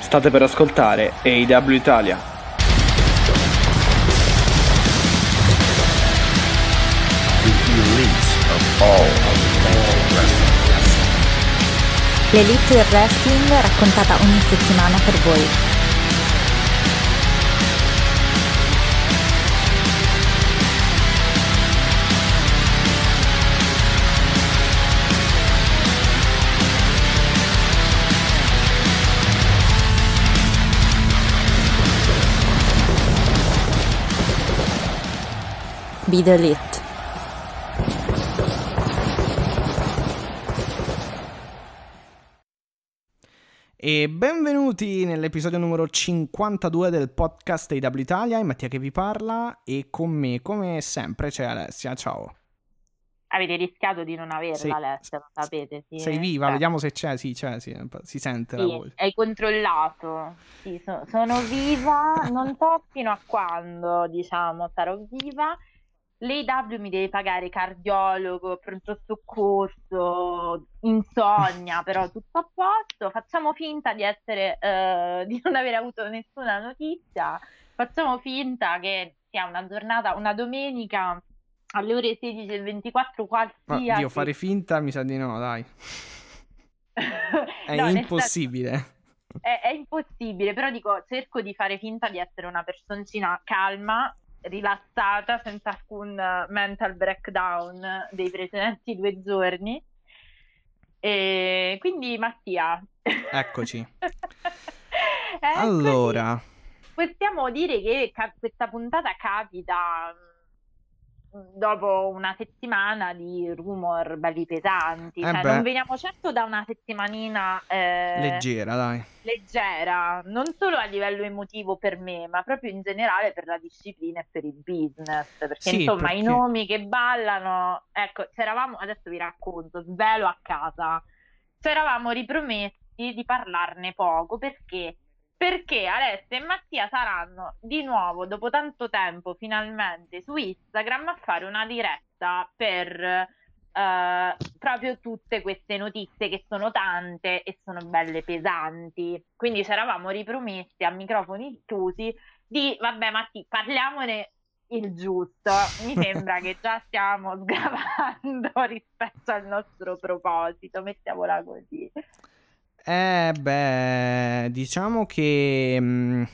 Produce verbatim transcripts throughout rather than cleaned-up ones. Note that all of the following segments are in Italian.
State per ascoltare A E W Italia. L'elite del wrestling raccontata ogni settimana per voi. Be the elite. E benvenuti nell'episodio numero cinquantadue del podcast A E W Italia. È Mattia che vi parla e con me, come sempre, c'è Alessia. Ciao. Avete rischiato di non averla, Sei, Alessia, lo sapete? Sì. Sei viva? Cioè, Vediamo se c'è. Sì, c'è, sì, si sente sì, la voce. hai controllato. Sì, so- sono viva, non so fino a quando, diciamo, sarò viva. L'A E W mi deve pagare cardiologo, pronto soccorso, insonnia, però tutto a posto. Facciamo finta di essere, eh, di non aver avuto nessuna notizia. Facciamo finta che sia una giornata, una domenica alle ore sedici e ventiquattro Ma qualsiasi. Dio, fare finta mi sa di no, dai. È No, nel senso, impossibile. è, è impossibile, però dico, cerco di fare finta di essere una personcina calma, rilassata, senza alcun eh, mental breakdown dei precedenti due giorni. E quindi Mattia, Eccoci. Eccoci. Allora, Possiamo dire che ca- questa puntata capita mh, dopo una settimana di rumor belli pesanti, eh cioè beh, non veniamo certo da una settimanina eh, leggera, dai. leggera, non solo a livello emotivo per me, ma proprio in generale per la disciplina e per il business, perché Sì, insomma i perché... nomi che ballano, ecco, c'eravamo, adesso vi racconto, svelo a casa, c'eravamo ripromessi di parlarne poco, perché? Perché Alessia e Mattia saranno di nuovo, dopo tanto tempo, finalmente su Instagram a fare una diretta per eh, proprio tutte queste notizie che sono tante e sono belle pesanti. Quindi ci eravamo ripromessi a microfoni chiusi di, vabbè Matti, parliamone il giusto. Mi sembra che già stiamo sgravando rispetto al nostro proposito, mettiamola così. Eh beh, diciamo che mh,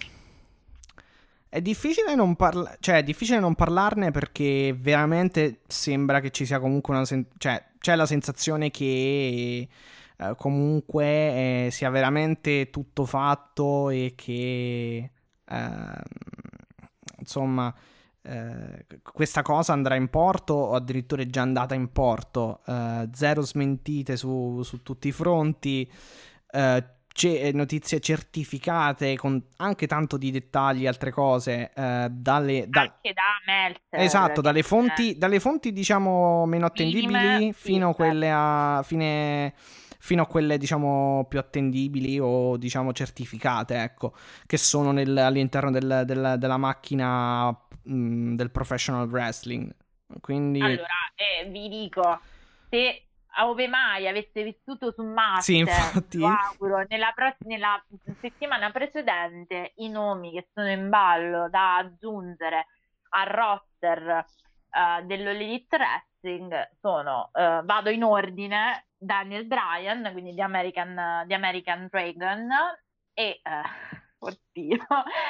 è difficile non parla- cioè è difficile non parlarne perché veramente sembra che ci sia comunque una sen- cioè c'è la sensazione che eh, comunque eh, sia veramente tutto fatto e che ehm, insomma eh, questa cosa andrà in porto o addirittura è già andata in porto. Eh, zero smentite su, su tutti i fronti. Uh, notizie certificate con anche tanto di dettagli, altre cose uh, dalle da... anche da Meltzer, esatto, dalle che fonti, dalle fonti diciamo meno attendibili minime, fino a sì, quelle certo. a fine fino a quelle diciamo più attendibili o diciamo certificate, ecco, che sono nel, all'interno del, del, della macchina mh, del professional wrestling. Quindi Allora, eh, vi dico, se ove mai aveste vissuto su sì, Marte, lo infatti auguro, nella, pro- nella settimana precedente i nomi che sono in ballo da aggiungere al roster eh, dell'All Elite Wrestling sono, eh, vado in ordine, Daniel Bryan, quindi di American, di American Dragon, e, eh, oddio,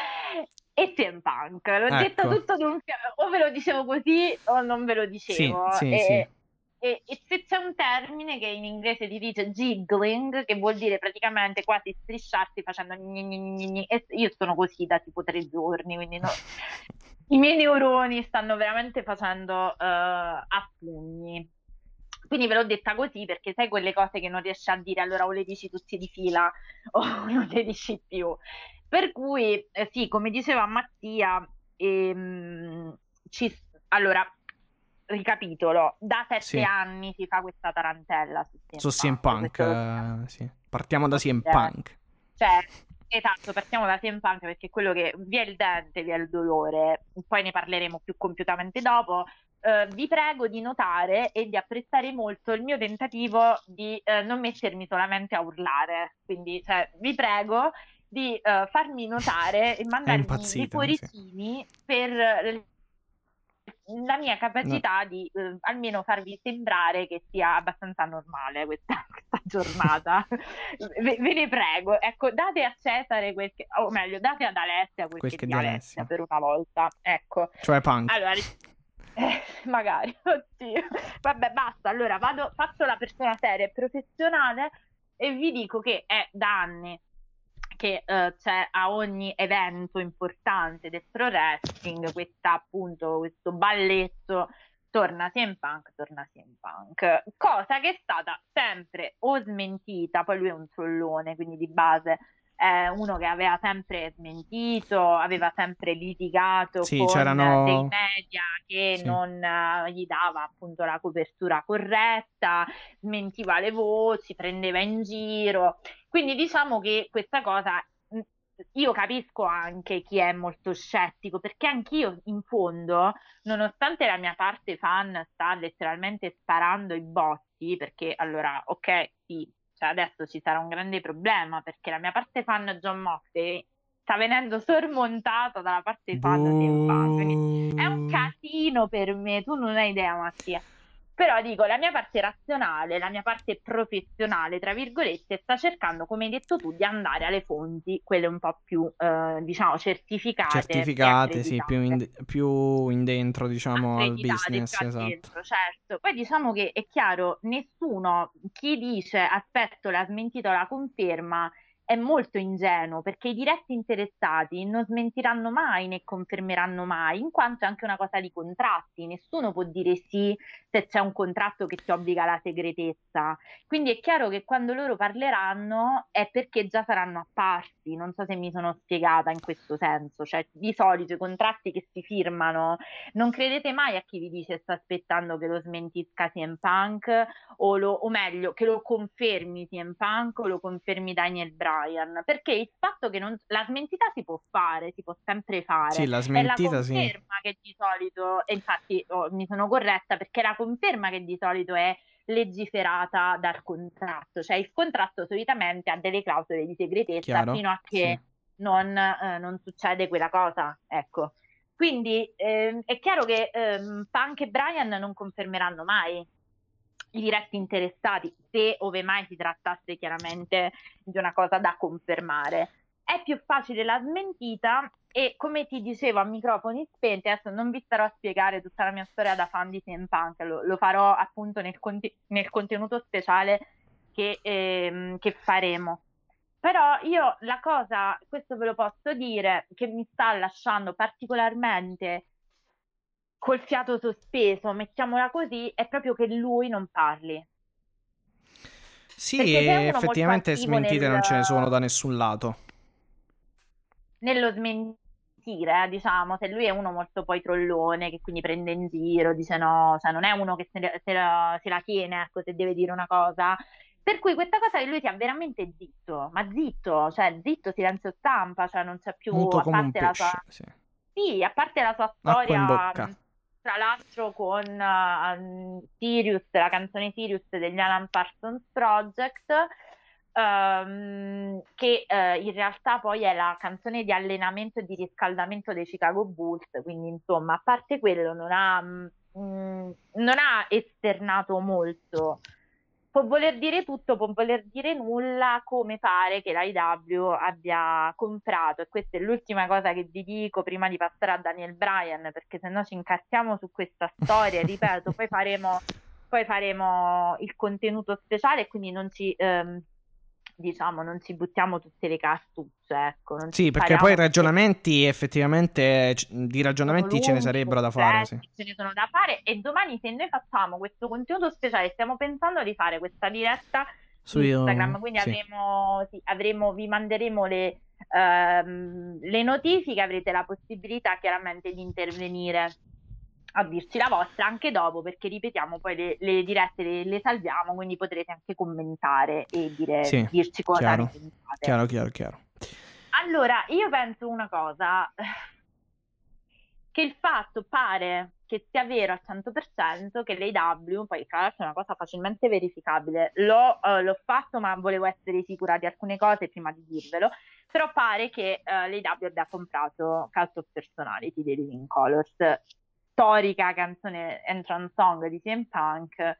e C M Punk. L'ho detto ecco, tutto d'un fiato, o ve lo dicevo così o non ve lo sì, dicevo. sì, sì. E, e, e se c'è un termine che in inglese si dice jiggling, che vuol dire praticamente quasi strisciarsi facendo gni gni gni gni, e io sono così da tipo tre giorni, quindi no, i miei neuroni stanno veramente facendo eh, a pugni. Quindi ve l'ho detta così perché sai quelle cose che non riesci a dire, allora o le dici tutti di fila o non le dici più. Per cui, eh, sì, come diceva Mattia, ehm, ci, allora, ricapitolo, da sette Sì. anni si fa questa tarantella su C M Su C M Punk, Punk, questo lo uh, sì. Partiamo da C M dire. Punk. Cioè, esatto, partiamo da C M Punk perché quello che vi è il dente, vi è il dolore, poi ne parleremo più compiutamente dopo. Uh, vi prego di notare e di apprezzare molto il mio tentativo di uh, non mettermi solamente a urlare, quindi cioè, vi prego di uh, farmi notare e mandarmi dei cuoricini sì. per la mia capacità no. di uh, almeno farvi sembrare che sia abbastanza normale questa, questa giornata. ve, ve ne prego, ecco, date a Cesare quel che, o meglio, date ad Alessia quel, quel che, che di Alessia, Alessia per una volta, ecco. Cioè punk. Allora, eh, magari, oddio. Vabbè, basta, allora vado, faccio la persona seria e professionale e vi dico che è da anni che uh, c'è a ogni evento importante del pro wrestling questa appunto questo balletto torna C M Punk, torna C M Punk, cosa che è stata sempre o smentita, poi lui è un trollone, quindi di base è uno che aveva sempre smentito, aveva sempre litigato sì, con c'erano... dei media che sì. non uh, gli dava appunto la copertura corretta, smentiva le voci, prendeva in giro. Quindi diciamo che questa cosa, io capisco anche chi è molto scettico, perché anch'io in fondo, nonostante la mia parte fan sta letteralmente sparando i botti, perché allora, ok, sì, cioè adesso ci sarà un grande problema, perché la mia parte fan Jon Moxley sta venendo sormontata dalla parte fan di C M Punk, quindi è un casino per me, tu non hai idea, Mattia. Però dico, la mia parte razionale, la mia parte professionale, tra virgolette, sta cercando, come hai detto tu, di andare alle fonti, quelle un po' più, eh, diciamo, certificate. Certificate, sì, più in, più in dentro, diciamo, al business, esatto. Dentro, certo. Poi diciamo che è chiaro, nessuno, chi dice aspetto la smentita o la conferma, è molto ingenuo, perché i diretti interessati non smentiranno mai né confermeranno mai, in quanto è anche una cosa di contratti, nessuno può dire sì se c'è un contratto che ti obbliga alla segretezza, quindi è chiaro che quando loro parleranno è perché già saranno apparsi, non so se mi sono spiegata in questo senso, cioè di solito i contratti che si firmano, non credete mai a chi vi dice sta aspettando che lo smentisca C M Punk o, lo, o meglio che lo confermi C M Punk o lo confermi Daniel Bryan, perché il fatto che non, la smentita si può fare, si può sempre fare, sì, la smentita, è la conferma sì. che di solito, e infatti oh, mi sono corretta, perché la conferma che di solito è legiferata dal contratto, cioè il contratto solitamente ha delle clausole di segretezza Chiaro, fino a che sì. non, eh, non succede quella cosa, ecco. Quindi eh, è chiaro che eh, Punk e Bryan non confermeranno mai i diretti interessati, se ove mai si trattasse chiaramente di una cosa da confermare. È più facile la smentita e, come ti dicevo a microfoni spenti, adesso non vi starò a spiegare tutta la mia storia da fan di C M Punk, lo, lo farò appunto nel, conti- nel contenuto speciale che, ehm, che faremo. Però io la cosa, questo ve lo posso dire, che mi sta lasciando particolarmente col fiato sospeso, mettiamola così, è proprio che lui non parli. Sì, effettivamente smentite nel... non ce ne sono da nessun lato. Nello smentire, eh, diciamo, se lui è uno molto poi trollone, che quindi prende in giro, dice no, cioè non è uno che se, se, la, se la tiene, ecco, se deve dire una cosa. Per cui questa cosa che lui sia veramente zitto, ma zitto, cioè zitto, silenzio stampa, cioè non c'è più, muto a come parte un pesce, la sua... sì. Sì, a parte la sua storia, tra l'altro con uh, Sirius, la canzone Sirius degli Alan Parsons Project, um, che uh, in realtà poi è la canzone di allenamento e di riscaldamento dei Chicago Bulls, quindi insomma, a parte quello non ha, mh, non ha esternato molto. Può voler dire tutto, può voler dire nulla, come pare che l'A E W abbia comprato, e questa è l'ultima cosa che vi dico prima di passare a Daniel Bryan, perché sennò ci incazziamo su questa storia, ripeto, poi faremo, poi faremo il contenuto speciale e quindi non ci, ehm, diciamo, non ci buttiamo tutte le cartucce, ecco. Non sì, perché poi ragionamenti, effettivamente, di ragionamenti lunghi, ce ne sarebbero da fare, sì. Ce ne sono da fare, e domani se noi facciamo questo contenuto speciale, stiamo pensando di fare questa diretta su Instagram, quindi sì. avremo, sì, avremo, vi manderemo le, ehm, le notifiche, avrete la possibilità chiaramente di intervenire a dirci la vostra anche dopo, perché ripetiamo poi le, le dirette le, le salviamo, quindi potrete anche commentare e dire, sì, dirci cosa chiaro, ne pensate. Chiaro, chiaro, chiaro. Allora, io penso una cosa, che il fatto pare che sia vero al cento per cento che l'A E W, poi tra l'altro è una cosa facilmente verificabile, l'ho, eh, l'ho fatto ma volevo essere sicura di alcune cose prima di dirvelo, però pare che eh, l'A E W abbia comprato Cult of Personality dei Living Colors, storica canzone entrance song di C M Punk.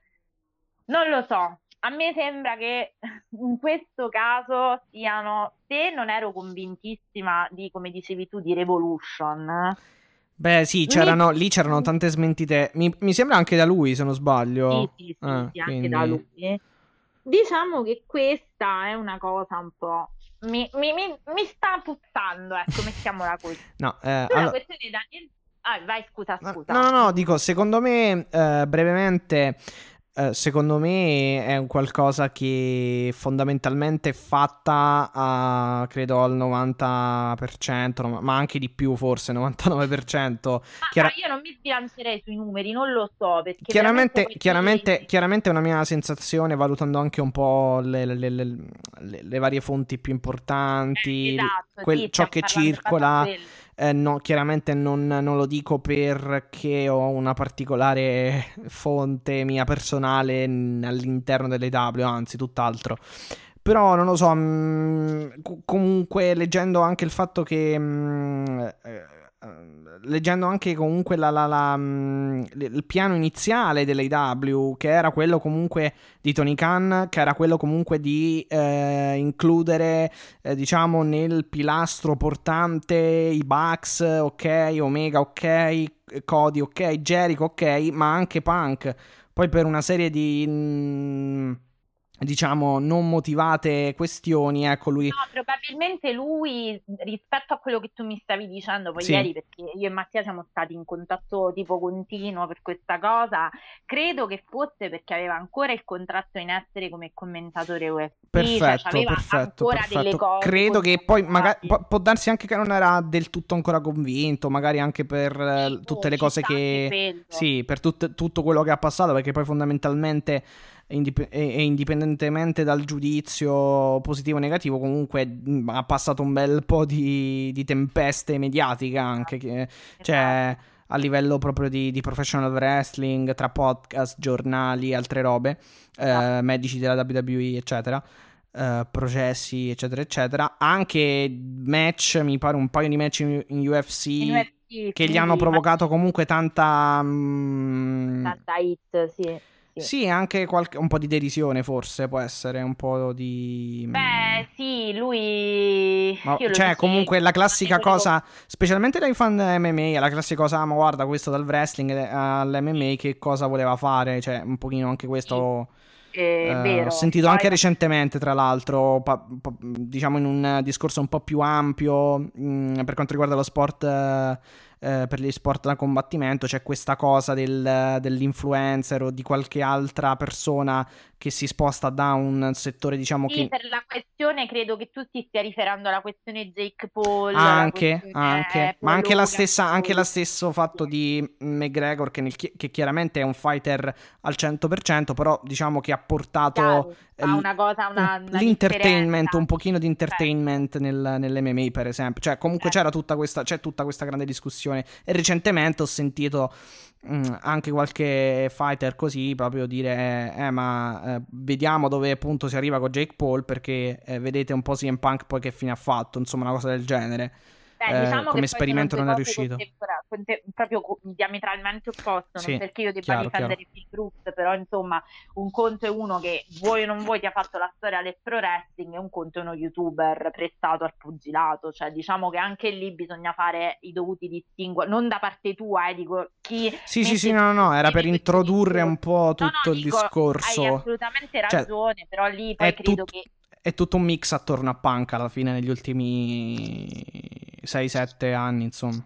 Non lo so, a me sembra che in questo caso siano, se non ero convintissima di, come dicevi tu, di Revolution. Beh, sì, c'erano, lì c'erano tante smentite. Mi, mi sembra anche da lui, se non sbaglio. Sì, sì, sì, Ah, sì, anche quindi... da lui. Diciamo che questa è una cosa un po'... Mi, mi, mi, mi sta puzzando, ecco, mettiamola così. No, eh, Sulla allora... questione di Daniel... Ah, vai, scusa, scusa. No, no, no, dico, secondo me, eh, brevemente, eh, secondo me è un qualcosa che fondamentalmente è fatta a, credo, al novanta per cento, no, ma anche di più forse, novantanove per cento. Ma, Chiara- ma io non mi sbilancerei sui numeri, non lo so, perché Chiaramente, veramente poi chiaramente, tu- chiaramente è una mia sensazione, valutando anche un po' le, le- le- le- le- le varie fonti più Eh, importanti, esatto, quel- sì, ciò stiamo che parlando in base a circola. quello. Eh, no, chiaramente non, non lo dico perché ho una particolare fonte mia personale n- all'interno delle W, anzi, tutt'altro. Però non lo so, mh, co- comunque leggendo anche il fatto che... mh, eh, eh, leggendo anche comunque la, la- la, mh, l- il piano iniziale dell'A E W, che era quello comunque di Tony Khan, che era quello comunque di eh, includere, eh, diciamo, nel pilastro portante i Bucks, ok, Omega, ok, Cody, ok, Jericho, ok, ma anche Punk. Poi per una serie di... mh, diciamo non motivate questioni, ecco lui No, probabilmente lui, rispetto a quello che tu mi stavi dicendo poi sì, ieri, perché io e Mattia siamo stati in contatto tipo continuo per questa cosa, credo che fosse perché aveva ancora il contratto in essere come commentatore U F C, cioè perfetto, aveva perfetto, ancora delle perfetto. cose Credo che poi magari contrattuali. può, può darsi anche che non era del tutto ancora convinto, magari anche per Sì, eh, tutte boh, le ci cose sta anche che quello. sì, per tut- tutto quello che ha passato, perché poi fondamentalmente indip- e, e indipendentemente dal giudizio positivo o negativo, comunque mh, ha passato un bel po' di, di tempeste mediatiche anche, che, cioè Esatto. a livello proprio di, di professional wrestling, tra podcast, giornali e altre robe, eh, medici della W W E, eccetera. eh, processi, eccetera, eccetera. Anche match, mi pare un paio di match in, in U F In C U F C che gli hanno finiti, provocato comunque tanta. mm, tanta hit, sì, sì. sì, anche qualche, un po' di derisione, forse può essere un po' di. mm, Beh, sì, lui, ma, io lo cioè, comunque dicevo, la non ne classica volevo. cosa, specialmente dai fan M M A, la classica cosa, ah, ma guarda, questo dal wrestling eh, all'M M A che cosa voleva fare? Cioè, un pochino anche Sì, questo. è Eh, ho vero. sentito Poi, anche recentemente, tra l'altro, pa- pa- diciamo in un discorso un po' più ampio mh, per quanto riguarda lo sport, eh, eh, per gli sport da combattimento, c'è questa cosa del- dell'influencer o di qualche altra persona che si sposta da un settore, diciamo sì, che per la questione credo che tu ti stia riferendo alla questione Jake Paul, la anche, anche, questione ma Paul anche la Hogan, stessa, anche lo Paul. stesso fatto di McGregor che, nel chi- che chiaramente è un fighter al cento per cento, però diciamo che ha portato Chiaro, eh, fa l- una cosa, un- una, una l'entertainment, un differenza. pochino di Certo, entertainment nel, nell'M M A per esempio, cioè comunque c'era certo. tutta questa, c'è tutta questa grande discussione e recentemente ho sentito mh, anche qualche fighter così proprio dire eh ma eh, vediamo dove appunto si arriva con Jake Paul perché eh, vedete un po' C M Punk poi che fine ha fatto, insomma una cosa del genere. Beh, Eh, diciamo come che poi sono esperimento due non è cose riuscito. contempora- conte- proprio co- diametralmente opposte, non Sì, perché io debba chiaro, chiaro. difendere Phil Brooks, però insomma un conto è uno che vuoi o non vuoi ti ha fatto la storia del pro wrestling e un conto è uno youtuber prestato al pugilato, cioè diciamo che anche lì bisogna fare i dovuti distinguo, non da parte tua, eh, dico chi Sì, sì, mette sì, in no, no, no, era per discussione questo introdurre un discorso. po' No, tutto no, il dico, hai discorso. assolutamente Cioè, ragione, però lì poi è, credo tut- che è tutto un mix attorno a Punk alla fine negli ultimi sei sette anni, insomma.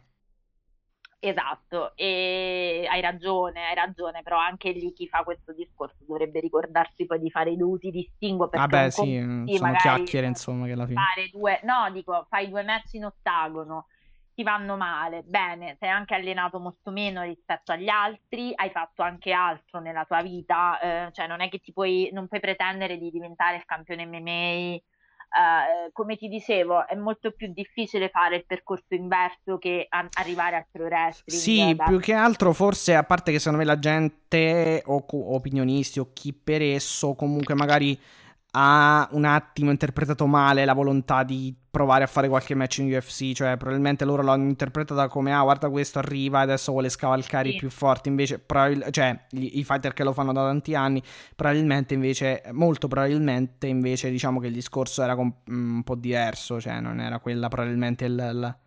esatto, e hai ragione, hai ragione, però anche lì chi fa questo discorso dovrebbe ricordarsi poi di fare i dovuti distinguo perché Vabbè, un sì, conto mm, sì, sono magari chiacchiere, insomma, che alla fine. fare due, no, dico, fai due match in ottagono, ti vanno male, bene, sei anche allenato molto meno rispetto agli altri, hai fatto anche altro nella tua vita, eh, cioè non è che ti puoi, non puoi pretendere di diventare il campione M M A Uh, come ti dicevo, è molto più difficile fare il percorso inverso che a- arrivare al pro wrestling. Sì, da... più che altro forse, a parte che secondo me la gente o co- opinionisti o chi per esso comunque magari ha un attimo interpretato male la volontà di provare a fare qualche match in U F C, cioè probabilmente loro l'hanno interpretata come ah guarda questo arriva e adesso vuole scavalcare i Sì. più forti, invece probabil- cioè gli- i fighter che lo fanno da tanti anni, probabilmente invece, molto probabilmente invece diciamo che il discorso era com- un po' diverso, cioè non era quella probabilmente il, il-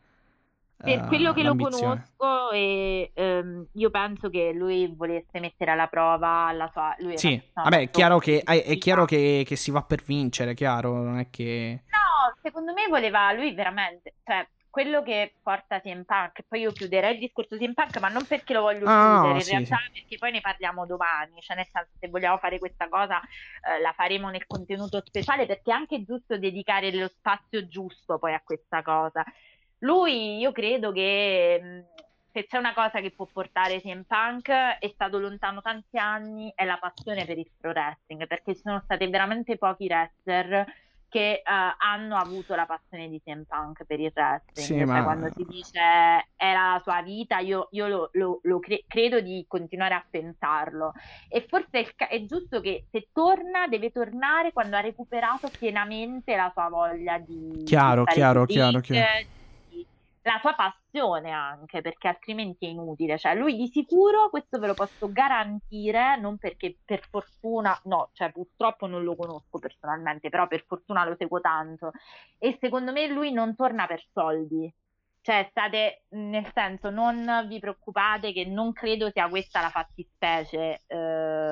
Per quello eh, che lo l'ambizione. conosco, e ehm, io penso che lui volesse mettere alla prova la sua... Lui è una Sì, persona vabbè, è molto chiaro che, è, è chiaro competitiva. che, che si va per vincere, chiaro, non è che... No, secondo me voleva lui veramente, cioè quello che porta C M Punk, e poi io chiuderei il discorso C M Punk, ma non perché lo voglio Ah, no, no, chiudere, in sì, realtà sì. perché poi ne parliamo domani, cioè nel senso se vogliamo fare questa cosa eh, la faremo nel contenuto speciale perché è anche giusto dedicare lo spazio giusto poi a questa cosa. Lui, io credo che mh, se c'è una cosa che può portare C M Punk, è stato lontano tanti anni, è la passione per il pro wrestling, perché ci sono stati veramente pochi wrestler che eh, hanno avuto la passione di C M Punk per il Sì, wrestling, cioè quando ma... si dice era la sua vita, io, io lo, lo- lo cre- credo di continuare a pensarlo. E forse è, il ca- è giusto che se torna, deve tornare quando ha recuperato pienamente la sua voglia di, di Chiaro, stare sul chiaro, chiaro, chiaro. ring, di- la sua passione anche, perché altrimenti è inutile. Cioè, lui di sicuro, questo ve lo posso garantire, non perché per fortuna, no, cioè purtroppo non lo conosco personalmente, però per fortuna lo seguo tanto. E secondo me lui non torna per soldi. Cioè, state, nel senso, non vi preoccupate che non credo sia questa la fattispecie. eh,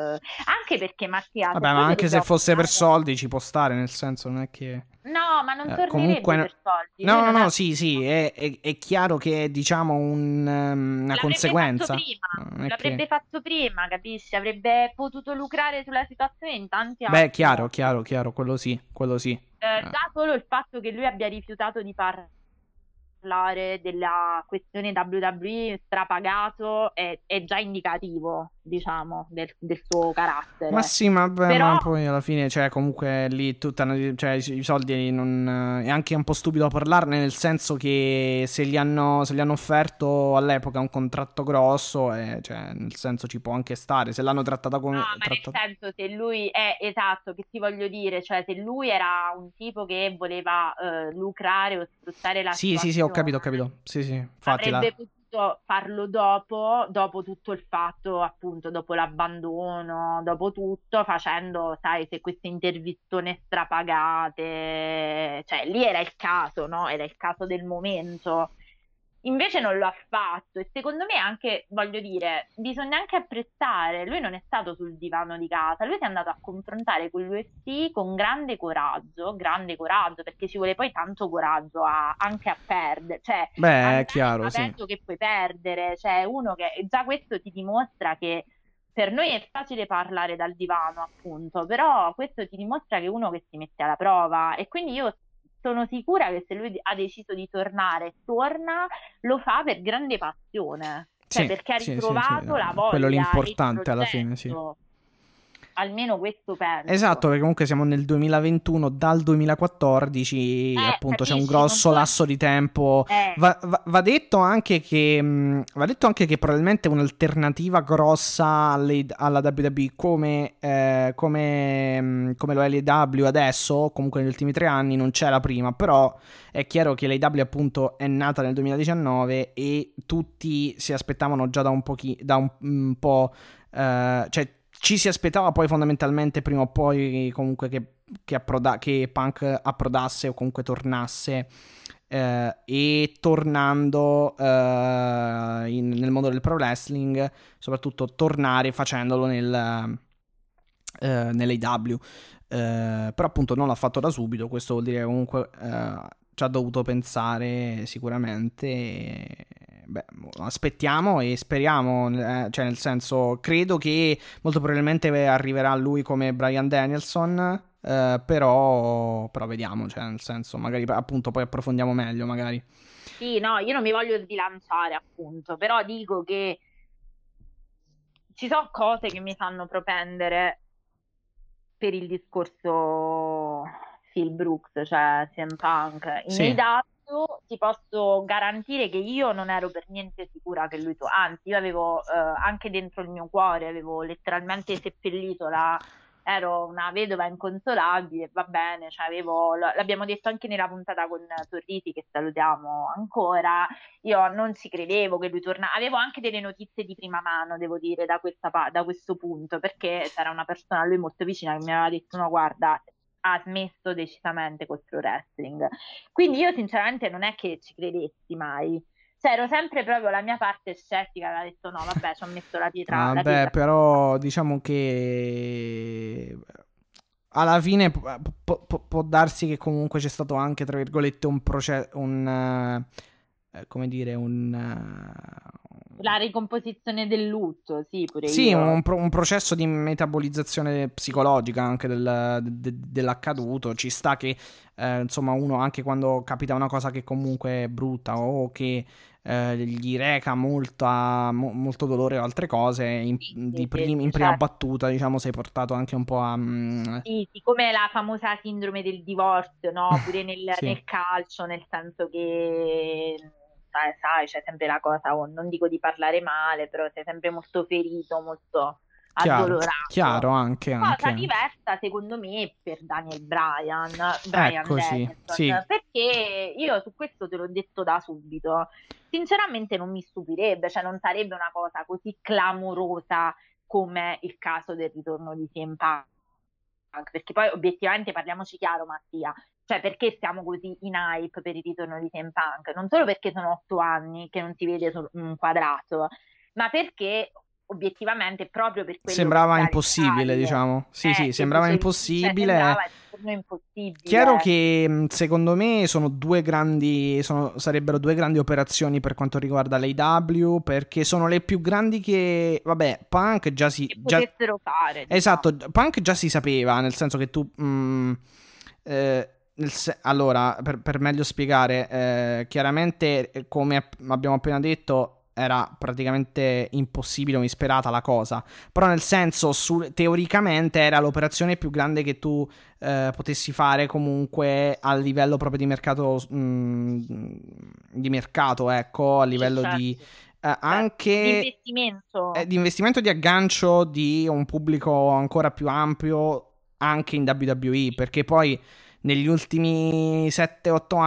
anche perché Mattia, se Vabbè, ma poi lo anche se dobbiamo fosse per pensare, soldi ci può stare, nel senso non è che... no, ma non eh, comunque... tornerebbe per soldi. Lui No, no, non ha no, sì, sì, è, è- è chiaro che è, diciamo, un, um, una L'avrebbe fatto conseguenza. prima, Non è che... l'avrebbe fatto prima, capisci? Avrebbe potuto lucrare sulla situazione in tanti Beh, altri chiaro, modi. chiaro, chiaro, quello sì, quello sì. Eh, Eh, già solo il fatto che lui abbia rifiutato di parlare della questione W W E strapagato è, è già indicativo, diciamo, del, del suo Ma carattere. sì, ma, beh, Però ma poi alla fine, cioè, comunque lì tutta una- cioè, i i soldi non... È anche un po' stupido parlarne, nel senso che se gli hanno, se gli hanno offerto all'epoca un contratto grosso, eh, cioè, nel senso ci può anche stare. Se l'hanno trattata no, come... ma nel trattata... senso, se lui è esatto, che ti voglio dire, cioè se lui era un tipo che voleva eh, lucrare o sfruttare la Sì, sì, sì, ho capito, ho situazione, capito. Sì, sì, infatti avrebbe là... potuto farlo dopo, dopo tutto il fatto, appunto, dopo l'abbandono, dopo tutto, facendo, sai, se queste intervistone strapagate, cioè lì era il caso, no? Era il caso del momento. Invece non lo ha fatto e secondo me anche, voglio dire, bisogna anche apprezzare, lui non è stato sul divano di casa, lui si è andato a confrontare con l'U F C con grande coraggio, grande coraggio, perché ci vuole poi tanto coraggio a- anche a perdere, cioè Beh, è andare chiaro, sì. sapendo che puoi perdere, cioè uno che già questo ti dimostra che per noi è facile parlare dal divano, appunto, però questo ti dimostra che è uno che si mette alla prova e quindi io sono sicura che se lui ha deciso di tornare, torna, lo fa per grande passione, cioè Sì, perché ha sì, sì, sì, ritrovato la no, quello è voglia e il l'importante alla fine, sì. progetto, almeno questo penso. Esatto, perché comunque siamo nel duemilaventuno, dal duemilaquattordici Eh, appunto c'è un capisci, non grosso puoi... lasso di tempo. Eh, Va, va- va detto anche che mh, va detto anche che probabilmente un'alternativa grossa alle- alla W W E come, eh, come, mh, come lo è l'A E W adesso, comunque negli ultimi tre anni, non c'era prima, però è chiaro che l'A E W appunto è nata nel duemiladiciannove e tutti si aspettavano già da un, pochi, da un, un po'... eh, cioè ci si aspettava poi fondamentalmente prima o poi comunque che, che, approda- che Punk approdasse o comunque tornasse eh, e tornando eh, in- nel mondo del pro wrestling, soprattutto tornare facendolo nel, eh, nell'A E W. Eh, però appunto non l'ha fatto da subito, questo vuol dire comunque eh, ci ha dovuto pensare sicuramente. e, Beh, aspettiamo e speriamo, eh, cioè nel senso, credo che molto probabilmente arriverà lui come Bryan Danielson, eh, però, però vediamo, cioè nel senso, magari appunto poi approfondiamo meglio, magari. sì, no, io non mi voglio sbilanciare, appunto, però dico che ci sono cose che mi fanno propendere per il discorso Phil Brooks, cioè C M Punk. In Sì. A E W ti posso garantire che io non ero per niente sicura che lui, to- anzi, io avevo eh, anche dentro il mio cuore, avevo letteralmente seppellito la. Ero una vedova inconsolabile, va bene, cioè avevo, l- l'abbiamo detto anche nella puntata con Torriti, che salutiamo ancora. Io non ci credevo che lui torna. Avevo anche delle notizie di prima mano, devo dire, da, questa pa- da questo punto, perché c'era una persona a lui molto vicina che mi aveva detto: no, guarda, ha smesso decisamente col pro wrestling. Quindi io sinceramente non è che ci credessi mai. Cioè, ero sempre proprio la mia parte scettica, aveva detto no, vabbè, ci ho messo la pietra, la Vabbè, pietra. però diciamo che alla fine pu- pu- pu- può darsi che comunque c'è stato anche, tra virgolette, un processo, un, eh, come dire, un, eh, La ricomposizione del lutto, sì, pure sì, io. un, pro- un processo di metabolizzazione psicologica anche del- de- dell'accaduto. Ci sta che, eh, insomma, uno anche quando capita una cosa che comunque è brutta o che eh, gli reca molta, mo- molto dolore o altre cose, in, Sì, di sì, sì, prim- in sì, prima certo. battuta, diciamo, sei portato anche un po' a... mm, Sì, sì, come la famosa sindrome del divorzio, no? Pure nel, sì, nel calcio, nel senso che, sai, sai, c'è sempre la cosa, oh, non dico di parlare male, però sei sempre molto ferito, molto chiaro, chiaro addolorato. anche, anche, Cosa anche. diversa, secondo me, per Daniel Bryan, Bryan Ecco, sì, sì. Danielson, perché io su questo te l'ho detto da subito. Sinceramente non mi stupirebbe, cioè non sarebbe una cosa così clamorosa come il caso del ritorno di C M Punk, perché poi obiettivamente parliamoci chiaro, Mattia, cioè perché siamo così in hype per il ritorno di C M Punk? Non solo perché sono otto anni che non si vede su un quadrato, ma perché obiettivamente proprio per quello che Sembrava sta alle impossibile, spalle, diciamo. Sì, eh, sì, che sembrava dicevi, cioè impossibile. sembrava il ritorno Chiaro impossibile. che mh, secondo me sono due grandi, sono- sarebbero due grandi operazioni per quanto riguarda l'A E W, perché sono le più grandi che, vabbè, Punk già si, Che già, potessero fare, diciamo. esatto, Punk già si sapeva, nel senso che tu, mh, eh, nel se- allora, per, per meglio spiegare, eh, chiaramente, eh, come app- abbiamo appena detto, era praticamente impossibile o insperata la cosa, però nel senso, su- teoricamente era l'operazione più grande che tu eh, potessi fare comunque a livello proprio di mercato, mh, di mercato, ecco, a Sì, livello di certo, eh, certo. Di anche eh, investimento. di investimento di aggancio di un pubblico ancora più ampio anche in W W E, perché poi negli ultimi sette otto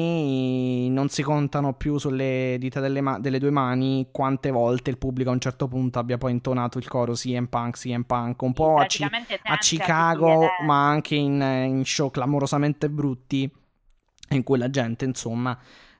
anni non si contano più sulle dita delle, ma- delle due mani quante volte il pubblico a un certo punto abbia poi intonato il coro C M Punk, C M Punk, un Sì, po' a, Ci- praticamente a sempre a tutti gli Chicago, eventi. ma anche in, in show clamorosamente brutti, in cui la gente, insomma,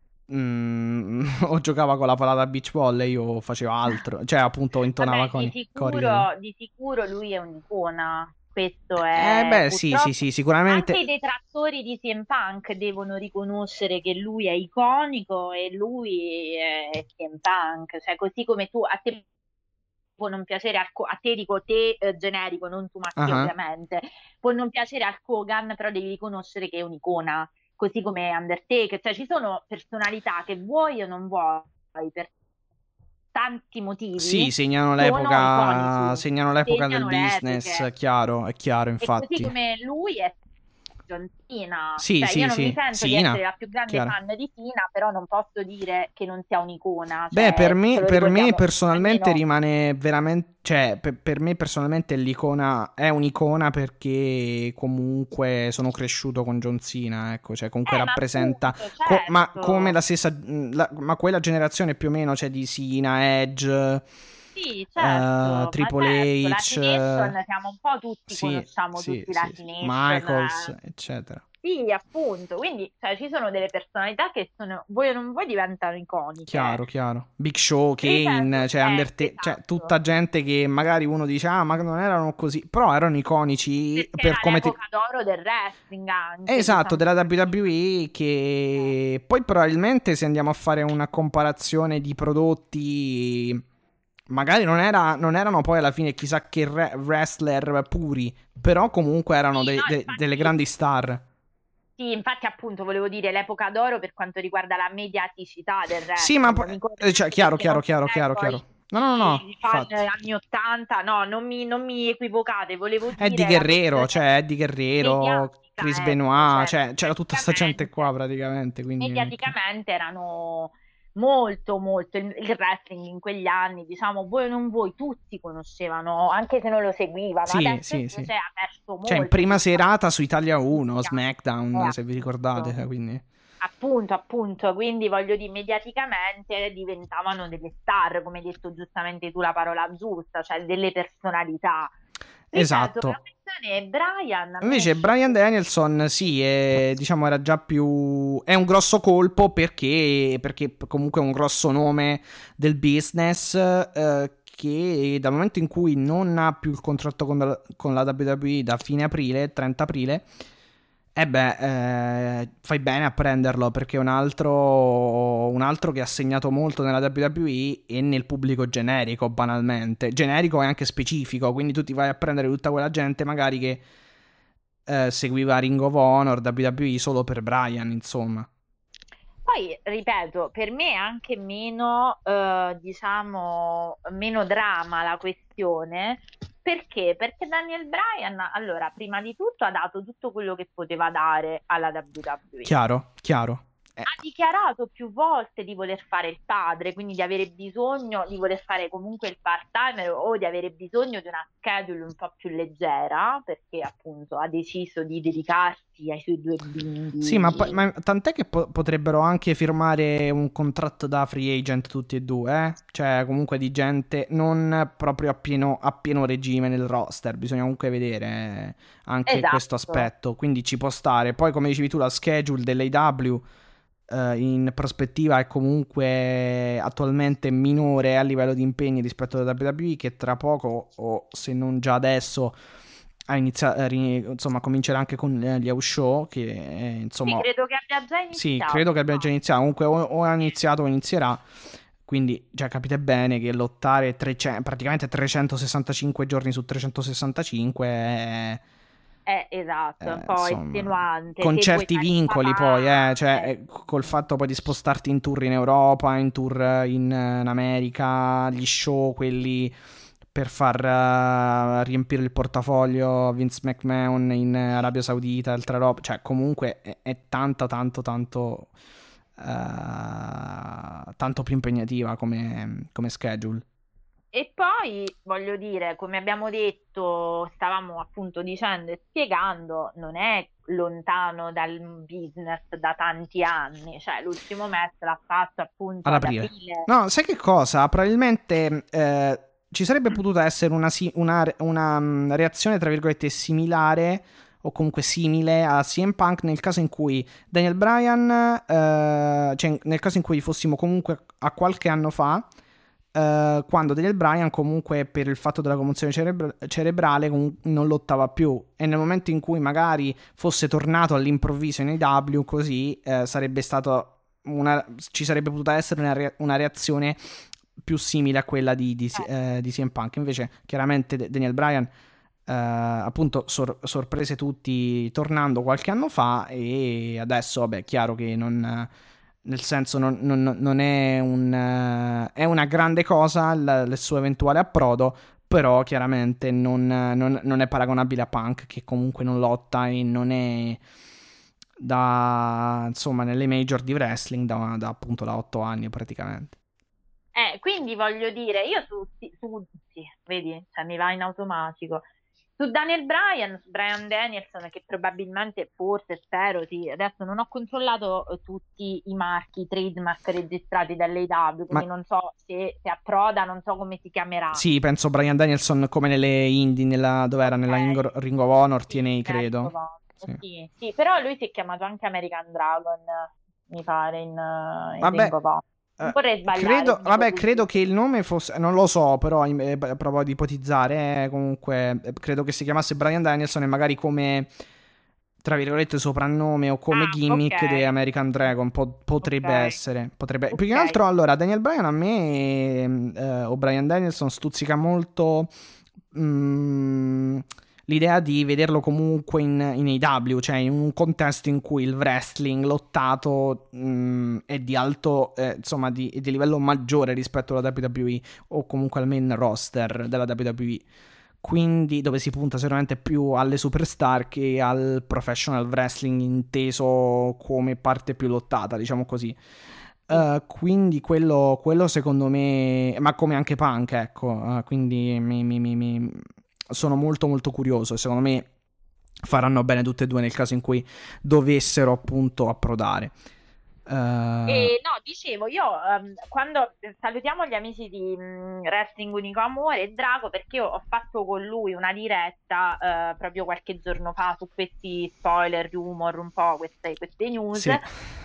mm, o giocava con la palla da beach volley o faceva altro, cioè appunto intonava Vabbè, con di i cori del... sicuro, di sicuro lui è un'icona. Questo Eh è beh, sì, sì, purtroppo. sì, Anche i sicuramente. detrattori di C M Punk devono riconoscere che lui è iconico e lui è C M Punk. Cioè, così come tu, a te può non piacere, Hulk- a te dico te eh, generico, non tu Ah Mattia ah. ovviamente, può non piacere Hulk Hogan, però devi riconoscere che è un'icona, così come Undertaker. Cioè, ci sono personalità che vuoi o non vuoi, per tanti Sì, motivi, segnano sono l'epoca, iconici, segnano l'epoca del segnano le business, epoche. è chiaro, è chiaro, E così infatti. come lui è John Cena. Sì, Cioè, io sì, non mi sì, sento di essere Sina, la più grande chiaro. fan di Cena, però non posso dire che non sia un'icona. Beh, per Cioè, me, ce lo per me ricordiamo personalmente almeno. rimane veramente, cioè, per, per me personalmente l'icona è un'icona perché comunque sono cresciuto con John Cena, ecco, cioè comunque Eh, ma rappresenta, appunto, co- ma come certo. la stessa, la- ma quella generazione più o meno, c'è di Cena, Edge, Sì, eh, certo, ma Triple certo, la H, eh, T-Nation siamo un po' tutti, sì, conosciamo sì, tutti la sì, sì, T-Nation. Michaels, eh. eccetera. Sì, appunto, quindi cioè, ci sono delle personalità che sono, vuoi o non vuoi, diventano iconiche. Chiaro, chiaro. Big Show, Kane, Ripeto, cioè eh, Undertaker, cioè esatto, tutta gente che magari uno dice, ah, ma non erano così, però erano iconici perché per era come ti... l'epoca d'oro del wrestling anche, Esatto, diciamo della così. W W E Eh. che poi probabilmente se andiamo a fare una comparazione di prodotti, magari non, era, non erano poi alla fine chissà che re- wrestler puri, però comunque erano Sì, de- no, de- delle infatti, grandi star. sì, infatti appunto volevo dire l'epoca d'oro per quanto riguarda la mediaticità del Sì, ma wrestling, poi... mi eh, cioè, correggo chiaro, perché chiaro, non chiaro, vorrei chiaro, poi chiaro. No, no, no, di fan infatti. anni ottanta, no, non mi, non mi equivocate, volevo Eddie dire la Guerrero, questione cioè Eddie Guerrero, mediatica, Chris ecco, Benoit, cioè cioè c'era tutta sta gente qua mediaticamente, praticamente, quindi... mediaticamente erano molto, molto, il, il wrestling in quegli anni, diciamo, voi o non voi, tutti conoscevano, anche se non lo seguivano, Sì, adesso sì, sì. invece ha perso Cioè in molto di prima questa serata su Italia uno, mediatica. SmackDown, Eh, se vi ricordate, appunto. cioè, quindi... Appunto, appunto, quindi voglio dire, mediaticamente diventavano delle star, come hai detto giustamente tu la parola giusta, cioè delle personalità. Ripeto, la Esatto. questione Brian a me Invece Brian scettica. Danielson sì, è, diciamo era già più... è un grosso colpo perché, perché comunque è un grosso nome del business eh, che dal momento in cui non ha più il contratto con la, con la W W E da fine aprile, trenta aprile, eh beh, eh, fai bene a prenderlo perché è un altro, un altro che ha segnato molto nella W W E e nel pubblico generico, banalmente. Generico e anche specifico, quindi tu ti vai a prendere tutta quella gente magari che eh, seguiva Ring of Honor, W W E solo per Brian, insomma. Poi, ripeto, per me è anche meno, eh, diciamo, meno drama la questione. Perché? Perché Daniel Bryan, allora, prima di tutto ha dato tutto quello che poteva dare alla W W E. Chiaro, chiaro. Eh, Ha dichiarato più volte di voler fare il padre, quindi di avere bisogno, di voler fare comunque il part-timer o di avere bisogno di una schedule un po' più leggera, perché appunto ha deciso di dedicarsi ai suoi due sì, ma, poi- bimbi. ma tant'è che po- potrebbero anche firmare un contratto da free agent tutti e due, eh? Cioè comunque di gente non proprio a pieno, a pieno regime nel roster, bisogna comunque vedere eh, anche questo Esatto. aspetto, quindi ci può stare. Poi come dicevi tu la schedule dell'A E W eh, in prospettiva è comunque attualmente minore a livello di impegni rispetto alla W W E che tra poco o se non già adesso ha iniziato, insomma comincerà anche con eh, gli house show che eh, Sì, insomma credo che abbia già sì, credo iniziato, che abbia già no? iniziato, comunque o, o ha iniziato o inizierà, quindi già capite bene che lottare trecento, praticamente trecentosessantacinque giorni su trecentosessantacinque è, Eh, esatto, è un eh, po' insomma, estenuante. con Se vuoi certi fare il vincoli poi, eh, papà, cioè eh, eh, col fatto poi di spostarti in tour in Europa, in tour in, eh, in America, gli show, quelli per far eh, riempire il portafoglio a Vince McMahon in Arabia Saudita, altra roba, cioè comunque è, è tanta, tanto, tanto, eh, tanto più impegnativa come, come schedule. E poi voglio dire, come abbiamo detto, stavamo appunto dicendo e spiegando, non è lontano dal business da tanti anni, cioè l'ultimo match l'ha fatto appunto Ad ad aprile. aprile. No, sai che cosa? Probabilmente eh, ci sarebbe potuta essere una, si- una- una, mm, reazione, tra virgolette, similare o comunque simile a C M Punk nel caso in cui Daniel Bryan, eh, cioè nel caso in cui fossimo comunque a qualche anno fa, eh, quando Daniel Bryan comunque per il fatto della commozione cerebra- cerebrale comun- non lottava più e nel momento in cui magari fosse tornato all'improvviso in A E W così eh, sarebbe stato una, ci sarebbe potuta essere una, re- una reazione più simile a quella di, di, Eh, eh, di C M Punk. Invece, chiaramente, D- Daniel Bryan, eh, appunto, sor- sorprese tutti tornando qualche anno fa. E adesso, vabbè, è chiaro che non. Nel senso, non, non- non è un. eh, è una grande cosa il, il suo eventuale approdo. Però chiaramente non, non- non è paragonabile a Punk, che comunque non lotta e non è da insomma nelle major di wrestling da, da appunto da otto anni praticamente. eh, quindi voglio dire, io su, sì, su sì, vedi, cioè mi va in automatico. Su Daniel Bryan, su Brian Danielson, che probabilmente, forse, spero, sì, adesso non ho controllato eh, tutti i marchi, i trademark registrati dall'A E W, Ma quindi non so se, se approda, non so come si chiamerà. sì, penso Brian Danielson come nelle indie, nella, dove era Ok, nella Ring Ring of Honor, sì, T N A nella Ring credo. of Honor. Sì. Sì, sì, però lui si è chiamato anche American Dragon, mi pare, in, eh, in Ring Vabbè, of Honor. Non eh, vorrei sbagliare, credo, ti dico vabbè, così. credo che il nome fosse, non lo so, però in- eh, provo ad ipotizzare, eh, comunque eh, credo che si chiamasse Brian Danielson e magari come, tra virgolette, soprannome o come Ah, ok, gimmick di American Dragon po- ok, potrebbe essere, potrebbe, più che ok. altro, allora, Daniel Bryan a me, eh, o Brian Danielson stuzzica molto, mm, l'idea di vederlo comunque in, in A E W, cioè in un contesto in cui il wrestling lottato mh, è di alto, eh, insomma, di, di livello maggiore rispetto alla W W E o comunque al main roster della W W E. Quindi dove si punta sicuramente più alle superstar che al professional wrestling inteso come parte più lottata, diciamo così. Uh, quindi quello, quello secondo me, ma come anche Punk, ecco, uh, quindi mi, mi, mi, mi sono molto molto curioso e secondo me faranno bene tutte e due nel caso in cui dovessero appunto approdare. Uh... E no, dicevo, io um, quando salutiamo gli amici di um, Wrestling Unico Amore e Drago, perché io ho fatto con lui una diretta uh, proprio qualche giorno fa su questi spoiler, rumor, un po' queste, queste news. Sì.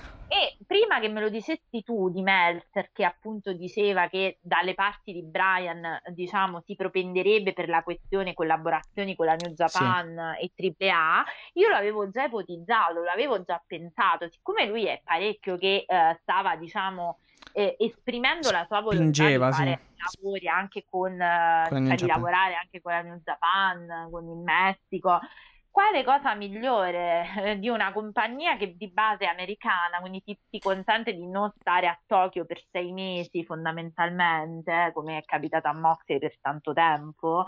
E prima che me lo dicessi tu di Meltzer, che appunto diceva che dalle parti di Bryan, diciamo, si propenderebbe per la questione collaborazioni con la New Japan sì. e Triple A, io l'avevo già ipotizzato, l'avevo già pensato, siccome lui è parecchio che eh, stava, diciamo, eh, esprimendo la sua volontà Spingeva, di fare sì. lavori anche con, eh, con cioè di lavorare anche con la New Japan, con il Messico. Quale cosa migliore eh, di una compagnia che di base è americana, quindi ti, ti consente di non stare a Tokyo per sei mesi fondamentalmente, eh, come è capitato a Moxley per tanto tempo,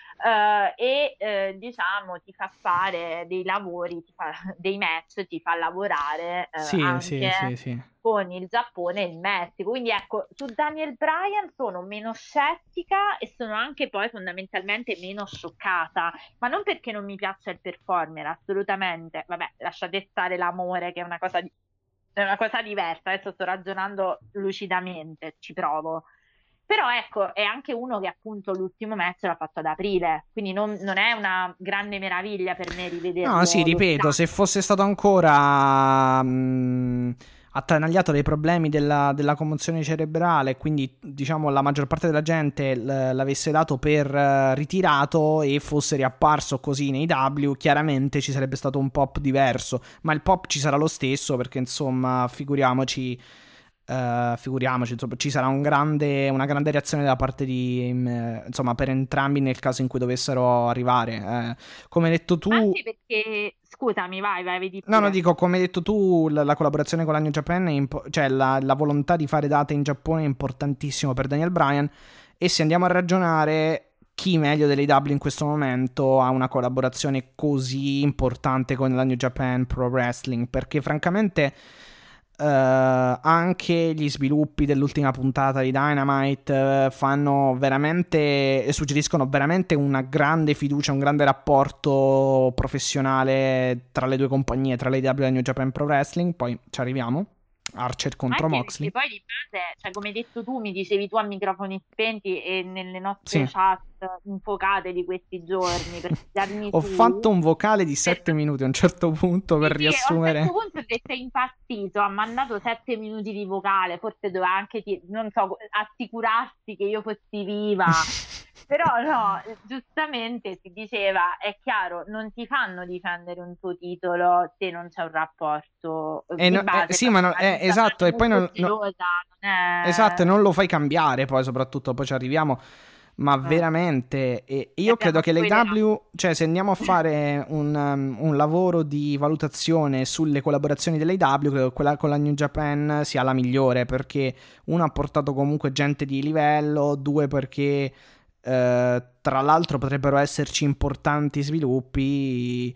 eh, e eh, diciamo ti fa fare dei lavori, ti fa, dei match, ti fa lavorare eh, sì, anche sì, sì, sì. con il Giappone e il Messico. Quindi ecco, su Daniel Bryan sono meno scettica e sono anche poi fondamentalmente meno scioccata, ma non perché non mi piaccia il performer, assolutamente, vabbè, lasciate stare l'amore che è una cosa, di- è una cosa diversa, adesso sto ragionando lucidamente, ci provo. Però ecco, è anche uno che appunto l'ultimo match l'ha fatto ad aprile, quindi non, non è una grande meraviglia per me rivederlo. No, sì, ripeto, se fosse stato ancora mh, attanagliato dai problemi della, della commozione cerebrale, quindi diciamo la maggior parte della gente l- l'avesse dato per uh, ritirato e fosse riapparso così nei W, chiaramente ci sarebbe stato un pop diverso, ma il pop ci sarà lo stesso perché insomma, figuriamoci... Uh, figuriamoci, insomma, ci sarà un grande, una grande reazione da parte di um, insomma, per entrambi nel caso in cui dovessero arrivare. Eh, come hai detto tu, anche perché scusami, vai, vai, vedi. No, no, dico, come hai detto tu, la, la collaborazione con la New Japan, è impo- cioè la, la volontà di fare date in Giappone è importantissimo per Daniel Bryan. E se andiamo a ragionare, chi meglio dell'A E W in questo momento ha una collaborazione così importante con la New Japan Pro Wrestling? Perché francamente uh, anche gli sviluppi dell'ultima puntata di Dynamite uh, fanno veramente e suggeriscono veramente una grande fiducia, un grande rapporto professionale tra le due compagnie, tra l'A E W e la New Japan Pro Wrestling. Poi ci arriviamo. Archer contro anche Moxley. Perché poi di base, cioè come hai detto tu, mi dicevi tu a microfoni spenti e nelle nostre Sì. chat infuocate di questi giorni per darmi Ho tu, fatto un vocale di sette minuti a un certo punto per sì, sì, riassumere. a un certo punto che sei impazzito, ha mandato sette minuti di vocale, forse doveva anche, ti, non so, assicurarsi che io fossi viva. Però no, giustamente si diceva, è chiaro, non ti fanno difendere un tuo titolo se non c'è un rapporto Eh, di no, base. eh, sì, ma no, eh, esatto, e poi non, no, gelosa, non è... esatto, e non lo fai cambiare, poi soprattutto, poi ci arriviamo. Ma veramente, e io credo che l'A E W, cioè se andiamo a fare un, um, un lavoro di valutazione sulle collaborazioni dell'A E W, credo che quella con la New Japan sia la migliore, perché uno ha portato comunque gente di livello, due perché eh, tra l'altro potrebbero esserci importanti sviluppi,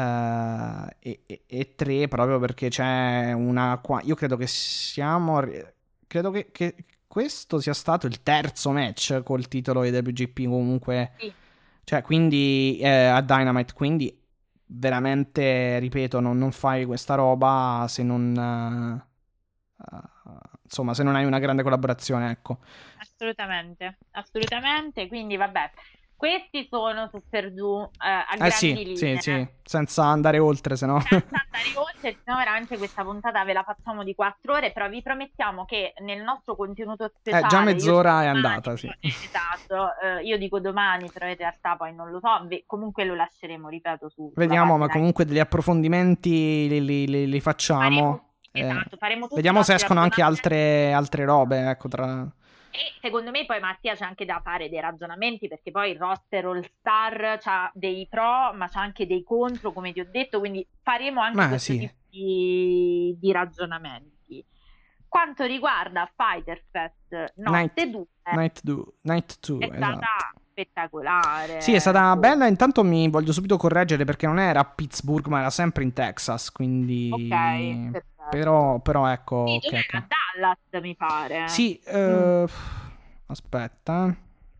eh, e, e, e tre proprio perché c'è una... Io credo che siamo... Credo che... che questo sia stato il terzo match col titolo A W G P comunque, sì. Cioè quindi eh, a Dynamite, quindi veramente ripeto non, non fai questa roba se non uh, uh, insomma se non hai una grande collaborazione, ecco. Assolutamente, assolutamente, quindi vabbè, questi sono su per giù eh, a eh grandi sì, linee. sì, sì, senza andare oltre, se no. Senza andare oltre, se no veramente questa puntata ve la facciamo di quattro ore, però vi promettiamo che nel nostro contenuto speciale... Eh, già mezz'ora è domani, andata, sì. Esatto, eh, io dico domani, però in realtà poi non lo so, beh, comunque lo lasceremo, ripeto, su... Vediamo, ma comunque degli approfondimenti li, li, li, li facciamo. Faremo, esatto, faremo eh, vediamo se escono anche altre, altre robe, ecco, tra... E secondo me poi Mattia c'è anche da fare dei ragionamenti, perché poi il roster All Star c'ha dei pro, ma c'ha anche dei contro, come ti ho detto, quindi faremo anche Ma questo sì, tipo di, di ragionamenti. Quanto riguarda Fighter Fest Night, Notte due, Night due, Night due, è esatto. stata spettacolare. Sì, è stata Boh. bella. Intanto mi voglio subito correggere perché non era a Pittsburgh, ma era sempre in Texas. Ok, Quindi. Però, perfetto. però ecco, Sì, ok, dov'era? ok. A Dallas, mi pare. Sì, Mm. eh, aspetta.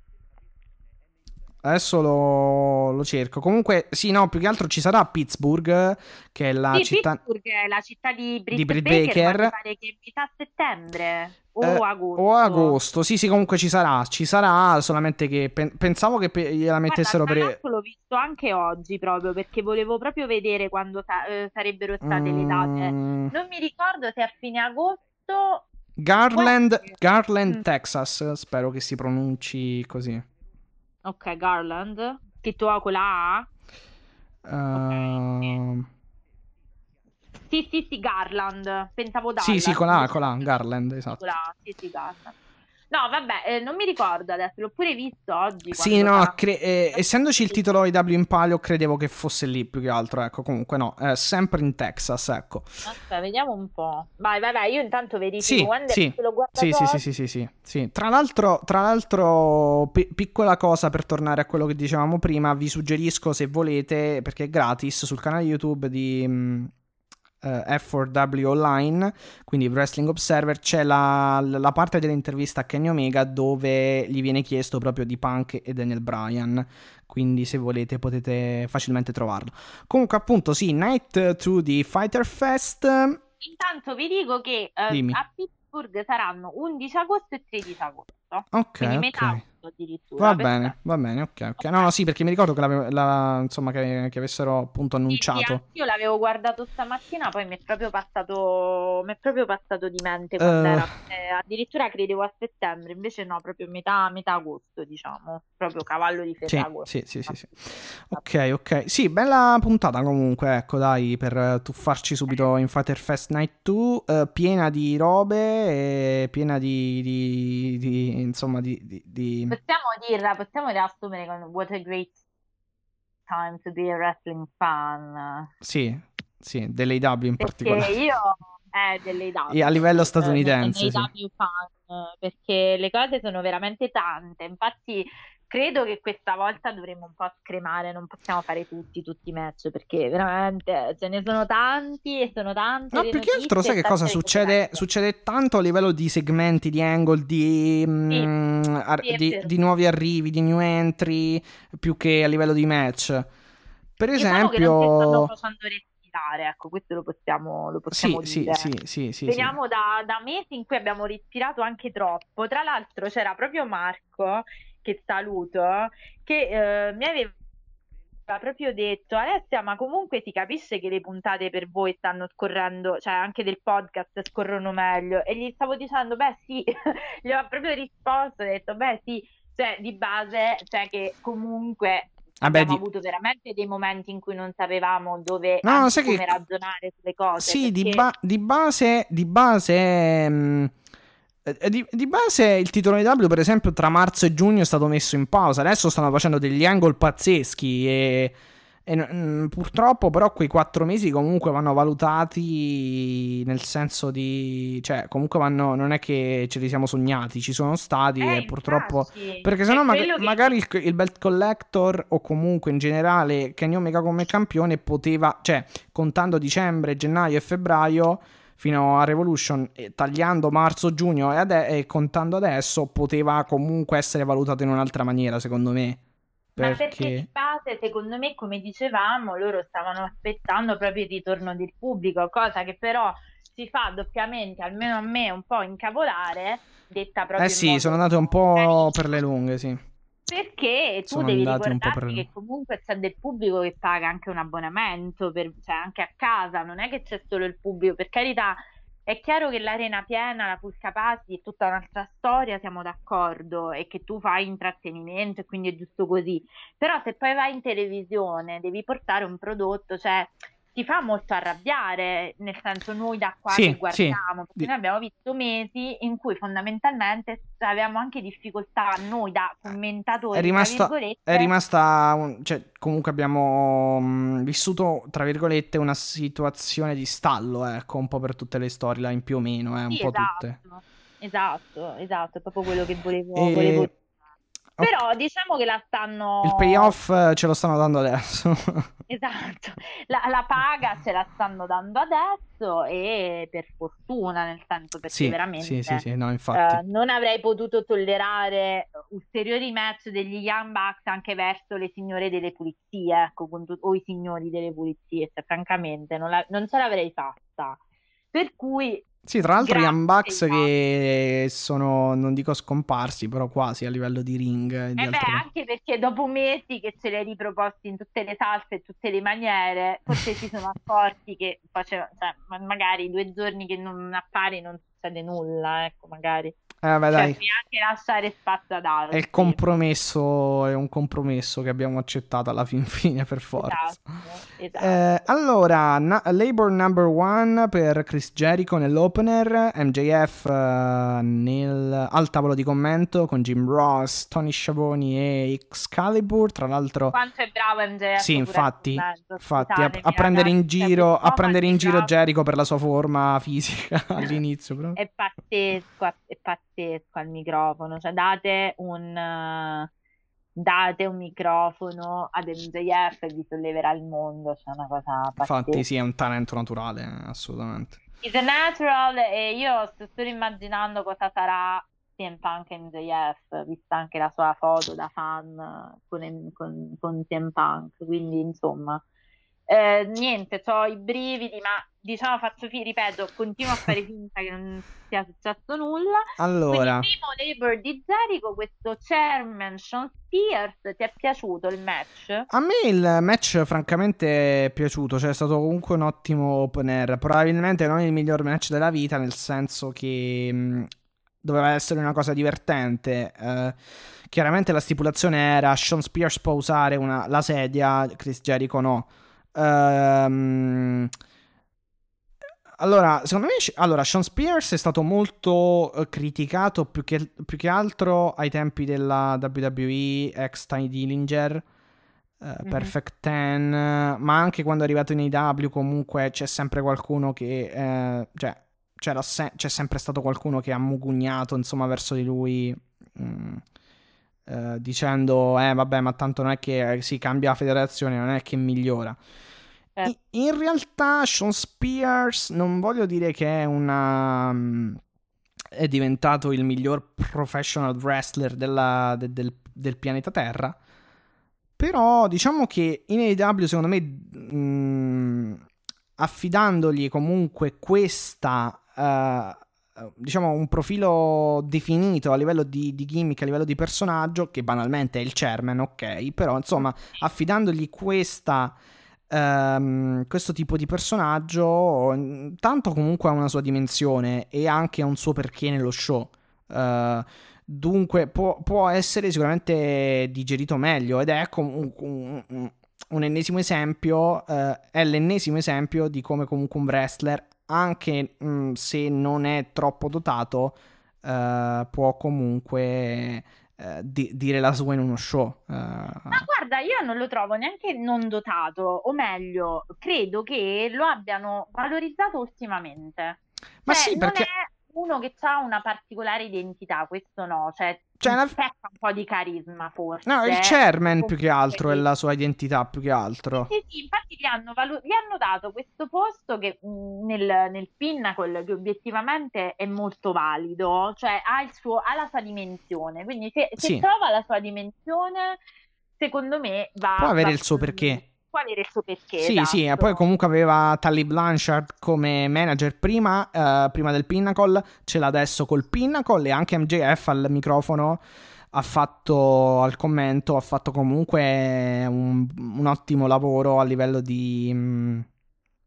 Adesso lo, lo cerco. Comunque, sì, no, più che altro ci sarà a Pittsburgh, che è la Sì, città Pittsburgh è la città di di Britt Britt Baker, ma mi Baker. pare che metà settembre o Eh, o agosto. agosto, sì, sì, comunque ci sarà, ci sarà, solamente che pen- pensavo che pe- gliela Guarda, mettessero tra per... l'altro l'ho visto anche oggi proprio perché volevo proprio vedere quando sa- eh, sarebbero state le date. Mm, Non mi ricordo se a fine agosto. Può Garland, essere. Garland, Mm, Texas, spero che si pronunci così. ok, Garland. Scritto A con la A. Ok. Ehm, Sì, sì, sì, Garland. Pensavo sì, sì, Dallas, con la, invece con la, no, Garland, sì, con esatto. la A. Sì, sì, Garland. No, vabbè, eh, non mi ricordo adesso, l'ho pure visto oggi Sì, quando no, saranno. cre- eh, essendoci il titolo A E W in palio, credevo che fosse lì più che altro, ecco, comunque no, è sempre in Texas, ecco. Aspetta, vediamo un po'. Vai, vai, vai, io intanto verifico. Sì, Wonder, sì, se l'ho sì, guardato sì, sì, oggi. sì, sì, sì, sì. Tra l'altro, tra l'altro, pi- piccola cosa per tornare a quello che dicevamo prima, vi suggerisco se volete, perché è gratis, sul canale YouTube di mh, eh, F quattro W Online, quindi Wrestling Observer, c'è la, la parte dell'intervista a Kenny Omega dove gli viene chiesto proprio di Punk e Daniel Bryan, quindi se volete potete facilmente trovarlo. Comunque appunto sì, Night due di Fighter Fest, Intanto vi dico che eh, dimmi. a Pittsburgh saranno undici agosto e tredici agosto, Ok, quindi ok. metà agosto Va addirittura, bene, perfetto. va bene, ok, ok. No, no, Ok. sì, perché mi ricordo che, l'ave- la- insomma, che, che avessero appunto Sì, sì, annunciato. anch'io l'avevo guardato stamattina, poi mi è proprio passato, mi è proprio passato di mente quando Eh, era, eh, addirittura credevo a settembre, invece no, proprio metà, metà agosto, diciamo, proprio cavallo di sì, Ferragosto. sì, sì, sì, sì. Ok, ok. Sì, bella puntata comunque, ecco, dai, per eh, tuffarci subito in Fighter Fest Night due, eh, piena di robe e piena di, di- di- insomma, di, di- di- Possiamo dirla, possiamo riassumere con What a great time to be a wrestling fan. Sì, sì, dell'A E W in Perché particolare. io è E a dell'A E W, livello sì, eh, ne, statunitense, nei sì. A E W fan, eh, perché le cose sono veramente tante. Infatti, credo che questa volta dovremmo un po' scremare, non possiamo fare tutti, tutti i match, perché veramente ce ne sono tanti e sono tante No, le più che altro, notizie sai e che cosa tante le succede? coincidenze. Succede tanto a livello di segmenti, di angle, di, Sì, mm, ar- sì, è di, vero. di nuovi arrivi, di new entry, più che a livello di match. Per Diciamo che non si stanno esempio, facendo respirare, ecco, questo lo possiamo, lo sì, possiamo sì, dire. sì, sì, sì, sì. Veniamo da, da mesi in cui abbiamo respirato anche troppo. Tra l'altro c'era proprio Marco, che saluto, che eh, mi aveva proprio detto: Alessia, ma comunque si capisce che le puntate per voi stanno scorrendo, cioè anche del podcast scorrono meglio. E gli stavo dicendo, beh sì, gli ho proprio risposto, ho detto, beh sì, cioè di base, cioè che comunque Vabbè, abbiamo di... avuto veramente dei momenti in cui non sapevamo dove, No, anche sai che... come ragionare sulle cose, Sì, di, perché ba- di base, di base, mh, eh, di, di base il titolo A E W per esempio tra marzo e giugno è stato messo in pausa, adesso stanno facendo degli angle pazzeschi e, e, mh, purtroppo però quei quattro mesi comunque vanno valutati nel senso di, cioè comunque vanno, non è che ce li siamo sognati, ci sono stati eh, e purtroppo, infatti, perché è sennò mag- quello che. magari il, il belt collector o comunque in generale Kenny Omega come campione poteva, cioè contando dicembre, gennaio e febbraio fino a Revolution, e tagliando marzo, giugno e, ade- e contando adesso, poteva comunque essere valutato in un'altra maniera, secondo me. Ma perché di Perché... base, secondo me, come dicevamo, loro stavano aspettando proprio il ritorno del pubblico, cosa che però si fa doppiamente, almeno a me, un po' incavolare, detta Eh proprio in sì, sono modo andate un po' per le carino, lunghe, sì. perché tu Sono devi andati un po' per le ricordarti che lunghe. comunque c'è del pubblico che paga anche un abbonamento, per- cioè anche a casa, non è che c'è solo il pubblico, per carità. È chiaro che l'arena piena, la full capacity è tutta un'altra storia, siamo d'accordo, e che tu fai intrattenimento e quindi è giusto così. Però se poi vai in televisione devi portare un prodotto, cioè ti fa molto arrabbiare, nel senso noi da qua Sì, che sì. guardiamo, perché Di- noi abbiamo visto mesi in cui fondamentalmente avevamo anche difficoltà noi da È commentatori, tra rimasta, è virgolette. rimasta, un- cioè, comunque abbiamo mh, vissuto, tra virgolette, una situazione di stallo, ecco, un po' per tutte le storyline, più o meno, eh, un Sì, po' tutte. esatto, esatto, esatto, è proprio quello che volevo, volevo E dire. ok, Però diciamo che la il stanno. payoff eh, ce lo stanno dando adesso. Esatto, la, la paga ce la stanno dando adesso e per fortuna, nel senso perché Sì, sì, sì, veramente sì, no, eh, infatti. non avrei potuto tollerare ulteriori match degli Young Bucks anche verso le signore delle pulizie, ecco, con tu- o i signori delle pulizie, cioè francamente non, la- non ce l'avrei fatta. Per cui Sì, tra l'altro gli grazie. Bucks Young. che sono, non dico scomparsi, però quasi a livello di ring e di E beh, altre cose. anche perché dopo mesi che ce li hai riproposti in tutte le salse e tutte le maniere, forse si sono accorti che faceva, cioè, ma- magari due giorni che non appari non succede nulla, ecco, magari. Eh, vabbè, Cioè, dai. puoi anche lasciare spazio ad È il altri. compromesso, è un compromesso che abbiamo accettato alla fin fine, per forza. Esatto, esatto. Eh, allora, na- Labor number one per Chris Jericho nell'opener, M J F eh, nel- al tavolo di commento con Jim Ross, Tony Schiavone e Excalibur. Tra l'altro, Quanto è bravo M J F sì, pure infatti, in mezzo, infatti a, scusatemi, a prendere in ragazzi, cioè, giro, a quest'uomo prendere in è giro bravo. Jericho per la sua forma fisica all'inizio, però. È pazzesco, è pazzesco al microfono, cioè date un, eh, date un microfono ad M J F e vi solleverà il mondo, cioè una cosa Infatti, pazzesca. sì, è un talento naturale, eh, assolutamente. It's a natural e io sto solo immaginando cosa sarà C M Punk e M J F, vista anche la sua foto da fan con, con, con C M Punk, quindi insomma, eh, niente, ho i brividi, ma diciamo faccio fi- ripeto, continuo a fare finta che non sia successo nulla. Allora, Quindi primo labor di Jericho, questo chairman Sean Spears, ti è piaciuto il match? a me il match francamente è piaciuto, cioè è stato comunque un ottimo opener, probabilmente non il miglior match della vita, nel senso che mh, doveva essere una cosa divertente. Eh, chiaramente la stipulazione era Sean Spears può usare una- la sedia, Chris Jericho no. Ehm, allora, secondo me, allora, Sean Spears è stato molto eh, criticato più che, più che altro ai tempi della W W E, ex Tiny Dillinger, eh, Mhm. Perfect Ten, eh, ma anche quando è arrivato in A E W comunque c'è sempre qualcuno che, eh, cioè, c'era se- c'è sempre stato qualcuno che ha mugugnato, insomma, verso di lui, mm, eh, dicendo, eh, vabbè, ma tanto non è che eh, si cambia la federazione, non è che migliora. Eh, I- In realtà Sean Spears non voglio dire che è una mm, è diventato il miglior professional wrestler della- de- del, del pianeta Terra, però diciamo che in A E W secondo me mm, affidandogli comunque questa eh, diciamo un profilo definito a livello di, di gimmick, a livello di personaggio, che banalmente è il chairman, ok, però insomma affidandogli questa ehm, questo tipo di personaggio mm, tanto comunque ha una sua dimensione e anche ha un suo perché nello show. Eh, dunque può, può essere sicuramente digerito meglio ed è com- un, un- un ennesimo esempio, eh, è l'ennesimo esempio di come comunque un wrestler, anche mh, se non è troppo dotato, eh, può comunque eh, di- dire la sua in uno show. Eh, Ma guarda, io non lo trovo neanche non dotato, o meglio, credo che lo abbiano valorizzato ultimamente. ma Cioè, sì, non è perché uno che ha una particolare identità, questo no, cioè cioè, la- specca un po' di carisma forse. no, il chairman più che Comunque, altro è la sua identità più che sì, altro. sì, sì, infatti gli hanno, valu- gli hanno dato questo posto che mh, nel, nel Pinnacle, che obiettivamente è molto valido, cioè ha, il suo, ha la sua dimensione, quindi se, se Sì, trova la sua dimensione, secondo me può va, avere va- il suo mh, perché. può avere il suo perché, Sì, sì, e poi esatto. comunque aveva Tully Blanchard come manager prima, eh, prima del Pinnacle, ce l'ha adesso col Pinnacle e anche M J F al microfono ha fatto, al commento, ha fatto comunque un, un ottimo lavoro a livello di, mh,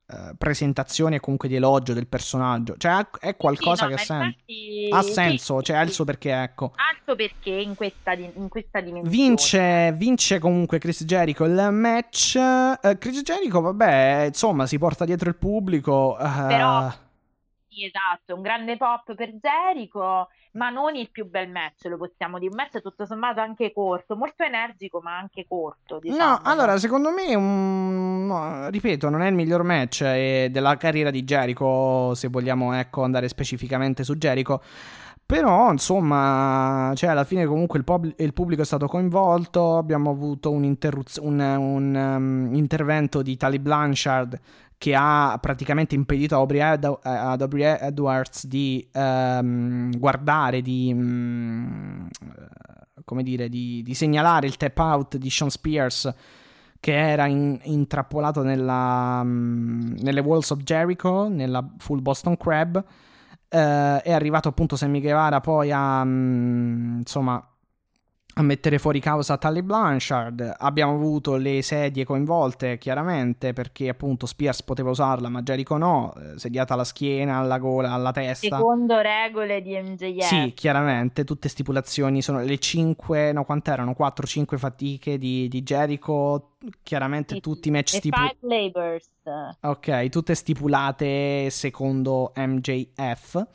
uh, presentazione e comunque di elogio del personaggio. Cioè è qualcosa sì, no, che sen- infatti, ha sì, senso, sì, cioè ha il sì. suo perché, ecco. Ha il suo perché in questa, di- in questa dimensione. Vince, vince comunque Chris Jericho il match. Uh, Chris Jericho, vabbè, insomma, si porta dietro il pubblico. Uh, Però, sì, esatto, un grande pop per Jericho, ma non il più bel match, lo possiamo dire. Un match tutto sommato anche corto, molto energico, ma anche corto, No, diciamo. allora, secondo me, un... no, ripeto, non è il miglior match eh, della carriera di Jericho, se vogliamo, ecco, andare specificamente su Jericho. Però, insomma, cioè, alla fine comunque il, pub- il pubblico è stato coinvolto, abbiamo avuto un, interruz- un, un, um, intervento di Tali Blanchard che ha praticamente impedito a Aubrey, Ed- ad Aubrey Edwards di um, guardare, di... Um, come dire, di, di segnalare il tap out di Sean Spears che era in, intrappolato nella, um, nelle Walls of Jericho, nella full Boston Crab. Uh, è arrivato appunto Sammy Guevara poi a um, insomma a mettere fuori causa Tully Blanchard. Abbiamo avuto le sedie coinvolte chiaramente perché appunto Spears poteva usarla ma Jericho no, sediata alla schiena, alla gola, alla testa. Secondo regole di M J F. Sì, chiaramente, tutte stipulazioni sono le cinque, no quant'erano? quattro cinque fatiche di, di Jericho, chiaramente Sì, tutti sì. i match E stipulati. Five Labors. Ok, tutte stipulate secondo M J F.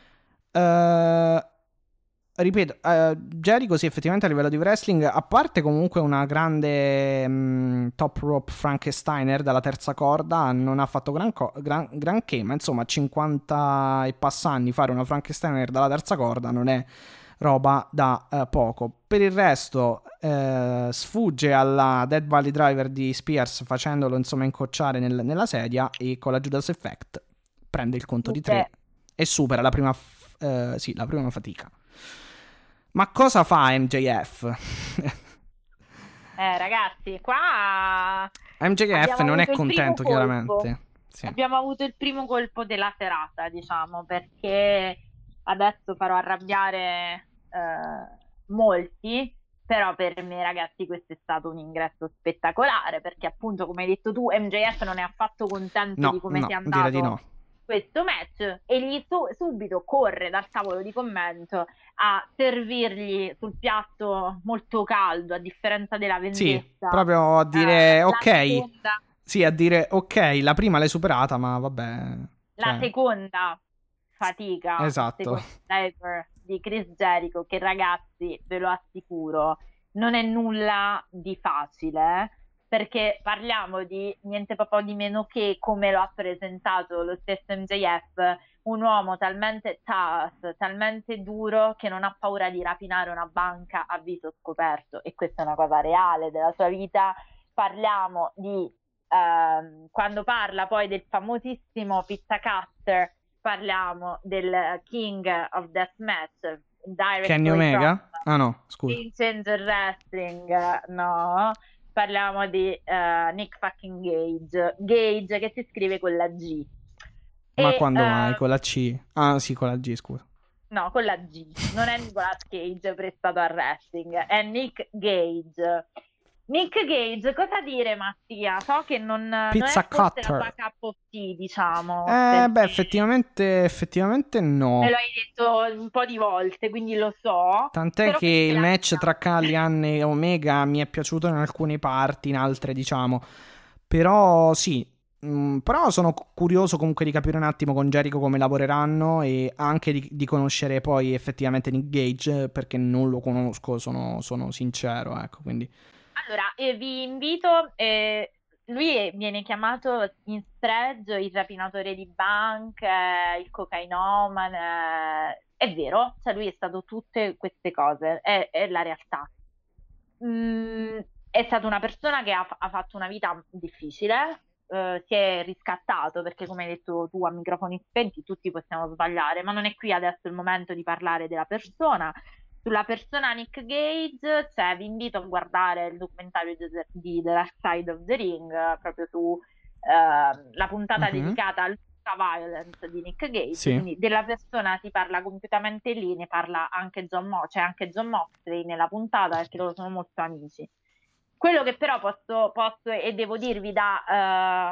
Uh, ripeto, uh, Jericho sì, effettivamente a livello di wrestling, a parte comunque una grande um, top rope Frankensteiner dalla terza corda, non ha fatto gran co- gran, granché, ma insomma a cinquanta e passa anni fare una Frankensteiner dalla terza corda non è roba da uh, poco. Per il resto uh, sfugge alla Dead Valley Driver di Spears facendolo insomma incocciare nel, nella sedia e con la Judas Effect prende il conto di tre e supera la prima, f- uh, sì, la prima fatica. Ma cosa fa M J F? Eh, ragazzi, qua M J F non è contento, chiaramente. Sì. Abbiamo avuto il primo colpo della serata, diciamo, perché adesso farò arrabbiare eh, molti, però per me, ragazzi, questo è stato un ingresso spettacolare, perché appunto, come hai detto tu, M J F non è affatto contento no, di come no, sia direi di andato no. questo match e gli su- subito corre dal tavolo di commento a servirgli sul piatto molto caldo, a differenza della vendetta. Sì, proprio a dire eh, ok. La seconda, sì, a dire ok, la prima l'hai superata, ma vabbè. la Cioè, seconda fatica, esatto. il secondo driver di Chris Jericho, che ragazzi, ve lo assicuro, non è nulla di facile, perché parliamo di niente po' di meno che, come lo ha presentato lo stesso M J F, un uomo talmente tough, talmente duro che non ha paura di rapinare una banca a viso scoperto, e questa è una cosa reale della sua vita. Parliamo di ehm, quando parla poi del famosissimo Pizza Cutter, parliamo del King of Deathmatch, Kenny Omega? Ah no, scusa. Game Changer Wrestling, no, parliamo di uh, Nick fucking Gage, Gage che si scrive con la G. Ma e, quando uh, mai? Con la C? Ah sì, con la G, scusa. No, con la G. Non è Nicolas Cage prestato al wrestling, è Nick Gage. Nick Gage, cosa dire, Mattia? So che non, Pizza non è forse Cutter. la tua cup of tea, diciamo. Eh, beh, effettivamente, effettivamente no. Me lo hai detto un po' di volte, quindi lo so. Tant'è che il match tra Callihan e Omega mi è piaciuto in alcune parti, in altre diciamo. Però sì, mh, però sono curioso comunque di capire un attimo con Jericho come lavoreranno e anche di, di conoscere poi effettivamente Nick Gage, perché non lo conosco, sono, sono sincero, ecco, quindi... Allora, eh, vi invito, eh, lui è- viene chiamato in spregio il rapinatore di banche, eh, il cocainomane, eh, è vero, cioè lui è stato tutte queste cose, è, è la realtà. Mm, è stata una persona che ha, ha fatto una vita difficile, eh, si è riscattato perché, come hai detto tu, a microfoni spenti tutti possiamo sbagliare, ma non è qui adesso il momento di parlare della persona. Sulla persona Nick Gage, cioè, vi invito a guardare il documentario di, di The Dark Side of the Ring, eh, proprio su eh, la puntata Mhm. dedicata all'ultra violence di Nick Gage, Sì. quindi della persona si parla completamente lì, ne parla anche John Mo, c'è anche John Moxley nella puntata perché loro sono molto amici. Quello che però posso, posso e devo dirvi da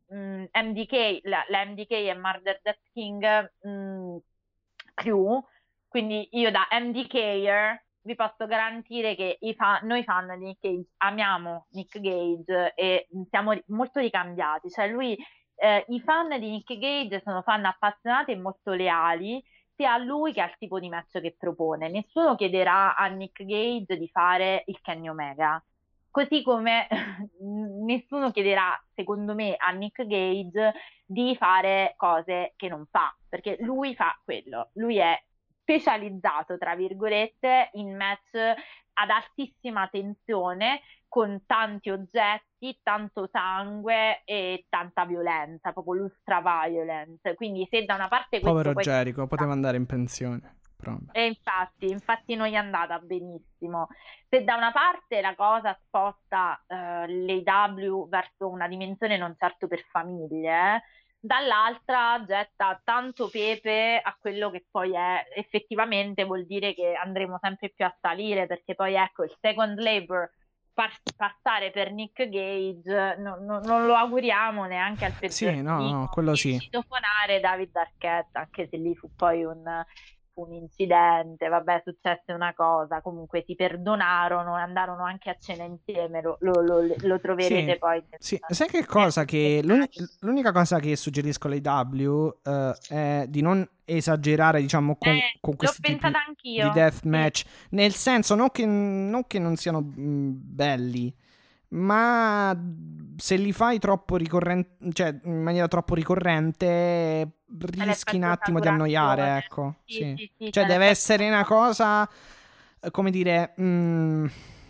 mh, M D K, la, la M D K e Murder Death King mh, crew, quindi io da M D K-er vi posso garantire che i fa- noi fan di Nick Cage amiamo Nick Cage e siamo ri- molto ricambiati, cioè lui, eh, i fan di Nick Cage sono fan appassionati e molto leali sia a lui che al tipo di match che propone. Nessuno chiederà a Nick Cage di fare il Kenny Omega. Così come nessuno chiederà, secondo me, a Nick Gage di fare cose che non fa, perché lui fa quello. Lui è specializzato, tra virgolette, in match ad altissima tensione, con tanti oggetti, tanto sangue e tanta violenza, proprio l'ultra violence. Quindi se da una parte questo Povero poi... Jericho, poteva andare in pensione. Però vabbè. E infatti, infatti non è andata benissimo. Se da una parte la cosa sposta eh, l'A E W verso una dimensione non certo per famiglie, eh, dall'altra getta tanto pepe a quello che poi è effettivamente, vuol dire che andremo sempre più a salire, perché poi ecco il Second Labor far passare per Nick Gage no- no- non lo auguriamo neanche al peggior Sì, no, nemico, no, quello e sì. citofonare David Arquette, anche se lì fu poi un un incidente, vabbè, successe una cosa, comunque ti perdonarono e andarono anche a cena insieme, lo, lo- lo- lo troverete Sì, poi nel- sì. Sai che nel cosa? Che l'uni- documentario. l'unica cosa che suggerisco all'A E W eh, è di non esagerare, diciamo, con, Eh, con l'ho questi tipi pensata di anch'io, sì, deathmatch. Nel senso, non che non, che non siano mh, belli, ma se li fai troppo ricorrenti, cioè in maniera troppo ricorrente, c'è rischi un l'effetto attimo di annoiare, saturazione, ecco. sì, Sì. sì, sì, Cioè c'è deve l'effetto essere una saturazione cosa, eh, come dire, mh,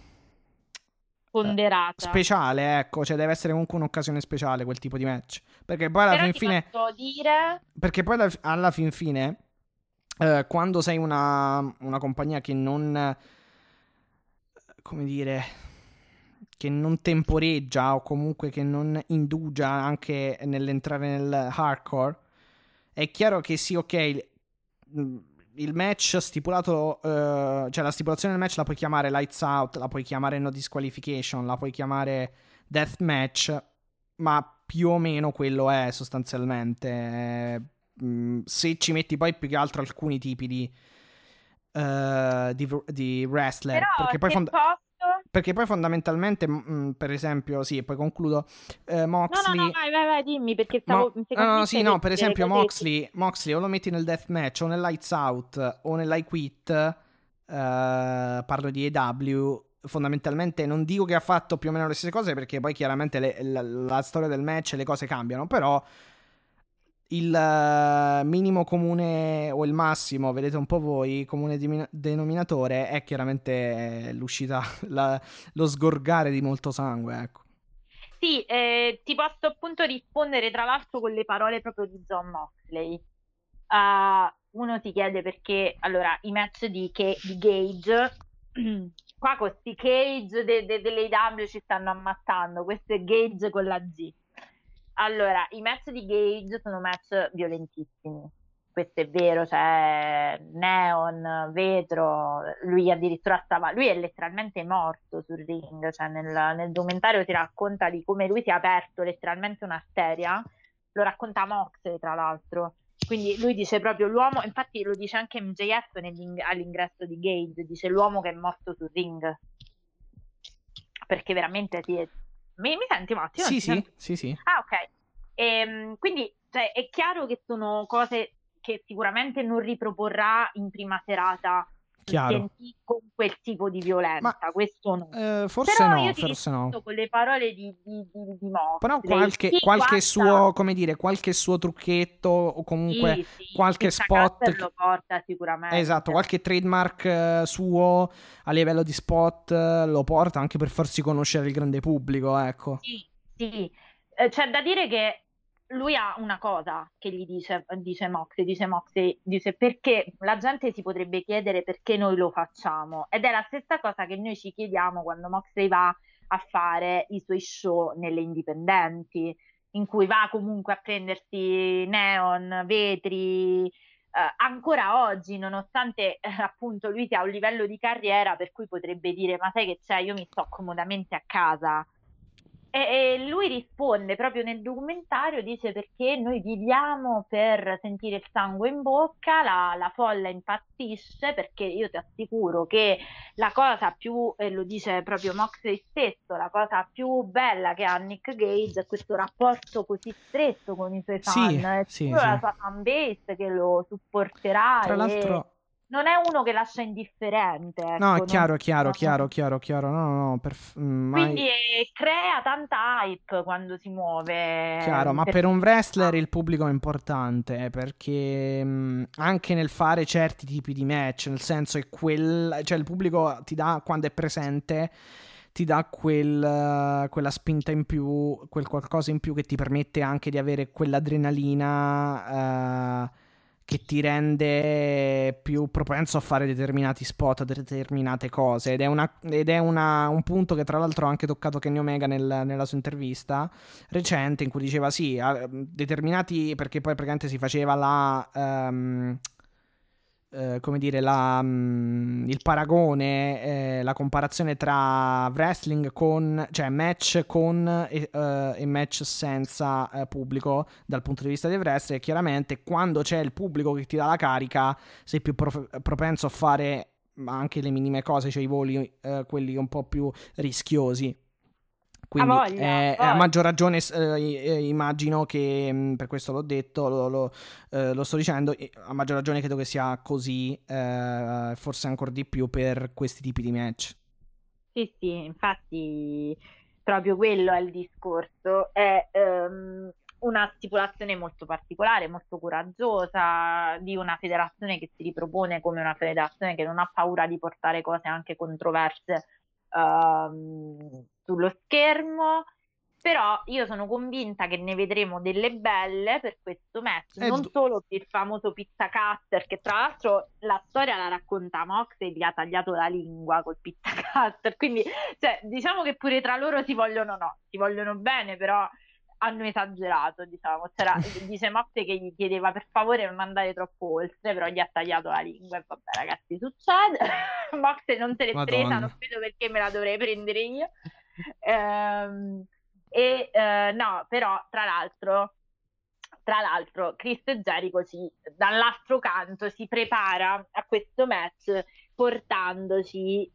eh, ponderata. speciale, ecco. Cioè deve essere comunque un'occasione speciale quel tipo di match. Perché poi alla Però fin ti fine, posso dire, perché poi alla, alla fin fine, eh, quando sei una, una compagnia che non, eh, come dire, che non temporeggia o comunque che non indugia anche nell'entrare nel hardcore, è chiaro che sì, ok, il, il match stipulato, eh, cioè la stipulazione del match la puoi chiamare lights out, la puoi chiamare no disqualification, la puoi chiamare death match, ma più o meno quello è sostanzialmente. Eh, mh, se ci metti poi più che altro alcuni tipi di, eh, di, di wrestler, però perché poi, se fond- posso... perché poi fondamentalmente, mh, per esempio, sì, e poi concludo, eh, No, no, no, Moxley... vai, vai, vai, dimmi, perché stavo, Mo- no, secondo no, me sì, stai no, per per dire le esempio cose che ti... Moxley, Moxley o lo metti nel deathmatch o nel Lights Out o nell'I Quit, eh, parlo di A E W, fondamentalmente non dico che ha fatto più o meno le stesse cose perché poi chiaramente le- la, la storia del match e le cose cambiano, però il eh, minimo comune o il massimo, vedete un po' voi, comune dimina- denominatore è chiaramente eh, l'uscita, la- lo sgorgare di molto sangue, ecco. Sì, eh, ti posso appunto rispondere tra l'altro con le parole proprio di John Moxley. Ah, uno si chiede perché, allora, i match di, Ke- di Gage, qua questi Cage de- de- dell'A E W ci stanno ammazzando, questo è Gage con la G. Allora, i match di Gage sono match violentissimi, questo è vero, cioè neon, vetro, lui addirittura stava, lui è letteralmente morto sul ring, cioè nel, nel documentario si racconta di come lui si è aperto letteralmente un'arteria, lo racconta Mox tra l'altro, quindi lui dice proprio l'uomo, infatti lo dice anche M J F nell'ing- all'ingresso di Gage, dice l'uomo che è morto sul ring, perché veramente si è... Mi, mi senti un attimo? Non Sì, ti sì, sento? sì, sì, Ah, ok. Ehm, quindi cioè, è chiaro che sono cose che sicuramente non riproporrà in prima serata su chiaro. T N T con quel tipo di Ma violenza, questo no. eh, forse Però io no, ti forse no. rispondo con le parole di, di, di, di Però Moxley. qualche, Chi qualche guarda, suo, come dire, qualche suo trucchetto o comunque sì, sì, qualche pizza spot, cutter lo che- porta esatto, sicuramente. qualche trademark eh, suo a livello di spot eh, lo porta anche per farsi conoscere il grande pubblico, ecco. Sì, sì. Eh, c'è da dire che lui ha una cosa che gli dice, dice Moxley, dice Moxley, dice perché la gente si potrebbe chiedere perché noi lo facciamo ed è la stessa cosa che noi ci chiediamo quando Moxley va a fare i suoi show nelle indipendenti, in cui va comunque a prendersi neon, vetri, eh, ancora oggi, nonostante eh, appunto lui sia a un livello di carriera per cui potrebbe dire ma sai che c'è, io mi sto comodamente a casa. E, e lui risponde proprio nel documentario, dice perché noi viviamo per sentire il sangue in bocca, la, la folla impazzisce perché io ti assicuro che la cosa più, e lo dice proprio Moxley stesso, la cosa più bella che ha Nick Gage è questo rapporto così stretto con i suoi Sì, fan, è sì, solo la sì. sua fan base che lo supporterà Tra e l'altro, non è uno che lascia indifferente, no, è ecco, non... chiaro, chiaro, chiaro, chiaro, chiaro. No, no, no, perf- mm, mai Quindi eh, crea tanta hype quando si muove, chiaro, eh, ma per per un wrestler ah, il pubblico è importante, eh, perché mm, anche nel fare certi tipi di match, nel senso che quel, cioè il pubblico ti dà, quando è presente, ti dà quel, eh, quella spinta in più, quel qualcosa in più che ti permette anche di avere quell'adrenalina, eh, che ti rende più propenso a fare determinati spot, determinate cose. Ed è, una, ed è una- un punto che tra l'altro ha anche toccato Kenny Omega nel- nella sua intervista recente, in cui diceva sì, a- determinati, perché poi praticamente si faceva la... ehm, eh, come dire, la, mm, il paragone, eh, la comparazione tra wrestling con, cioè match con e, eh, e match senza eh, pubblico dal punto di vista del wrestling. Chiaramente quando c'è il pubblico che ti dà la carica sei più prof- propenso a fare anche le minime cose, cioè i voli, eh, quelli un po' più rischiosi. ha Quindi voglia, eh, a voglia. maggior ragione eh, eh, immagino che, mh, per questo l'ho detto, lo, lo, eh, lo sto dicendo, eh, a maggior ragione credo che sia così, eh, forse ancora di più per questi tipi di match. Sì, sì, infatti proprio quello è il discorso, è ehm, una stipulazione molto particolare, molto coraggiosa di una federazione che si ripropone come una federazione che non ha paura di portare cose anche controverse ehm, sullo schermo. Però io sono convinta che ne vedremo delle belle per questo match, E non d- solo per il famoso pizza cutter, che tra l'altro la storia la racconta Moxley, gli ha tagliato la lingua col pizza cutter, quindi cioè, diciamo che pure tra loro si vogliono, no, si vogliono bene, però hanno esagerato, diciamo. C'era, dice Moxley che gli chiedeva per favore non andare troppo oltre, però gli ha tagliato la lingua e vabbè ragazzi, succede. Moxley non se l'è presa, non Madonna. vedo perché me la dovrei prendere io. Ehm, e eh, no, però tra l'altro, tra l'altro, Chris Jericho si, dall'altro canto si prepara a questo match portandoci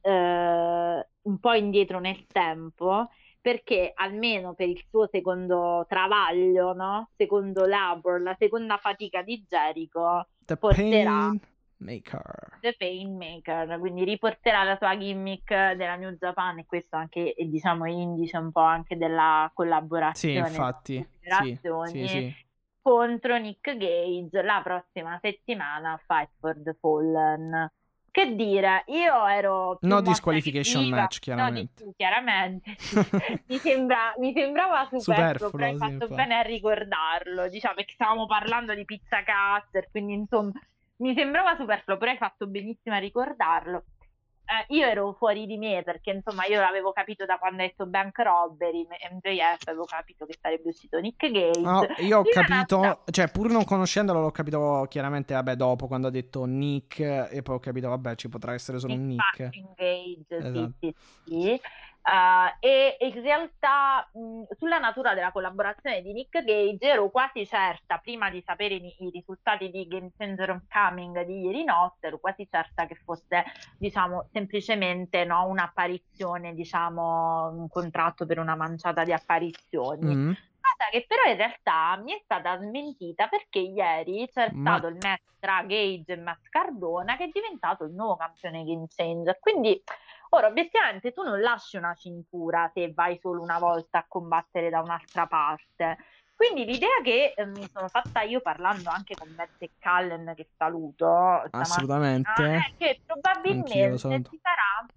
eh, un po' indietro nel tempo, perché almeno per il suo secondo travaglio, no? Secondo labor, la seconda fatica di Jericho, The porterà Pain Maker. The Painmaker, quindi riporterà la sua gimmick della New Japan e questo anche è, diciamo, indice un po' anche della Sì, collaborazione tra le infatti. Sì, sì, federazioni sì. contro Nick Gage la prossima settimana a Fight for the Fallen. Che dire, io ero più No mossa che disqualification viva, match, no di chiaramente. più, chiaramente, sì. Mi sembra, mi sembrava superfluo, però hai Superfluo, sì, fatto infatti. bene a ricordarlo, diciamo, perché stavamo parlando di pizza cutter, quindi insomma mi sembrava superfluo, però hai fatto benissimo a ricordarlo. Eh, io ero fuori di me perché insomma io l'avevo capito da quando ha detto Bank Robbery, M J F, avevo capito che sarebbe uscito Nick Gage. No, io ho Io non so, capito, cioè pur non conoscendolo l'ho capito chiaramente, vabbè, dopo quando ha detto Nick e poi ho capito, vabbè, ci potrà essere solo Nick un Nick. Fucking Gage, sì, Esatto. sì, sì. Uh, e in realtà mh, sulla natura della collaborazione di Nick Gage ero quasi certa, prima di sapere i, i risultati di Game Changer Homecoming di ieri notte, ero quasi certa che fosse, diciamo, semplicemente no, un'apparizione, diciamo, un contratto per una manciata di apparizioni. Mm. Cosa che però in realtà mi è stata smentita perché ieri c'è Ma stato il match tra Gage e Matt Cardona che è diventato il nuovo campione Game Changer. Quindi ora obiettivamente tu non lasci una cintura se vai solo una volta a combattere da un'altra parte. Quindi l'idea che eh, mi sono fatta io parlando anche con Matt e Cullen, che saluto stamattina, assolutamente, è che anch'io lo probabilmente saluto. ci sarà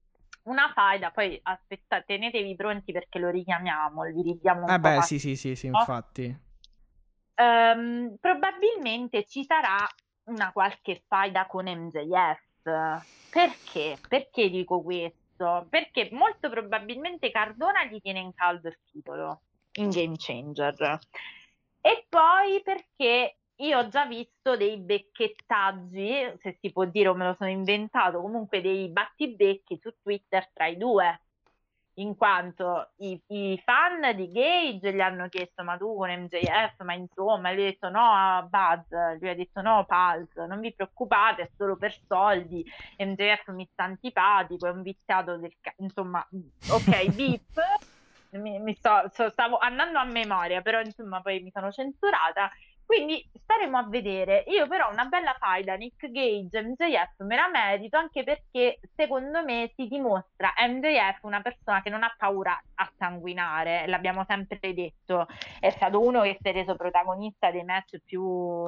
una faida, poi aspettate, tenetevi pronti perché lo richiamiamo, li ridiamo un Eh po' beh, passo. sì, sì, sì, sì, infatti. Ehm, probabilmente ci sarà una qualche faida con M J F. Perché? Perché dico questo? Perché molto probabilmente Cardona gli tiene in caldo il titolo in Game Changer. E poi perché io ho già visto dei becchettaggi, se si può dire o me lo sono inventato, comunque dei battibecchi su Twitter tra i due. in quanto i, i fan di Gage gli hanno chiesto ma tu con M J F, ma insomma, e lui ha detto no a Buzz, lui ha detto no Pulse, non vi preoccupate, è solo per soldi, M J F mi sta antipatico, è un viziato del ca- insomma, ok, beep, mi, mi sto, so- stavo andando a memoria, però insomma poi mi sono censurata. Quindi staremo a vedere. Io però una bella faida Nick Gage e M J F me la merito anche perché secondo me si dimostra M J F una persona che non ha paura a sanguinare, l'abbiamo sempre detto, è stato uno che si è reso protagonista dei match più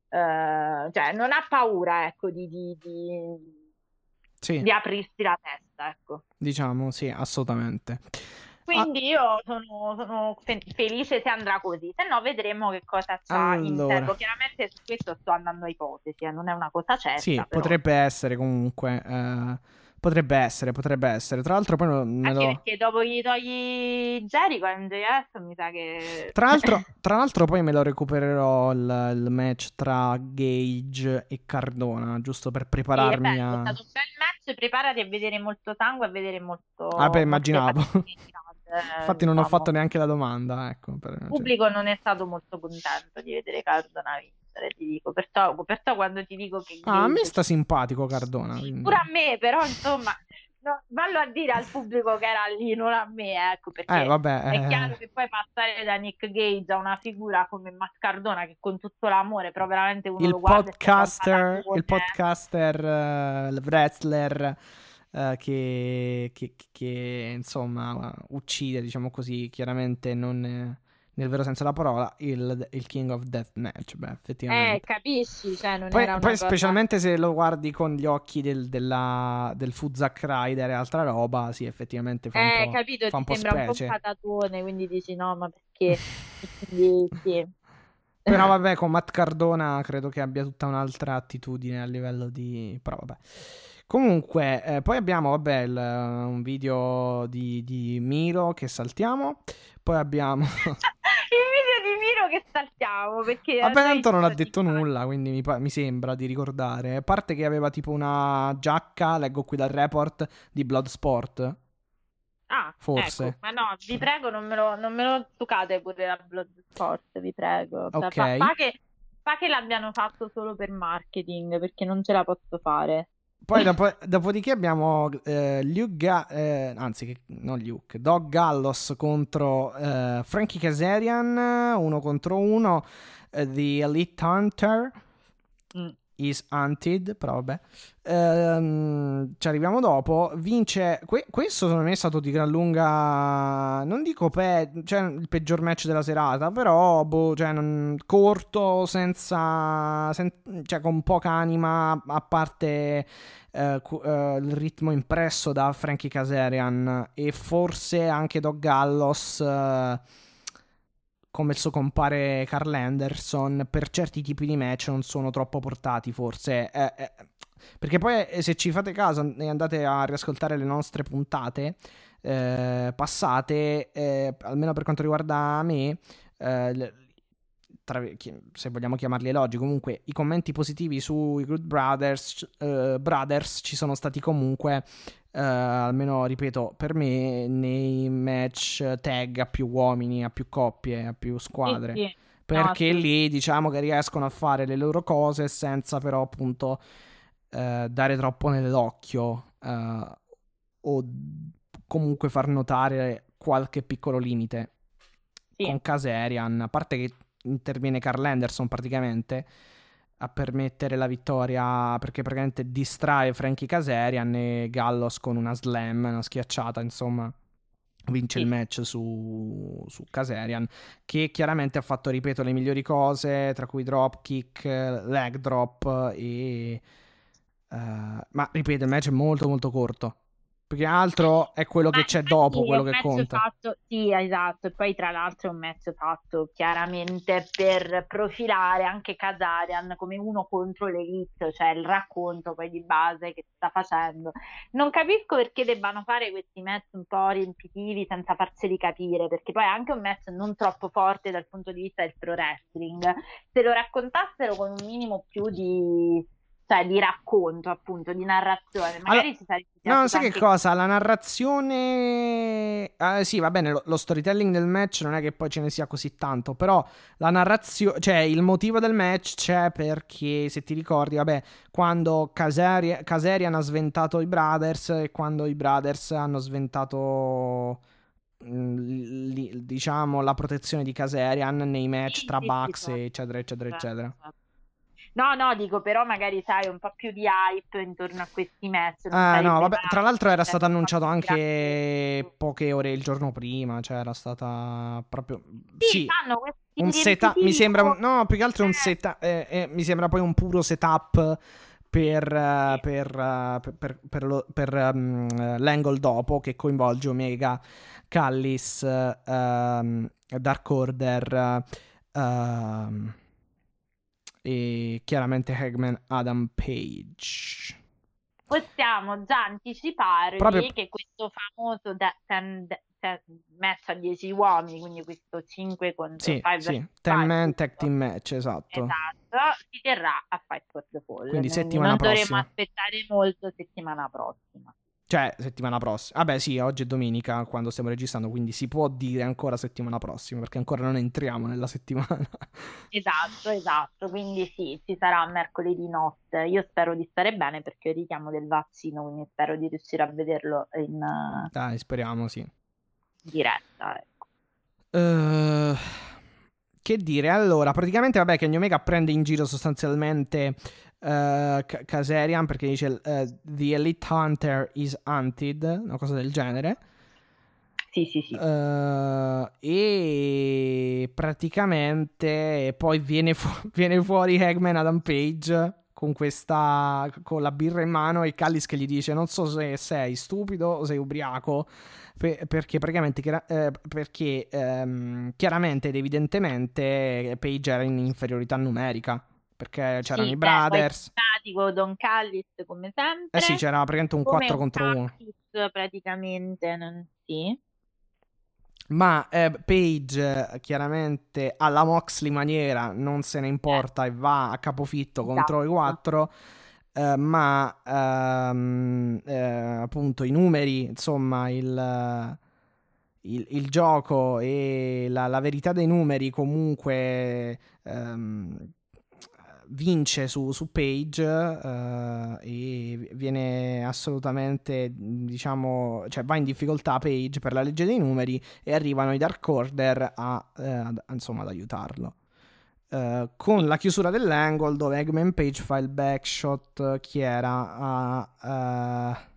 eh, cioè non ha paura, ecco, di, di, di, Sì, di aprirsi la testa, ecco. diciamo, sì, assolutamente. Ah, Quindi io sono, sono fe- felice se andrà così, se no vedremo che cosa c'ha in allora, serbo. Chiaramente su questo sto andando a ipotesi, eh, non è una cosa sì, certa, però. potrebbe essere comunque. eh, potrebbe essere, potrebbe essere. Tra l'altro, poi no- me Anche lo. perché dopo gli togli Jericho e M J F mi sa che... Tra l'altro, tra l'altro poi me lo recupererò il, il match tra Gage e Cardona, giusto per Sì, è prepararmi bello, è a. stato un bel match, preparati a vedere molto sangue, a vedere Ah, beh, molto, molte immaginavo. fattine, eh, Infatti non ho diciamo. fatto neanche la domanda, ecco. per- Il cioè. pubblico non è stato molto contento di vedere Cardona vincere, ti dico. Perciò, perciò quando ti dico che Ah, a me Gage... sta simpatico Cardona, Sì, quindi. pure a me, però insomma, no, vallo a dire al pubblico che era lì, non a me, ecco, Eh, perché vabbè. è eh, chiaro che poi passare da Nick Gage a una figura come Mascardona, che con tutto l'amore, però veramente uno il lo guarda e sembra un podcaster, il patatone. podcaster, eh, il wrestler, eh, che, che- che, insomma uccide, diciamo così, chiaramente non eh, nel vero senso della parola, il, il King of Deathmatch, beh, Eh, effettivamente. capisci? Cioè, non Poi, era poi una cosa... specialmente se lo guardi con gli occhi del, della, del Fu Zack Ryder e altra roba, sì, effettivamente fa un Eh, po', capito, fa ti un po' sembra un po' un specie. patatone, quindi dici no, ma perché? E quindi sì. Però vabbè, con Matt Cardona credo che abbia tutta un'altra attitudine a livello di. Però vabbè. Comunque, eh, poi abbiamo, vabbè, il- un video di, di Miro che saltiamo. Poi abbiamo. Il video di Miro che saltiamo, perché a Vabbè, noi tanto non ha sta detto simpatico. nulla, quindi mi, pa- mi sembra di ricordare. A parte che aveva tipo una giacca, leggo qui dal report, di Bloodsport. Ah, ecco, Forse. ma no, vi prego, non me lo, non me lo toccate pure la Bloodsport, vi prego. Cioè, fa, Ok. fa che, fa che l'abbiano fatto solo per marketing, perché non ce la posso fare. Poi dopo- dopodiché abbiamo eh, Luke Ga- eh, anzi che- non Luke, Dog Gallos contro eh, Frankie Kazarian, uno contro uno, eh, The Elite Hunter Mm. is Hunted, però vabbè. Ehm, ci arriviamo dopo. Vince, que- questo secondo me è stato di gran lunga, non dico pe- cioè, il peggior match della serata, però boh, cioè, non- corto, senza, sen- cioè con poca anima, a parte eh, cu- eh, il ritmo impresso da Frankie Kazarian e forse anche Dog Gallos, eh, come il suo compare Carl Anderson, per certi tipi di match non sono troppo portati, forse. Eh, eh, perché poi, eh, se ci fate caso e andate a riascoltare le nostre puntate eh, passate, eh, almeno per quanto riguarda me, eh, le- tra- chi- se vogliamo chiamarli elogi, comunque i commenti positivi sui Good Brothers, eh, Brothers ci sono stati comunque, eh, almeno ripeto, per me nei match tag a più uomini, a più coppie, a più Sì, squadre. sì, no, Perché assolutamente. lì diciamo che riescono a fare le loro cose senza però appunto eh, dare troppo nell'occhio, eh, o comunque far notare qualche piccolo limite. Sì, Con Kazarian, a parte che interviene Carl Anderson praticamente a permettere la vittoria, perché praticamente distrae Frankie Kazarian e Gallos con una slam, una schiacciata, insomma, vince il sì. match su, su Kazarian, che chiaramente ha fatto, ripeto, le migliori cose, tra cui dropkick, leg drop e... eh, ma ripeto, il match è molto molto corto. Più che altro è quello Ma che c'è dopo, infatti è quello un che match conta. fatto, sì, esatto, e poi tra l'altro è un match fatto chiaramente per profilare anche Kazarian come uno contro l'Elite, cioè il racconto poi di base che sta facendo. Non capisco perché debbano fare questi match un po' riempitivi senza farseli capire, perché poi è anche un match non troppo forte dal punto di vista del pro wrestling. Se lo raccontassero con un minimo più di cioè di racconto, appunto, di narrazione. Magari Allora, ci sarebbe no, piaciuto sai che anche. cosa? La narrazione... eh, sì, va bene, lo, lo storytelling del match non è che poi ce ne sia così tanto, però la narrazione, cioè il motivo del match c'è perché, se ti ricordi, vabbè, quando Kaseri- Kaserian ha sventato i Brothers e quando i Brothers hanno sventato, mh, li- diciamo, la protezione di Kaserian nei match Sì, tra sì, sì, Bucks, certo, eccetera, eccetera, certo, eccetera. certo. No, no, dico però magari sai un po' più di hype intorno a questi match, non Ah, no, sarebbe vabbè, tra male, l'altro era cioè, stato un po' annunciato più di anche racconto. poche ore il giorno prima, cioè era stata proprio... Sì, Sì, fanno questi un setup, mi sembra un... riempitivo. No, più che altro un Eh, setup, eh, eh, mi sembra poi un puro setup per, eh, sì, per, eh, per, per, per lo- per, ehm, eh, l'angle dopo, che coinvolge Omega, Callis, eh, ehm, Dark Order, eh, ehm, e chiaramente Hangman Adam Page. possiamo già Proprio... anticiparvi che questo famoso de- ten- de- ten- match a dieci uomini, quindi questo cinque contro Sì, cinque sì, versus ten cinque, man tag giusto? team match, esatto. Esatto, si terrà a Fight for the Quindi Fallen, quindi settimana non dovremo prossima. aspettare molto settimana prossima. Cioè, settimana prossima. Vabbè, sì, oggi è domenica quando stiamo registrando, quindi si può dire ancora settimana prossima, perché ancora non entriamo nella settimana. Esatto, esatto, quindi sì, ci sarà mercoledì notte. Io spero di stare bene perché ho il richiamo del vaccino, quindi spero di riuscire a vederlo in eh, Dai, speriamo, sì. diretta, ecco. Eh, che dire? Allora, praticamente, vabbè, Kenny Omega prende in giro sostanzialmente eh, K- Kazarian perché dice eh, The Elite Hunter is hunted, una cosa del genere. Sì, sì, sì. Eh, e praticamente poi viene, fu- viene fuori Hangman Adam Page con questa con la birra in mano e Callis che gli dice non so se sei stupido o sei ubriaco pe- perché praticamente chiara- eh, perché ehm, chiaramente ed evidentemente Page era in inferiorità numerica perché c'erano Sì, i beh, poi Brothers. simpatico Don Callis come Eh sì, sempre, c'era praticamente un come quattro un contro uno. cactus praticamente, non- sì. Ma eh, Page eh, chiaramente alla Moxley maniera non se ne Eh, importa e va a capofitto contro i esatto. quattro. Eh, ma ehm, eh, appunto i numeri, insomma, il, il- il gioco e la, la verità dei numeri comunque ehm, vince su, su Page eh, e viene assolutamente, diciamo, cioè va in difficoltà Page per la legge dei numeri e arrivano i Dark Order a, eh, ad, insomma, ad aiutarlo. Eh, con Sì. la chiusura dell'angle dove Eggman Page fa il backshot eh, chi era a eh,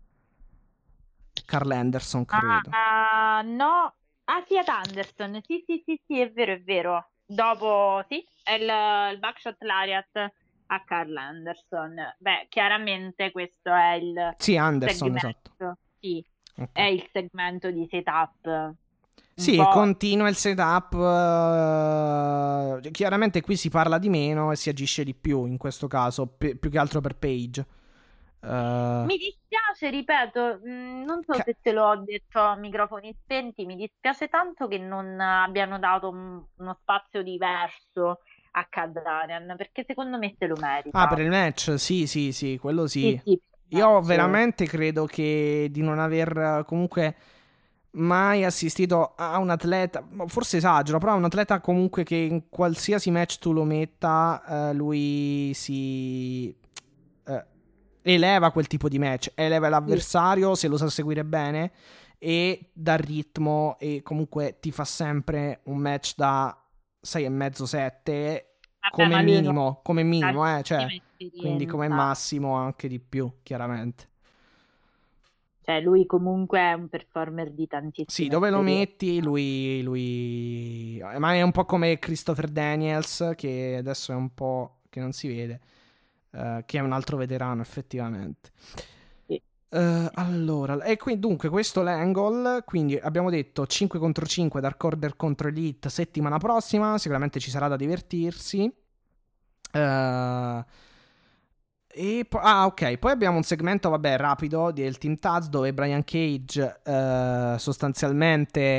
Carl Anderson, credo. Ah, no. Ah, sì, ad Anderson. Sì, sì, sì, sì, è vero, è vero. Dopo, sì, è il, il Buckshot Lariat a Carl Anderson. Beh, chiaramente questo è il Sì, Anderson, esatto. segmento, sì, è Ok. il segmento di setup. Un Sì, po'. continua il setup. eh, chiaramente qui si parla di meno e si agisce di più in questo caso, pe- più che altro per Page. Eh, Mi dispiace, ripeto, mh, non so ca- se te l'ho detto a microfoni spenti, mi dispiace tanto che non abbiano dato un- uno spazio diverso a Kazarian, perché secondo me se lo ah, per merita. il match, sì, sì, sì, quello Sì, sì. sì, per il Io match. veramente credo che di non aver eh, comunque mai assistito a un atleta, forse esagero, però a un atleta comunque che in qualsiasi match tu lo metta, eh, lui si eh, eleva quel tipo di match, eleva Sì. l'avversario se lo sa seguire bene e dà ritmo e comunque ti fa sempre un match da sei e mezzo sette Vabbè, come ma lui non minimo, come ha minimo, eh, cioè, tantissima quindi come esperienza, massimo anche di più, chiaramente. cioè lui comunque è un performer di Sì, tantissima dove lo esperienza. metti, lui, lui... Ma è un po' come Christopher Daniels, che adesso è un po' che non si vede, eh, che è un altro veterano, effettivamente. Sì. Eh, allora, e quindi dunque questo l'angle, quindi abbiamo detto cinque contro cinque Dark Order contro Elite settimana prossima, sicuramente ci sarà da divertirsi. Eh, e po- ah, ok. Poi abbiamo un segmento, vabbè, rapido del Team Taz dove Brian Cage eh, sostanzialmente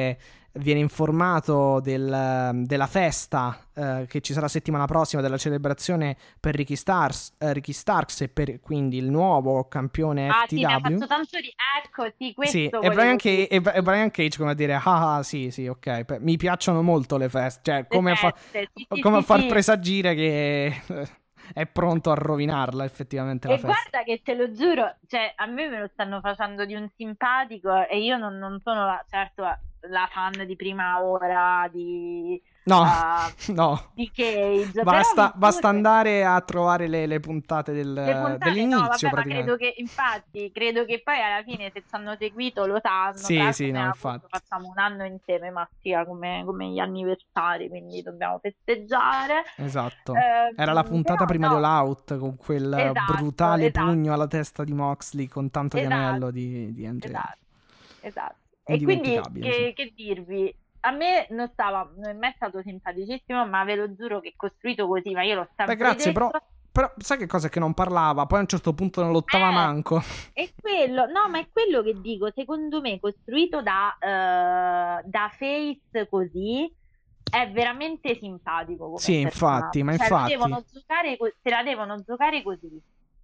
viene informato del, della festa eh, che ci sarà settimana prossima, della celebrazione per Ricky Stars, eh, Ricky Starks e per quindi il nuovo campione Ah, sì, mi ha F T W. fatto tanto di... Ecco, sì, Sì, questo e Brian, volevo Ca- dire. e, e Brian Cage come a dire, ah, ah, sì, sì, ok, pe- mi piacciono molto le feste, cioè Le come a, fa- feste, sì, sì, come a sì, far sì. presagire che è pronto a rovinarla effettivamente la E festa. guarda che te lo giuro, cioè a me me lo stanno facendo di un simpatico e io non, non sono la- certo la fan di prima ora di, No, uh, no, di Cage, però basta, mi basta giuro, andare a trovare le, le puntate le del- puntate no, dell'inizio vabbè, ma praticamente. credo che infatti, credo che poi alla fine se ci hanno seguito lo sanno, tra Sì, l'altro sì, noi no, a agosto infatti, facciamo un anno insieme, Mattia, come, come gli anniversari, quindi dobbiamo festeggiare. esatto. Era la Ehm, puntata però prima di All no, Out con quel esatto, brutale pugno esatto. alla testa di Moxley con tanto di Esatto, anello di, di M J F. esatto, esatto. E quindi Indimenticabile, sì. che, che dirvi? A me non stava, non è mai stato simpaticissimo, ma ve lo giuro che costruito così, ma io l'ho Beh, sempre grazie, detto. però, però sai che cosa è che non parlava? Poi a un certo punto non lottava Eh, manco. è quello, no, ma è quello che dico, secondo me costruito da, eh, da Face così è veramente simpatico come Sì, infatti, personaggio, ma cioè lo infatti, devono giocare, co- se la devono giocare così,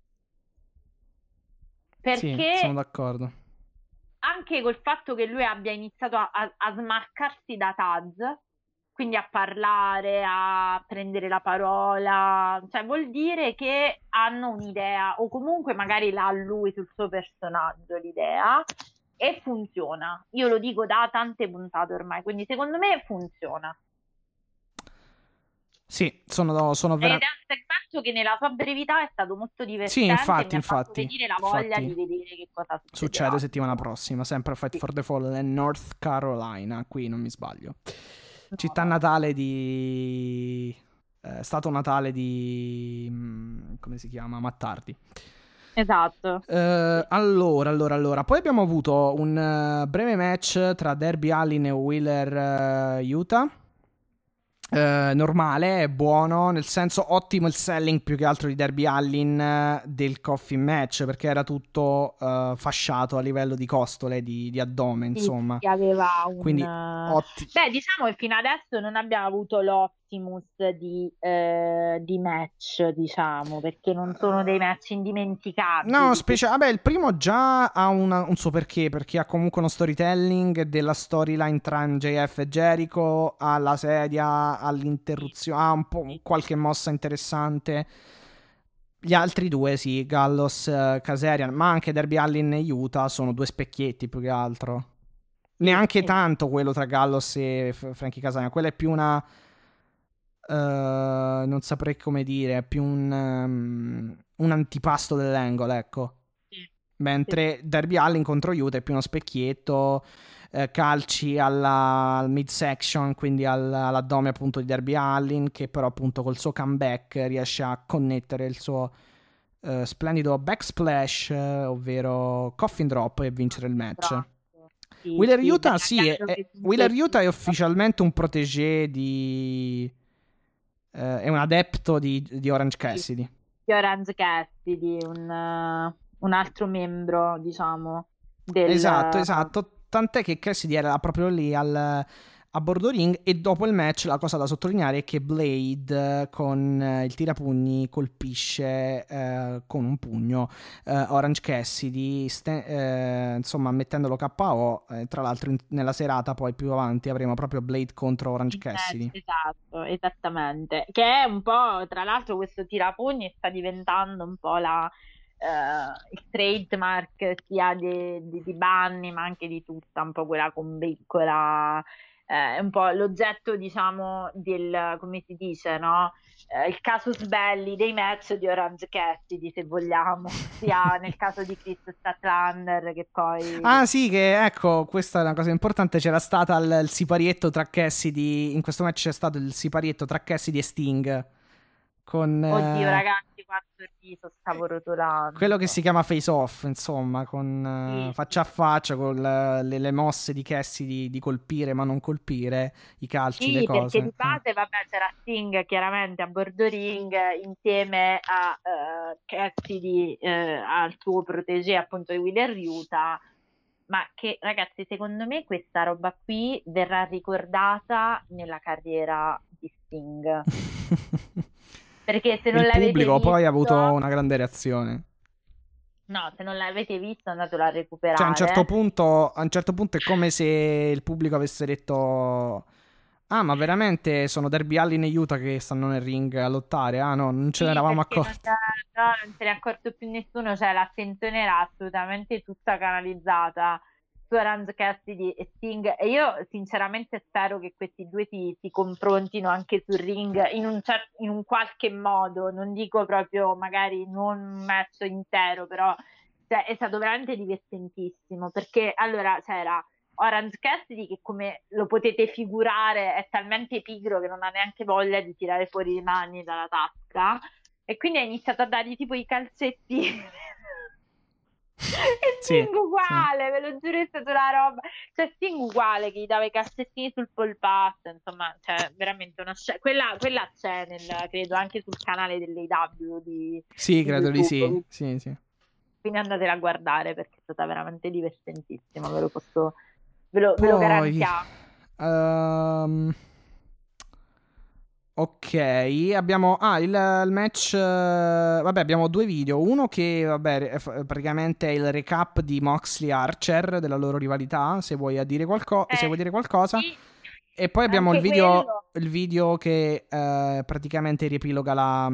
sì, sono perché d'accordo. anche col fatto che lui abbia iniziato a, a, a smarcarsi da Taz, quindi a parlare, a prendere la parola, cioè vuol dire che hanno un'idea, o comunque magari l'ha lui sul suo personaggio l'idea, e funziona. Io lo dico da tante puntate ormai, quindi secondo me funziona. Sì, sono, sono Ed è un veramente... segmento che nella sua brevità è stato molto Sì, divertente e infatti, mi ha fatto infatti, venire la voglia di infatti, vedere che cosa succede succederà. settimana prossima, sempre a Fight Sì. for the Fallen, North Carolina, qui non mi sbaglio. No, Città no. natale di... È stato Natale di... mm, come si chiama? Mattardi. Esatto. Eh, allora, allora, allora. Poi abbiamo avuto un eh, breve match tra Darby Allin e Wheeler eh, Utah. Eh, normale, buono, nel senso ottimo il selling più che altro di Darby Allin eh, del coffin match perché era tutto eh, fasciato a livello di costole, di, di addome, Sì, insomma. che aveva un... Quindi eh, ottimo. Beh, diciamo che fino adesso non abbiamo avuto l'Optimus di, eh, di match, diciamo, perché non sono dei match No, indimenticabili. specie... Vabbè, il primo già ha una- un suo perché, perché ha comunque uno storytelling della storyline tra M J F e Jericho, alla sedia, all'interruzione, ha un po' qualche mossa interessante. Gli altri due, sì, Gallows, eh, Kazarian, ma anche Darby Allin e Utah sono due specchietti più che altro. Sì, Neanche sì. tanto quello tra Gallows e F- Frankie Kazarian, quella è più una... eh, non saprei come dire, è più un, um, un antipasto dell'angle, ecco. Sì, sì. Mentre Darby Allin contro Utah è più uno specchietto, eh, calci alla, al midsection, quindi al- all'addome appunto di Darby Allin, che però appunto col suo comeback riesce a connettere il suo eh, splendido backsplash, eh, ovvero coffin drop e vincere il match. Bravo. Sì, Wheeler sì, Utah, era sì, è, chiaro è- che Wheeler vincesse Utah è Utah. ufficialmente un protégé di... eh, è un adepto di, di Orange Sì, Cassidy. di Orange Cassidy, un, eh, un altro membro, diciamo, del... Esatto, esatto. Tant'è che Cassidy era proprio lì al, a bordo ring e dopo il match la cosa da sottolineare è che Blade eh, con eh, il tirapugni colpisce eh, con un pugno eh, Orange Cassidy, ste- eh, insomma mettendolo K O. Eh, tra l'altro in- nella serata poi più avanti avremo proprio Blade contro Orange Il match, Cassidy. esatto, esattamente. Che è un po', tra l'altro, questo tirapugni sta diventando un po' la, eh, il trademark sia di, di, di Bunny, ma anche di tutta, un po' quella combriccola, eh, un po' l'oggetto, diciamo, del, come si dice, no? Eh, il casus belli dei match di Orange Cassidy, se vogliamo, sia nel caso di Chris Statlander che poi... Ah sì, che ecco, questa è una cosa importante, c'era stata il, il siparietto tra Cassidy, in questo match c'è stato il siparietto tra Cassidy e Sting, con Oddio, eh, ragazzi, quanto riso stavo quello che rotolando. si chiama face off, insomma, con eh, Sì, faccia sì, a faccia, con le, le- le mosse di Cassidy di colpire ma non colpire, i calci, le sì, perché cose. di Eh. base, vabbè, c'era Sting chiaramente a bordo ring insieme a eh, Cassidy, eh, al suo protégé appunto di Wheeler Yuta. ma che ragazzi, secondo me questa roba qui verrà ricordata nella carriera di Sting. Perché se non Il l'avete pubblico poi ha avuto visto, una grande reazione. no, se non l'avete visto andatelo a Cioè, a un certo recuperare. punto, a un certo punto è come se il pubblico avesse detto: ah, ma veramente sono Darby Allin e Utah che stanno nel ring a lottare? Ah, no, non ce ne Sì, eravamo perché non, accorti. no, non se ne è accorto più nessuno, cioè l'attenzione era assolutamente tutta canalizzata su Orange Cassidy e Sting e io sinceramente spero che questi due si, si confrontino anche sul ring in un, cer- in un qualche modo, non dico proprio magari non un match intero, però cioè, è stato veramente divertentissimo perché allora c'era Orange Cassidy che come lo potete figurare è talmente pigro che non ha neanche voglia di tirare fuori le mani dalla tasca e quindi ha iniziato a dargli tipo i calzetti e Sì, Sting sì. uguale, ve lo giuro è stata una roba cioè Sting uguale che gli dava i calzettini sul polpato insomma cioè veramente una scena quella, quella c'è nel, credo anche sul canale dell'A E W di, Sì, di credo di sì. YouTube Sì, sì. quindi andatela a guardare perché è stata veramente divertentissima ve lo posso ve lo, ve lo Poi, garantiamo. ehm, ok, abbiamo ah, il, il match. eh, Vabbè, abbiamo due video. Uno che, vabbè, è fa- praticamente è il recap di Moxley Archer della loro rivalità. Se vuoi, a dire qualco- se Eh, vuoi dire qualcosa. sì, E poi abbiamo il anche video, quello. il video che eh, praticamente riepiloga la,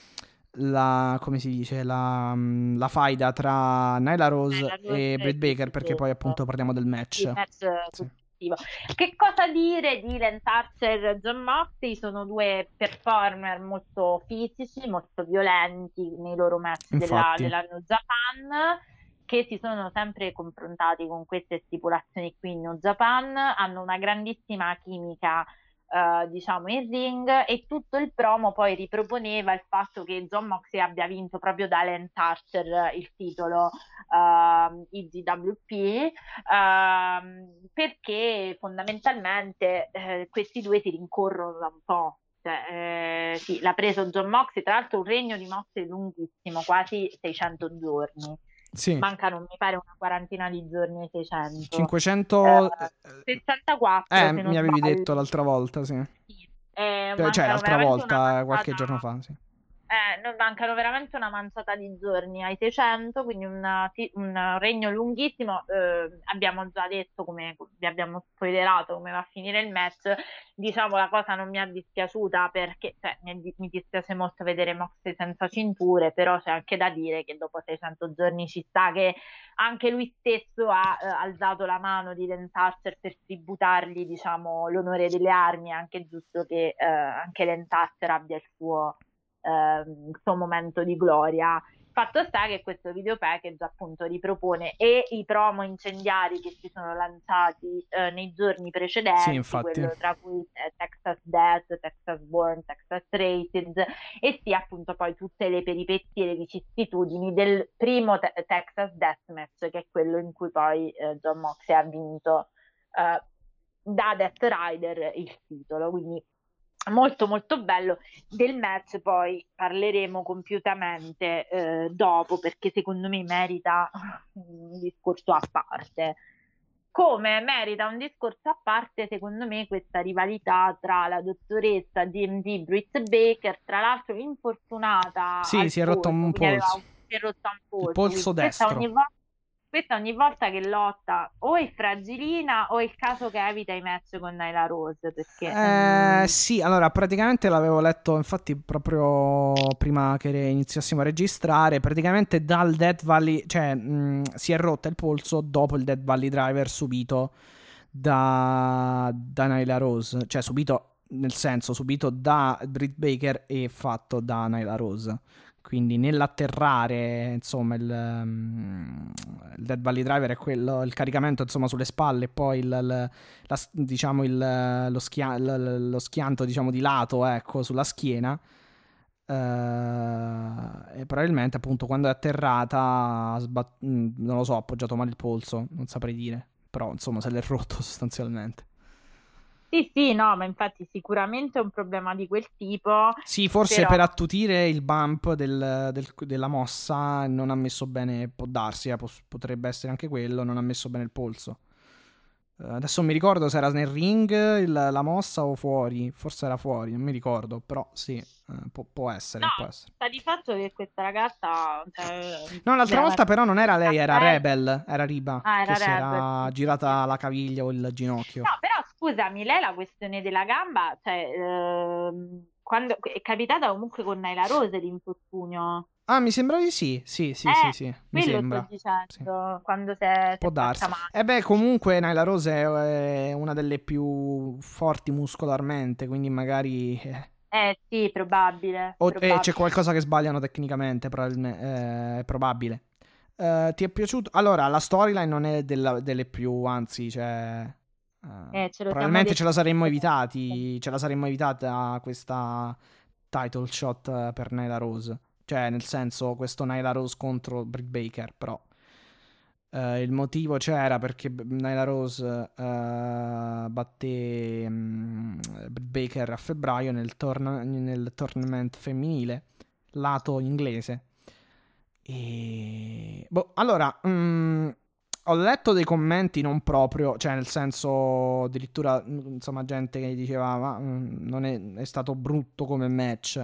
la, come si dice, la, la faida tra Nyla Eh, Rose la e Rose Britt e Baker, perché poi Britto, appunto parliamo del match. il match Sì. successivo. Che cosa dire di Lance Archer e John Moxley? Sono due performer molto fisici, molto violenti nei loro match della, Infatti. della New Japan, che si sono sempre confrontati con queste stipulazioni qui in New Japan, hanno una grandissima chimica eh, diciamo in ring e tutto il promo poi riproponeva il fatto che John Moxley abbia vinto proprio da Lance Archer il titolo uh, I G W P uh, perché fondamentalmente eh, questi due si rincorrono da un po'. Cioè, eh, sì, l'ha preso John Moxley, tra l'altro un regno di Moxley lunghissimo, quasi seicento giorni. Sì. Mancano, mi pare, una quarantina di giorni ai seicento. cinquecento. Eh, sessantaquattro Eh, se mi non avevi detto sbaglio. l'altra volta, sì. Sì. Eh, Cioè, cioè, mancano l'altra veramente una volta, qualche manciata. giorno fa, sì. Eh, non mancano veramente una manciata di giorni ai seicento, quindi una- sì, un regno lunghissimo. Eh, abbiamo già detto come vi abbiamo spoilerato come va a finire il match. Diciamo la cosa non mi è dispiaciuta perché cioè, mi, è di- mi dispiace molto vedere Moxley senza cinture, però c'è anche da dire che dopo seicento giorni ci sta che anche lui stesso ha eh, alzato la mano di Lance Archer per tributargli, diciamo, l'onore delle armi. È anche giusto che eh, anche Lance Archer abbia il suo ehm, suo momento di gloria. Fatto sta che questo video package appunto ripropone e i promo incendiari che si sono lanciati eh, nei giorni Sì, precedenti, infatti. quello tra cui eh, Texas Death, Texas Born, Texas Rated, e sia appunto poi tutte le peripezie e le vicissitudini del primo te- Texas Deathmatch, che è quello in cui poi eh, John Moxley ha vinto eh, da Death Rider il titolo. Quindi molto molto bello. Del match poi parleremo compiutamente eh, dopo perché secondo me merita un discorso a parte. Come merita un discorso a parte, secondo me, questa rivalità tra la dottoressa D M D Britt Baker, tra l'altro infortunata Sì, al si è rotto polso, un quindi aveva polso. un, si è rotto un Il polso, polso quindi questa ogni destro. volta questa ogni volta che lotta o è fragilina o è il caso che evita i match con Nyla Rose perché Eh, mm, sì, allora praticamente l'avevo letto infatti proprio prima che iniziassimo a registrare. Praticamente dal Death Valley, cioè mh, si è rotta il polso dopo il Death Valley Driver subito da, da Nyla Rose, cioè subito nel senso subito da Britt Baker e fatto da Nyla Rose. Quindi nell'atterrare, insomma, il, um, il Death Valley Driver è quello, il caricamento insomma sulle spalle e poi il, il- la- diciamo il, lo, schia- l- lo schianto diciamo di lato, ecco, sulla schiena. Eh, e probabilmente appunto quando è atterrata ha sbat- mm, non lo so, ha appoggiato male il polso, non saprei dire, però insomma se l'è rotto sostanzialmente. Sì, sì, no, ma infatti sicuramente è un problema di quel tipo, Sì, forse però per attutire il bump del- del- della mossa non ha messo bene, può darsi, eh, pos- potrebbe essere anche quello, non ha messo bene il polso. Eh, adesso non mi ricordo se era nel ring il- la mossa o fuori, forse era fuori, non mi ricordo, però sì, eh, può, può no, essere, può essere. sta di fatto che questa ragazza, cioè, No, l'altra volta veramente però non era lei, era bella. Rebel, era Riba, Ah, che era si Rebel, era sì, sì, sì. girata la caviglia o il ginocchio. No, però scusami, lei la questione della gamba, cioè, ehm, quando è capitata comunque con Naila Rose l'infortunio. Ah, mi sembra di sì, sì, sì, sì, Eh, sì, mi quello sto sembra. Sì. dicendo, quando si è, si Può è fatta darsi. male. E beh, comunque Nyla Rose è è una delle più forti muscolarmente, quindi magari... eh, Eh sì, probabile, o eh, c'è probabile. qualcosa che sbagliano tecnicamente, probabilme- eh, è probabile. Eh, ti è piaciuto? Allora, la storyline non è della- delle più, anzi, cioè... eh, Eh, ce lo siamo probabilmente ce detti. la saremmo evitati, ce la saremmo evitata questa title shot eh, per Nyla Rose. Cioè, nel senso, questo Nyla Rose contro Britt Baker, però... Eh, il motivo c'era perché B- Nyla Rose eh, batté mm, Britt Baker a febbraio nel, torna- nel tournament femminile, lato inglese. E... Boh, allora, mm, ho letto dei commenti non proprio, cioè nel senso addirittura, mm, insomma, gente che diceva ma mm, non è, è stato brutto come match.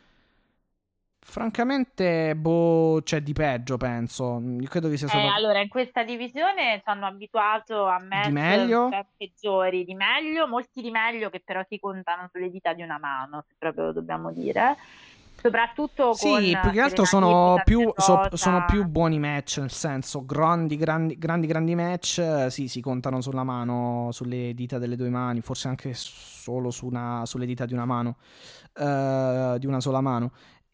Francamente, boh, c'è di peggio, penso. Io credo che sia Eh, stato allora, in questa divisione ci hanno abituato a di match meglio. ben peggiori, di meglio, molti di meglio che però si contano sulle dita di una mano, se proprio lo dobbiamo dire. Soprattutto con Sì, più che altro Serena Deeb, sono Thunder più, so- sono più Rosa. buoni match, nel senso, grandi, grandi, grandi, grandi match, eh, sì, si contano sulla mano, sulle dita delle due mani, forse anche solo su una- sulle dita di una mano, eh, di una sola mano.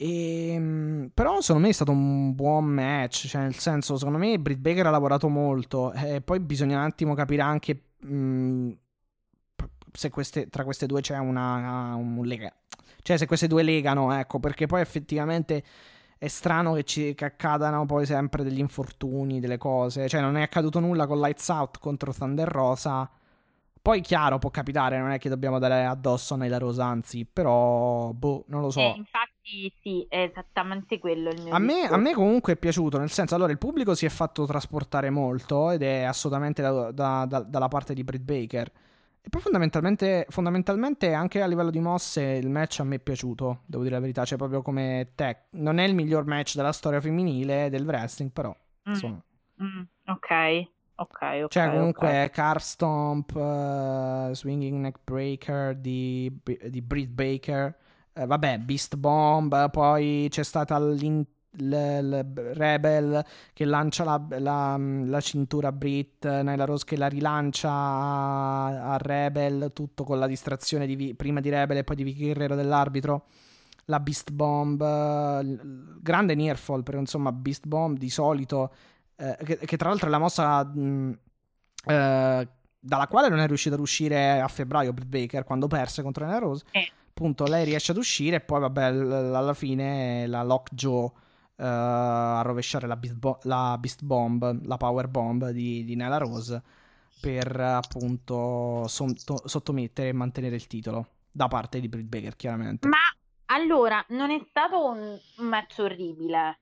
E, però secondo me è stato un buon match, cioè nel senso, secondo me Britt Baker ha lavorato molto, e poi bisogna un attimo capire anche mh, se queste, tra queste due c'è una, un lega. Cioè, se queste due legano, ecco, perché poi effettivamente è strano che, ci, che accadano poi sempre degli infortuni, delle cose. Cioè, non è accaduto nulla con Lights Out contro Thunder Rosa. Poi, chiaro, può capitare, non è che dobbiamo dare addosso a Nyla Rose, anzi, però, boh, non lo E so. infatti sì, è esattamente quello il mio A me, a me discorso. comunque è piaciuto, nel senso, allora il pubblico si è fatto trasportare molto ed è assolutamente da- da- da- dalla parte di Britt Baker. E poi fondamentalmente, fondamentalmente anche a livello di mosse il match a me è piaciuto, devo dire la verità, cioè proprio come tech. Non è il miglior match della storia femminile del wrestling, però Mm, insomma. mm, ok, ok, ok, Cioè ok. comunque Car Stomp, eh, Swinging Neck Breaker di, di Britt Baker, eh, vabbè Beast Bomb, poi c'è stata l'in- l- l- Rebel che lancia la, la- la cintura a Britt, Nyla Rose che la rilancia a, a Rebel, tutto con la distrazione di, Vi- prima di Rebel e poi di Vicky Guerrero dell'arbitro. La Beast Bomb, eh, l- grande nearfall perché insomma Beast Bomb di solito, eh, che, che tra l'altro è la mossa mh, eh, dalla quale non è riuscita ad uscire a febbraio Britt Baker quando perse contro Nyla Rose. Eh, Appunto, lei riesce ad uscire e poi, vabbè, l- alla fine la Lockjaw eh, a rovesciare la Beast, Bo- la Beast Bomb, la Power Bomb di, di Nyla Rose per appunto sotto- sottomettere e mantenere il titolo da parte di Britt Baker, chiaramente. Ma allora, non è stato un, un match orribile.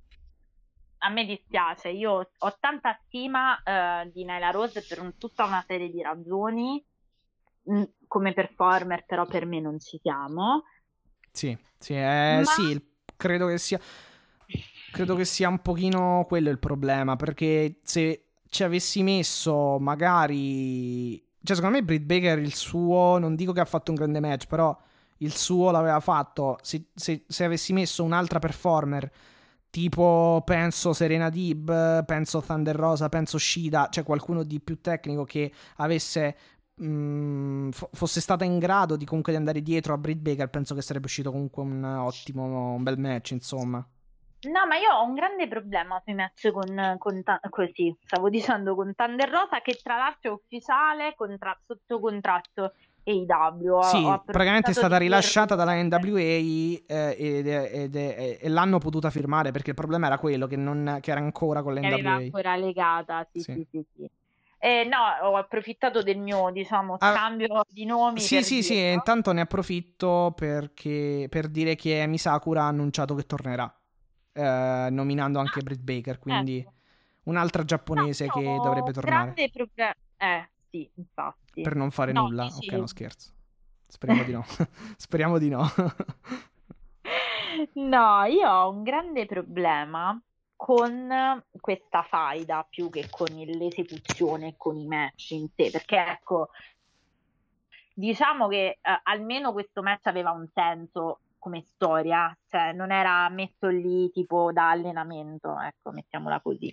A me dispiace, io ho tanta stima eh, di Nyla Rose per un- tutta una serie di ragioni. Mm, come performer, però per me non ci siamo. Sì, sì, eh, Ma sì, il- credo che sia credo che sia un pochino quello il problema, perché se ci avessi messo magari, cioè secondo me Britt Baker il suo, non dico che ha fatto un grande match, però il suo l'aveva fatto. Se, se- se avessi messo un'altra performer, tipo penso Serena Deeb, penso Thunder Rosa, penso Shida, cioè qualcuno di più tecnico che avesse mh, fo- fosse stata in grado di comunque di andare dietro a Britt Baker, penso che sarebbe uscito comunque un ottimo, un bel match, insomma. no, ma io ho un grande problema sui match con, con ta- così, stavo dicendo con Thunder Rosa, che tra l'altro è ufficiale contra- sotto contratto A E W. Ho, ho Sì, praticamente è approfittato stata di due rilasciata dalla rumor. N W A eh, ed è- ed è- e l'hanno potuta firmare perché il problema era quello che, non, che era ancora con la Che aveva N W A. ancora legata, sì, Sì. sì, sì, sì. Eh, no, ho approfittato del mio, diciamo, Ah, scambio di nomi sì, per sì, sì, e dirlo. intanto ne approfitto perché, per dire che Emi Sakura ha annunciato che tornerà, eh, nominando anche Ah, Britt Baker, quindi ecco. un'altra No, giapponese io che ho dovrebbe un tornare grande problema. Eh, sì, infatti. per non fare No, nulla. Ok, no, dicevo. scherzo. Speriamo di no. Speriamo di no. No, io ho un grande problema con questa faida più che con il- l'esecuzione, con i match in sé, perché ecco, diciamo che eh, almeno questo match aveva un senso come storia, cioè non era messo lì tipo da allenamento, ecco, mettiamola così.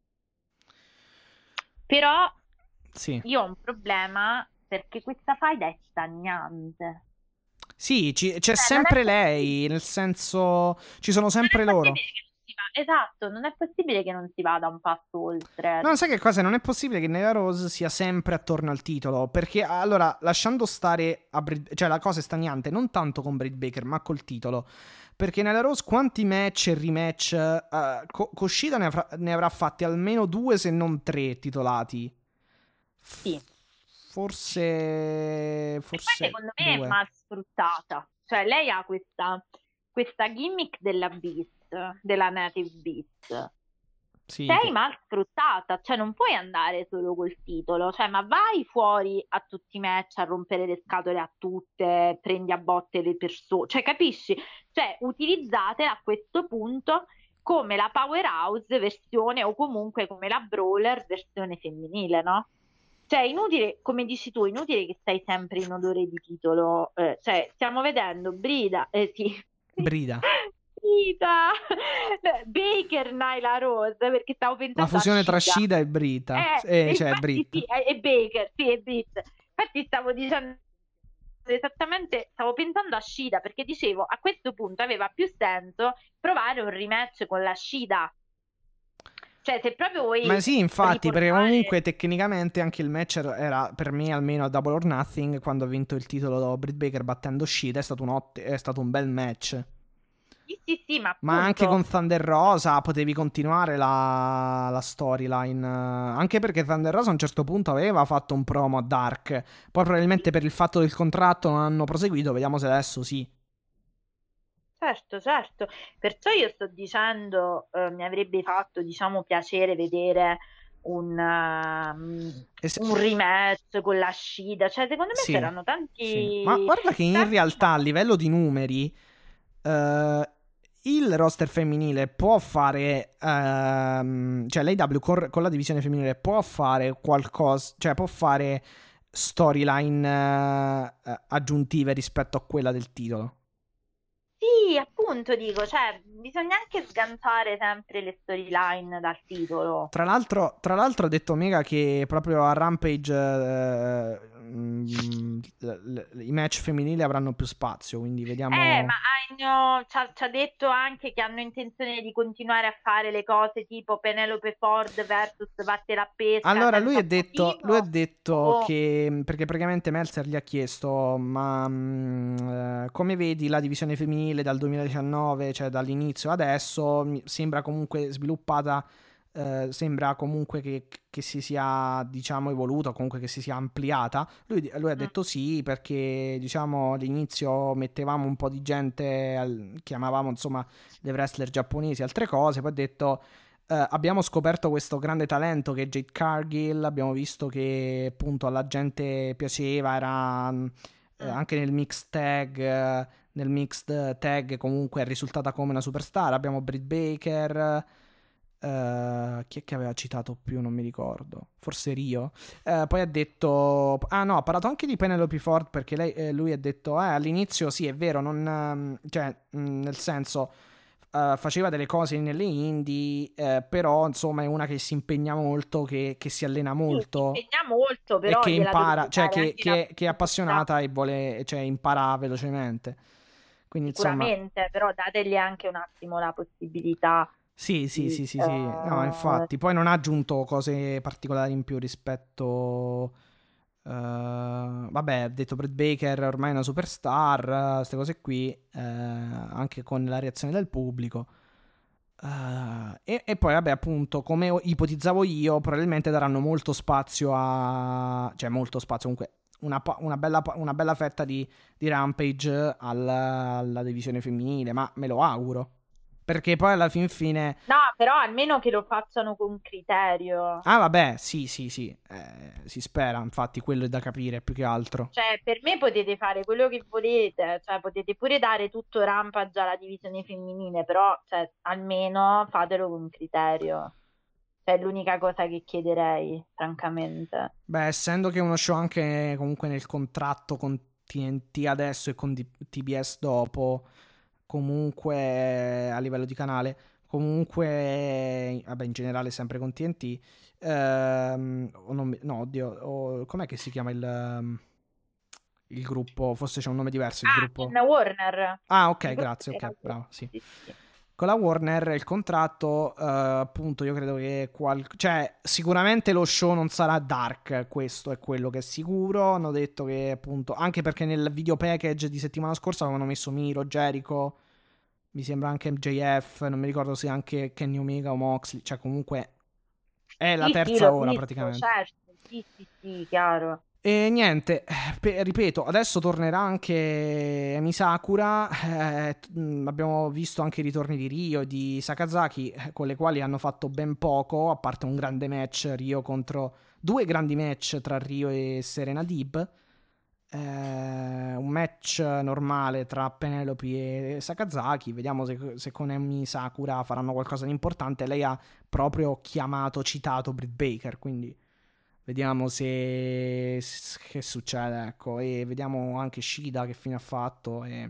Però Sì. io ho un problema perché questa faida è stagnante. Sì, ci- c'è Cioè, non è sempre possibile. lei, nel senso, ci sono Non è sempre loro. possibile che non si va, esatto, non è possibile che non si vada un passo oltre. No, sai che cosa? Non è possibile che Nyla Rose sia sempre attorno al titolo. Perché, allora, lasciando stare a Britt- cioè la cosa è stagnante, non tanto con Britt Baker, ma col titolo. Perché Nyla Rose quanti match e rematch eh, co- con Shida ne avrà, ne avrà fatti almeno due, se non tre titolati. F- Sì. forse. E poi Forse secondo me è due. mal sfruttata. Cioè, lei ha questa, questa gimmick della Beast, della Native Beast. Sì, Sei che. mal sfruttata, cioè non puoi andare solo col titolo, cioè ma vai fuori a tutti i match a rompere le scatole a tutte, prendi a botte le persone, cioè capisci? Cioè utilizzatela a questo punto come la powerhouse versione o comunque come la brawler versione femminile, no? Cioè, inutile, come dici tu, inutile che stai sempre in odore di titolo. Eh, cioè, stiamo vedendo Brida, eh sì, Brida. Brida, Baker, Nyla Rose, perché stavo La pensando a fusione tra Shida. Shida e Brita. Eh, Eh, cioè, infatti sì, Britta. è, è Baker, sì, è Brit. Infatti stavo dicendo esattamente, stavo pensando a Shida, perché dicevo, a questo punto aveva più senso provare un rematch con la Shida. Cioè, se proprio Ma vuoi sì, infatti, perché riportare. comunque tecnicamente anche il match era, era, per me almeno a Double or Nothing, quando ha vinto il titolo Britt Baker battendo Shida, è stato un, ott- è stato un bel match. Sì, sì, sì, ma Ma anche appunto, con Thunder Rosa potevi continuare la, la storyline. eh, Anche perché Thunder Rosa a un certo punto aveva fatto un promo a Dark. Poi probabilmente per il fatto del contratto non hanno proseguito. Vediamo se adesso sì. certo, certo. Perciò io sto dicendo, eh, mi avrebbe fatto, diciamo, piacere vedere un, um, E se- un rematch con la Shida. Cioè, secondo me Sì, c'erano sì. Ma tanti, guarda che in tanti realtà a modi. livello di numeri, eh, il roster femminile può fare, ehm, cioè l'A E W con, con la divisione femminile può fare qualcosa, cioè può fare storyline eh, aggiuntive rispetto a quella del titolo. Sì, appunto dico, cioè, bisogna anche sganciare sempre le storyline dal titolo. Tra l'altro, tra l'altro ha detto Omega che proprio a Rampage eh, mm, l- l- i match femminili avranno più spazio, quindi Eh, ma vediamo. hanno- ci ha, ci ha detto anche che hanno intenzione di continuare a fare le cose tipo Penelope Ford versus Vatte la pesca Allora, lui ha senza detto, lui ha motivo. detto O che, perché praticamente Meltzer gli ha chiesto, ma mm, eh, come vedi la divisione femminile dal duemiladiciannove, cioè dall'inizio adesso, mi sembra comunque sviluppata, eh, sembra comunque che, che si sia, diciamo, evoluta, o comunque che si sia ampliata. Lui, lui ha mm, detto sì, perché, diciamo, all'inizio mettevamo un po' di gente, al- chiamavamo, insomma, le wrestler giapponesi, altre cose, poi ha detto eh, abbiamo scoperto questo grande talento che è Jade Cargill, abbiamo visto che appunto alla gente piaceva, era mh, eh, mm. anche nel mixed tag, eh, nel mixed tag comunque è risultata come una superstar, abbiamo Britt Baker, eh, chi è che aveva citato più, non mi ricordo, forse Rio. Eh, poi ha detto, ah no, ha parlato anche di Penelope Ford perché lei, eh, lui ha detto, eh, all'inizio sì è vero, non, ehm, cioè mh, nel senso eh, faceva delle cose nelle indie, eh, però insomma è una che si impegna molto, che, che si allena Sì, si molto impegna molto, e però che gliela impara, dovete cioè dare che, anche la che- che è possibilità. appassionata e vuole, cioè impara velocemente. Quindi insomma, Sicuramente, però dategli anche un attimo la possibilità sì, sì, di... sì, sì, sì, no, eh, infatti, poi non ha aggiunto cose particolari in più rispetto... eh, vabbè, ha detto Britt Baker ormai è una superstar, queste cose qui, eh, anche con la reazione del pubblico. Uh, e, e poi vabbè, appunto, come ipotizzavo io, probabilmente daranno molto spazio a, cioè molto spazio, comunque una, una, bella, una bella fetta di, di Rampage alla, alla divisione femminile, ma me lo auguro, perché poi alla fin fine... No, però almeno che lo facciano con criterio. Ah vabbè, sì, sì, sì, eh, si spera, infatti quello è da capire più che altro. Cioè, per me potete fare quello che volete, cioè potete pure dare tutto Rampage alla divisione femminile, però cioè, almeno fatelo con criterio. Cioè, è l'unica cosa che chiederei, francamente. Beh, essendo che è uno show anche comunque nel contratto con T N T adesso e con D- T B S dopo, comunque a livello di canale, comunque, vabbè, in generale sempre con T N T, ehm, o non mi- no, oddio, o- com'è che si chiama il, ehm, il gruppo? Forse c'è un nome diverso, il Ah, gruppo... con Warner. Ah, ok, Mi ricordo grazie, che era ok, bravo, sì. sì, sì. Con la Warner il contratto, eh, appunto, io credo che qual- cioè, sicuramente lo show non sarà dark, questo è quello che è sicuro. Hanno detto che, appunto, anche perché nel video package di settimana scorsa avevano messo Miro, Jericho, mi sembra anche M J F, non mi ricordo se anche Kenny Omega o Moxley, cioè comunque è la Sì, sì, terza l'ho ora visto, praticamente. certo. Sì, sì, sì, chiaro. E niente, pe- ripeto, adesso tornerà anche Emi Sakura, eh, t- mh, abbiamo visto anche i ritorni di Ryo e di Sakazaki, eh, con le quali hanno fatto ben poco, a parte un grande match Ryo contro... due grandi match tra Ryo e Serena Deeb, eh, un match normale tra Penelope e Sakazaki, vediamo se, se con Emi Sakura faranno qualcosa di importante, lei ha proprio chiamato, citato Britt Baker, quindi... Vediamo se, se- che succede, ecco, e vediamo anche Shida che fine ha fatto e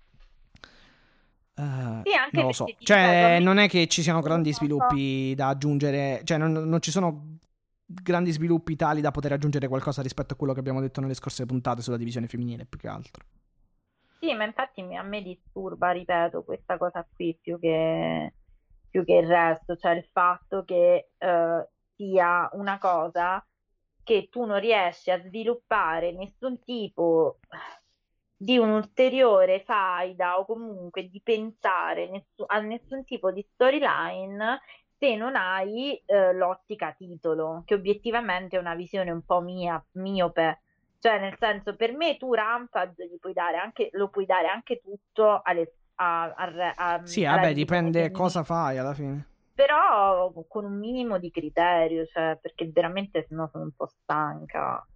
eh, Sì, non anche lo perché so. ti ripeto, a Cioè, me non è che ci siano grandi non so. sviluppi da aggiungere, cioè non, non ci sono grandi sviluppi tali da poter aggiungere qualcosa rispetto a quello che abbiamo detto nelle scorse puntate sulla divisione femminile, più che altro. Sì, ma infatti mi- a me disturba, ripeto, questa cosa qui più che, più che il resto, cioè il fatto che eh, sia una cosa che tu non riesci a sviluppare nessun tipo di un ulteriore faida o comunque di pensare nessu- a nessun tipo di storyline se non hai eh, l'ottica titolo, che obiettivamente è una visione un po' mia, miope. Cioè, nel senso, per me tu Rampage gli puoi dare anche, lo puoi dare anche tutto alle- a- a- a- Sì, alla vabbè, divisione dipende cosa femminile, fai alla fine. però con un minimo di criterio, cioè, perché veramente sennò sono un po' stanca.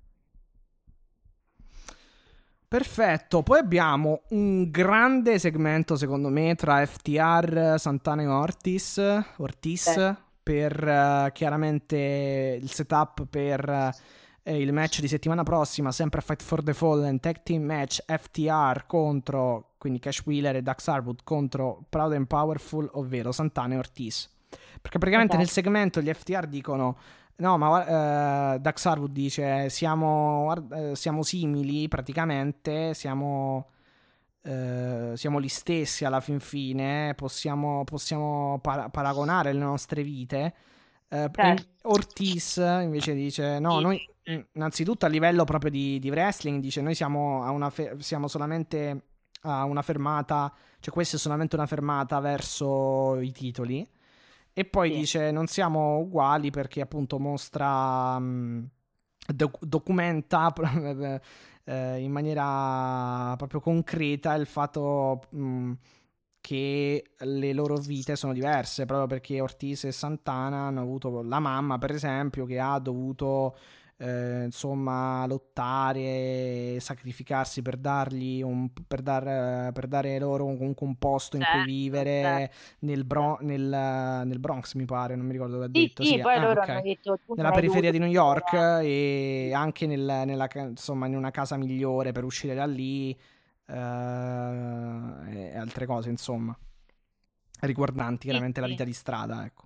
Perfetto, poi abbiamo un grande segmento secondo me tra F T R, Santana e Ortiz, Cioè, Ortiz per eh, chiaramente il setup per eh, il match di settimana prossima, sempre a Fight for the Fallen, tag team match F T R contro, quindi Cash Wheeler e Dax Harwood contro Proud and Powerful, ovvero Santana e Ortiz. Perché praticamente nel esatto. segmento gli F T R dicono no, ma eh, Dax Harwood dice siamo, guard- eh, siamo simili praticamente, siamo, eh, siamo gli stessi alla fin fine, possiamo, possiamo para- paragonare le nostre vite. Eh, e in- Certo. Ortiz invece dice no, Sì, noi sì, mm, sì. innanzitutto a livello proprio di, di wrestling, dice noi siamo, a una fe- siamo solamente a una fermata, cioè questa è solamente una fermata verso i titoli. E poi Sì. dice non siamo uguali perché appunto mostra, mh, doc- documenta eh, in maniera proprio concreta il fatto mh, che le loro vite sono diverse, proprio perché Ortiz e Santana hanno avuto la mamma, per esempio, che ha dovuto eh, insomma lottare, sacrificarsi per dargli un, per, dar, per dare loro comunque un posto in cui Certo, certo, vivere nel, Bro- certo. nel, nel Bronx, mi pare, non mi ricordo dove ha Sì, detto. sì, Sì, poi ah, loro hanno ok. detto tu Nella non hai periferia dovuto di New York vivere. e Sì, anche nel- nella, ca- insomma, in una casa migliore per uscire da lì eh, e altre cose, insomma, riguardanti sì, chiaramente la sì. vita di strada, ecco.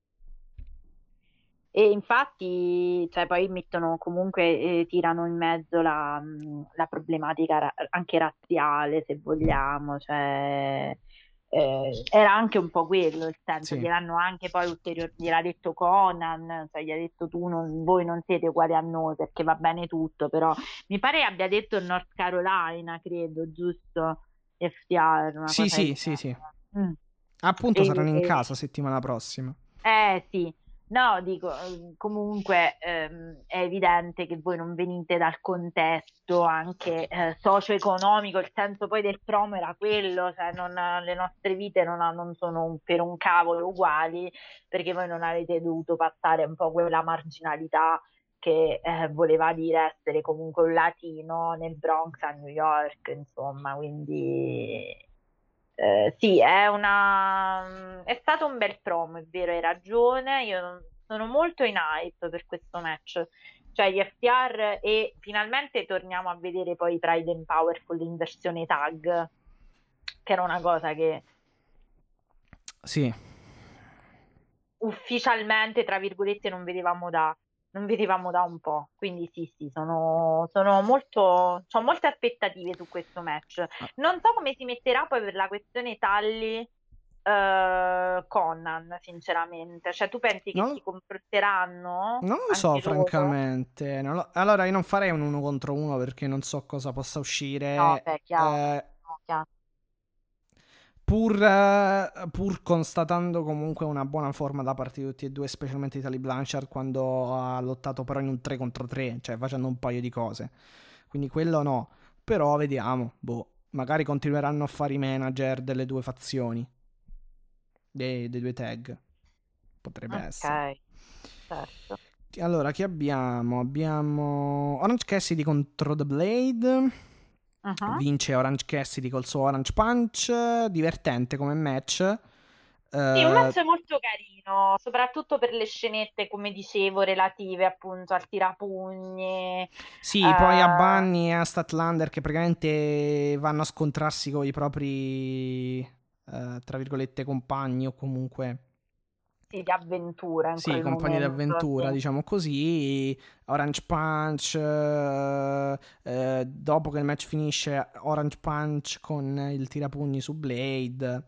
E infatti, cioè, poi mettono comunque, eh, tirano in mezzo la, mh, la problematica ra- anche razziale, se vogliamo, cioè, eh, era anche un po' quello il senso, Sì. gliel'hanno anche poi ulterior, gliel'ha detto Conan, cioè gli ha detto tu non- voi non siete uguali a noi perché va bene tutto, però mi pare abbia detto il North Carolina, credo, giusto? F T R, una Sì, cosa del sì, sì, sì. genere. Mm. Appunto, saranno in E- casa settimana prossima. Eh sì, no, dico, eh, comunque ehm, è evidente che voi non venite dal contesto anche eh, socio-economico, il senso poi del promo era quello, cioè non- le nostre vite non, ha- non sono un- per un cavolo uguali, perché voi non avete dovuto passare un po' quella marginalità che eh, voleva dire essere comunque un latino nel Bronx a New York, insomma, quindi eh, sì, è una... è stato un bel promo, è vero, hai ragione. Io non- sono molto in hype per questo match. Cioè, gli F T R e finalmente torniamo a vedere poi Pride and Powerful in versione tag, che era una cosa che Sì. ufficialmente, tra virgolette, non vedevamo da, non vedevamo da un po'. Quindi sì, sì, sono, sono molto, ho molte aspettative su questo match. Ah, Non so come si metterà poi per la questione Tully eh, Conan, sinceramente. Cioè, tu pensi che non si lo, comporteranno non lo so, anche loro? francamente. Non lo- allora, io non farei un uno contro uno perché non so cosa possa No, uscire. beh, chiaro. eh, No, chiaro. Pur, eh, pur constatando comunque una buona forma da parte di tutti e due, specialmente di Tully Blanchard quando ha lottato però in un tre contro tre, cioè facendo un paio di cose. Quindi quello no. Però vediamo, boh, magari continueranno a fare i manager delle due fazioni, dei, dei due tag. Potrebbe essere. Ok, certo. Allora, chi abbiamo? Abbiamo Orange Cassidy contro The Blade. Mhm. Vince Orange Cassidy col suo Orange Punch. Divertente come match. Sì, un Eh, match molto carino, soprattutto per le scenette, come dicevo, relative appunto al tirapugni. Eh, sì, poi a Bunny e a Statlander che praticamente vanno a scontrarsi con i propri, eh, tra virgolette, compagni o comunque, sì, di avventura in sì, quel compagni momento, d'avventura, sì. diciamo così. Orange Punch, eh, eh, dopo che il match finisce, Orange Punch con il tirapugni su Blade.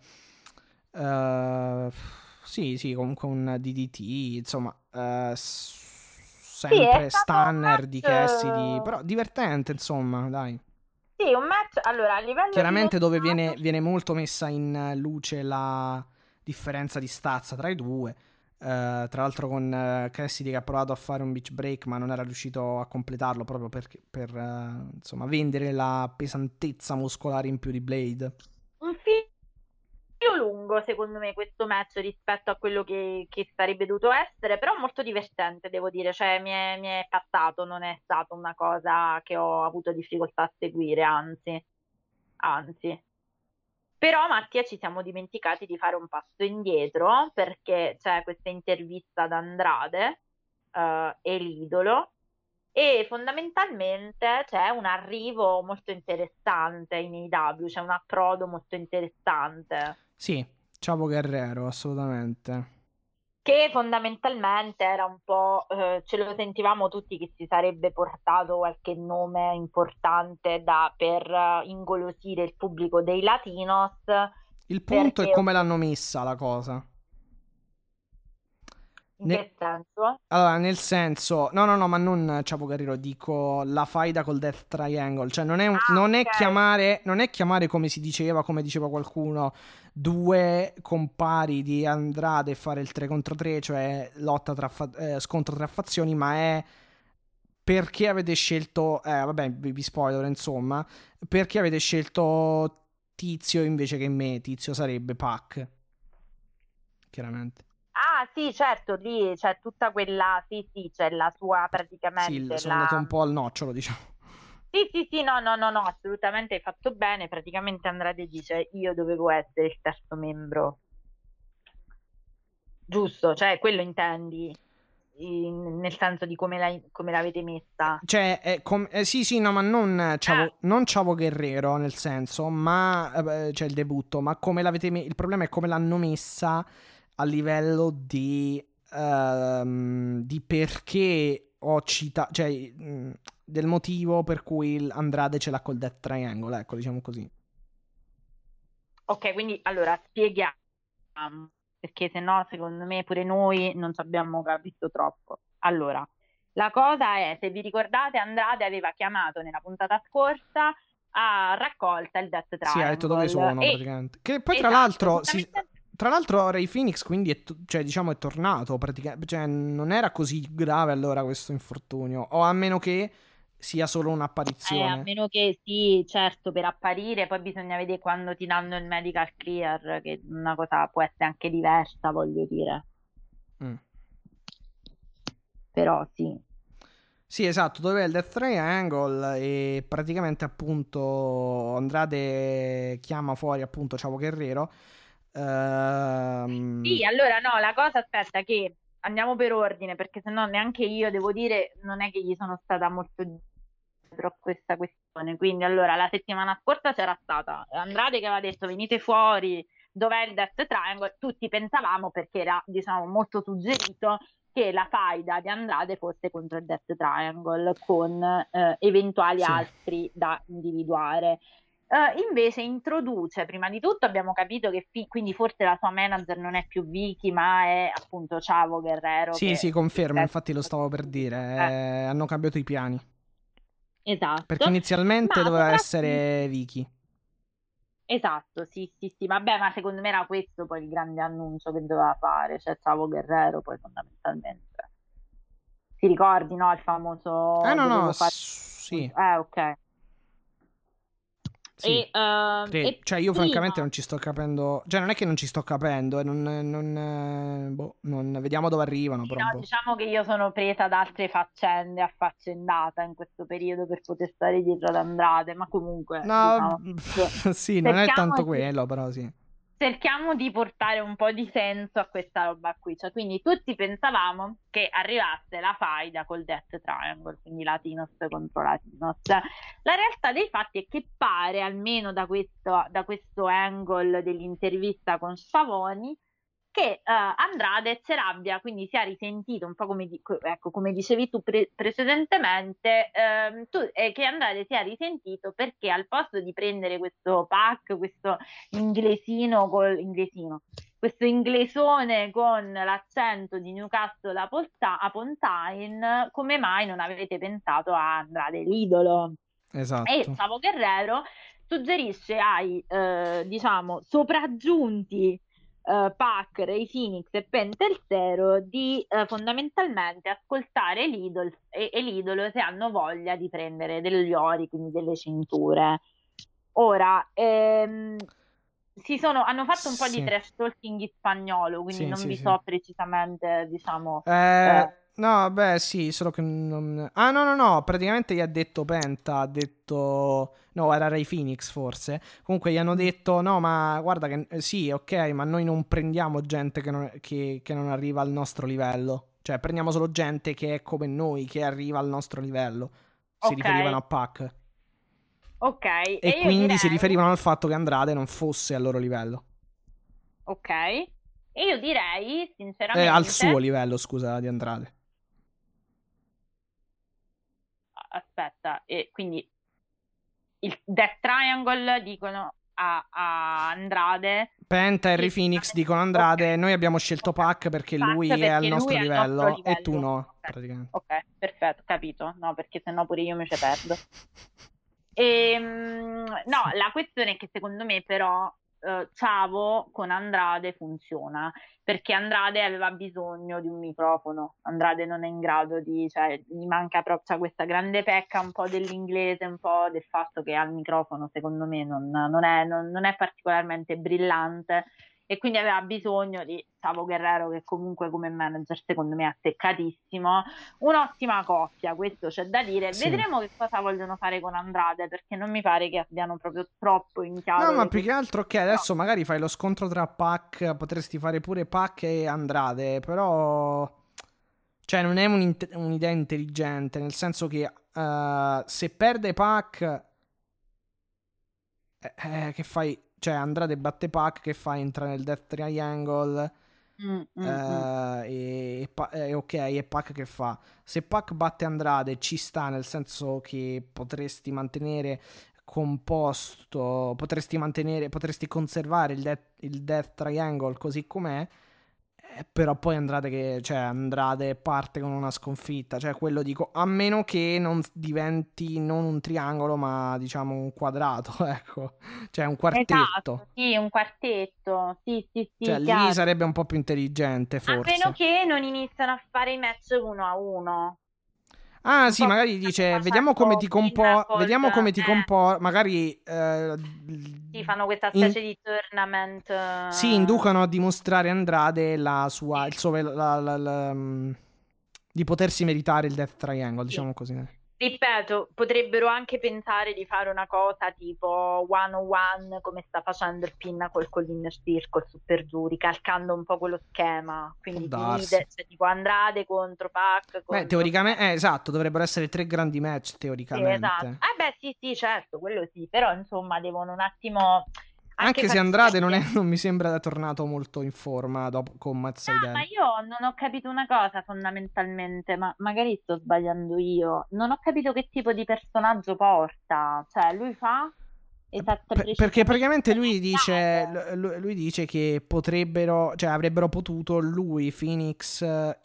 Eh, sì, sì, comunque un D D T, insomma, eh, s- Sì, è sempre stato un stunner di Cassidy, match, però divertente, insomma, dai. sì, un match, allora, a livello di Chiaramente dove lottato, viene, viene molto messa in luce la differenza di stazza tra i due. Eh, tra l'altro con eh, Cassidy che ha provato a fare un beach break ma non era riuscito a completarlo proprio perché- per eh, insomma, vendere la pesantezza muscolare in più di Blade. un filo lungo, secondo me, questo match rispetto a quello che, che sarebbe dovuto essere, però molto divertente, devo dire, cioè mi è, mi è passato, non è stata una cosa che ho avuto difficoltà a seguire, anzi, anzi. Però, Mattia, ci siamo dimenticati di fare un passo indietro perché c'è questa intervista ad Andrade, eh, e l'idolo, e fondamentalmente c'è un arrivo molto interessante in A E W, c'è un approdo molto interessante. Sì, Chavo Guerrero, assolutamente. Che fondamentalmente era un po', eh, ce lo sentivamo tutti che si sarebbe portato qualche nome importante da, per eh, ingolosire il pubblico dei Latinos, Il punto è perché come l'hanno messa la cosa. in Ne- che senso? Allora, nel senso, no, no, no, ma non Chavo Guerrero, dico la faida col Death Triangle. Cioè, non è, un- Ah, non è ok. chiamare, non è chiamare come si diceva, come diceva qualcuno, due compari di Andrade e fare il tre contro tre, cioè lotta tra fa- eh, scontro tra fazioni, ma è perché avete scelto, eh, vabbè, vi, vi spoiler, insomma, perché avete scelto Tizio invece che me. Tizio sarebbe Pac, chiaramente. Ah, sì, certo, lì c'è tutta quella, sì, sì, c'è la sua Sì, praticamente sono andato la... un po' al nocciolo, diciamo. Sì, sì, sì, no, no, no, no, assolutamente hai fatto bene. Praticamente Andrade dice io dovevo essere il terzo membro, giusto? Cioè, quello intendi, in- nel senso di come, l'hai- come l'avete messa. Cioè, è com- eh, sì, sì, no, ma non Ah, Chavo, non Chavo Guerrero, nel senso, ma eh, cioè il debutto, ma come l'avete me- il problema è come l'hanno messa a livello di ehm, di perché ho citato, cioè mh, del motivo per cui il Andrade ce l'ha col Death Triangle, ecco, diciamo così. ok, quindi allora spieghiamo, perché se no, secondo me, pure noi non ci abbiamo capito troppo. Allora, la cosa è, se vi ricordate, Andrade aveva chiamato nella puntata scorsa a raccolta il Death Sì, ha detto dove Triangle sono e praticamente. Che poi tra esatto, l'altro si, fondamentalmente. Tra l'altro Ray Phoenix quindi è, to- cioè, diciamo è tornato praticamente, cioè non era così grave allora questo infortunio, o a meno che sia solo Eh, a un'apparizione. meno che sì, certo, per apparire, poi bisogna vedere quando ti danno il medical clear, che una cosa può essere anche diversa, voglio dire. Mm. Però sì. Sì, esatto, dove è il Death Triangle e praticamente appunto Andrade chiama fuori appunto Chavo Guerrero. Ehm, Sì, allora no, la cosa aspetta che andiamo per ordine, perché sennò neanche io devo dire, non è che gli sono stata molto dietro a questa questione. Quindi allora la settimana scorsa c'era stata Andrade che aveva detto venite fuori, dov'è il Death Triangle? Tutti pensavamo, perché era diciamo molto suggerito, che la faida di Andrade fosse contro il Death Triangle con eh, eventuali sì, altri da individuare. Eh, invece introduce, prima di tutto abbiamo capito che fi- quindi forse la sua manager non è più Vicky, ma è appunto Chavo Guerrero sì, sì, che confermo, infatti lo stavo per dire, eh, eh, hanno cambiato i piani, perché esatto, inizialmente ma doveva soprattutto essere Vicky. esatto, sì, sì, sì, vabbè, ma secondo me era questo poi il grande annuncio che doveva fare, cioè Chavo Guerrero poi fondamentalmente. Ti ricordi, no? Il Eh famoso no, no, dovevo fare... s- sì, Eh, ok. sì, E, ehm, credo. e Cioè io francamente prima... non ci sto capendo, cioè non è che non ci sto capendo, eh, non, non, eh, boh, non- vediamo dove arrivano, Sì, però no, boh. diciamo che io sono presa da altre faccende affaccendata in questo periodo per poter stare dietro ad Andrade, ma comunque, No, diciamo, cer- sì, non è cerchiamo tanto di, quello, però sì. cerchiamo di portare un po' di senso a questa roba qui. Cioè, quindi tutti pensavamo che arrivasse la faida col Death Triangle, quindi Latinos contro Latinos. La realtà dei fatti è che pare, almeno da questo, da questo angle dell'intervista con Schiavoni, che eh, Andrade ce l'abbia, quindi si è risentito un po' come, di- ecco, come dicevi tu pre- precedentemente, ehm, tu, eh, che Andrade si è risentito perché al posto di prendere questo pack, questo inglesino col inglesino, questo inglesone con l'accento di Newcastle a Polta- upon Tyne, come mai non avete pensato a Andrade l'idolo? E Esatto. Chavo Guerrero suggerisce ai, eh, diciamo, sopraggiunti eh, Pac, Ray Phoenix e Pentel Zero di eh, fondamentalmente ascoltare l'idol e, e l'idolo se hanno voglia di prendere degli ori, quindi delle cinture. Ora, ehm, si sono, hanno fatto un po' di Sì, trash talking in spagnolo, quindi sì, non sì, vi sì. so precisamente, diciamo, Eh, eh, no, beh, sì, solo che non... Ah, no, no, no, praticamente gli ha detto Penta, ha detto... No, era Ray Phoenix forse. Comunque gli hanno detto, no, ma guarda che... eh, sì, ok, ma noi non prendiamo gente che non, che- che non arriva al nostro livello. Cioè, prendiamo solo gente che è come noi, che arriva al nostro livello. Si ok, riferivano a Pac. ok, E e io quindi si direi, riferivano al fatto che Andrade non fosse al loro livello. ok, e io direi Eh, al suo sinceramente, livello, scusa, di Andrade. aspetta, e quindi il Death Triangle dicono a, a Andrade Penta e Ray che Phoenix dicono ok, Andrade, noi abbiamo scelto ok, Pac perché Pac lui è al perché lui nostro è al nostro livello e tu livello. no, Ok, praticamente. ok, perfetto, capito. No, perché sennò pure io mi ci perdo. Ehm, no, Sì. la questione è che secondo me però eh, Ciavo con Andrade funziona, perché Andrade aveva bisogno di un microfono, Andrade non è in grado di, cioè gli manca proprio, c'ha questa grande pecca un po' dell'inglese, un po' del fatto che al microfono secondo me non, non è, non- non è particolarmente brillante e quindi aveva bisogno di Ciavo Guerrero che comunque come manager secondo me è azzeccatissimo. Un'ottima coppia, questo c'è da dire. Sì. Vedremo che cosa vogliono fare con Andrade, perché non mi pare che abbiano proprio troppo in No, chiaro ma le più che questioni. altro, ok, No, adesso magari fai lo scontro tra Pac, potresti fare pure Pac e Andrade, però... Cioè, non è un'int- un'idea intelligente, nel senso che eh, se perde Pac, eh, eh, che fai? Cioè, Andrade batte Pac, che fa? Entra nel Death Triangle, mm, mm, mm. eh, e, e Pa- e ok, e Pac che fa? Se Pac batte Andrade ci sta, nel senso che potresti mantenere composto, potresti mantenere, potresti conservare il, Death- il Death Triangle così com'è. Eh, però poi Andrade che cioè Andrade parte con una sconfitta, cioè quello dico, a meno che non diventi non un triangolo ma diciamo un quadrato, ecco, cioè un quartetto, Esatto, sì, un quartetto, sì, sì, cioè sì, lì chiaro. sarebbe un po' più intelligente A meno forse. che non iniziano a fare i match uno a uno, Ah un sì, po' come magari stanno dice vediamo come ti facendo compor Pinnacle, vediamo come ti eh, compor magari eh, sì, fanno questa in- specie di tournament, si eh, inducano a dimostrare a Andrade la sua, sì, il suo, vel- la- la- la- mm, di potersi meritare il Death Triangle, sì. diciamo così. Ripeto, potrebbero anche pensare di fare una cosa tipo one on one come sta facendo il Pinnacle con l'Inner Circle Super giù, ricalcando un po' quello schema, Può quindi darsi. divide, cioè tipo Andrade contro Pac Beh, contro teoricamente, eh, Kenny. esatto, dovrebbero essere tre grandi match, Sì, esatto. teoricamente. Eh beh, sì, sì, certo, quello sì, però insomma devono un attimo anche Anche se farsi Andrade non, è- capire. non mi sembra tornato molto in forma dopo, con Matt No, ma Sydal. io non ho capito una cosa fondamentalmente, ma magari sto sbagliando io. Non ho capito che tipo di personaggio porta. Cioè, lui fa esatta e Per- perché precisamente praticamente lui dice, Andrade. lu- lui dice che potrebbero, cioè avrebbero potuto lui, Phoenix eh,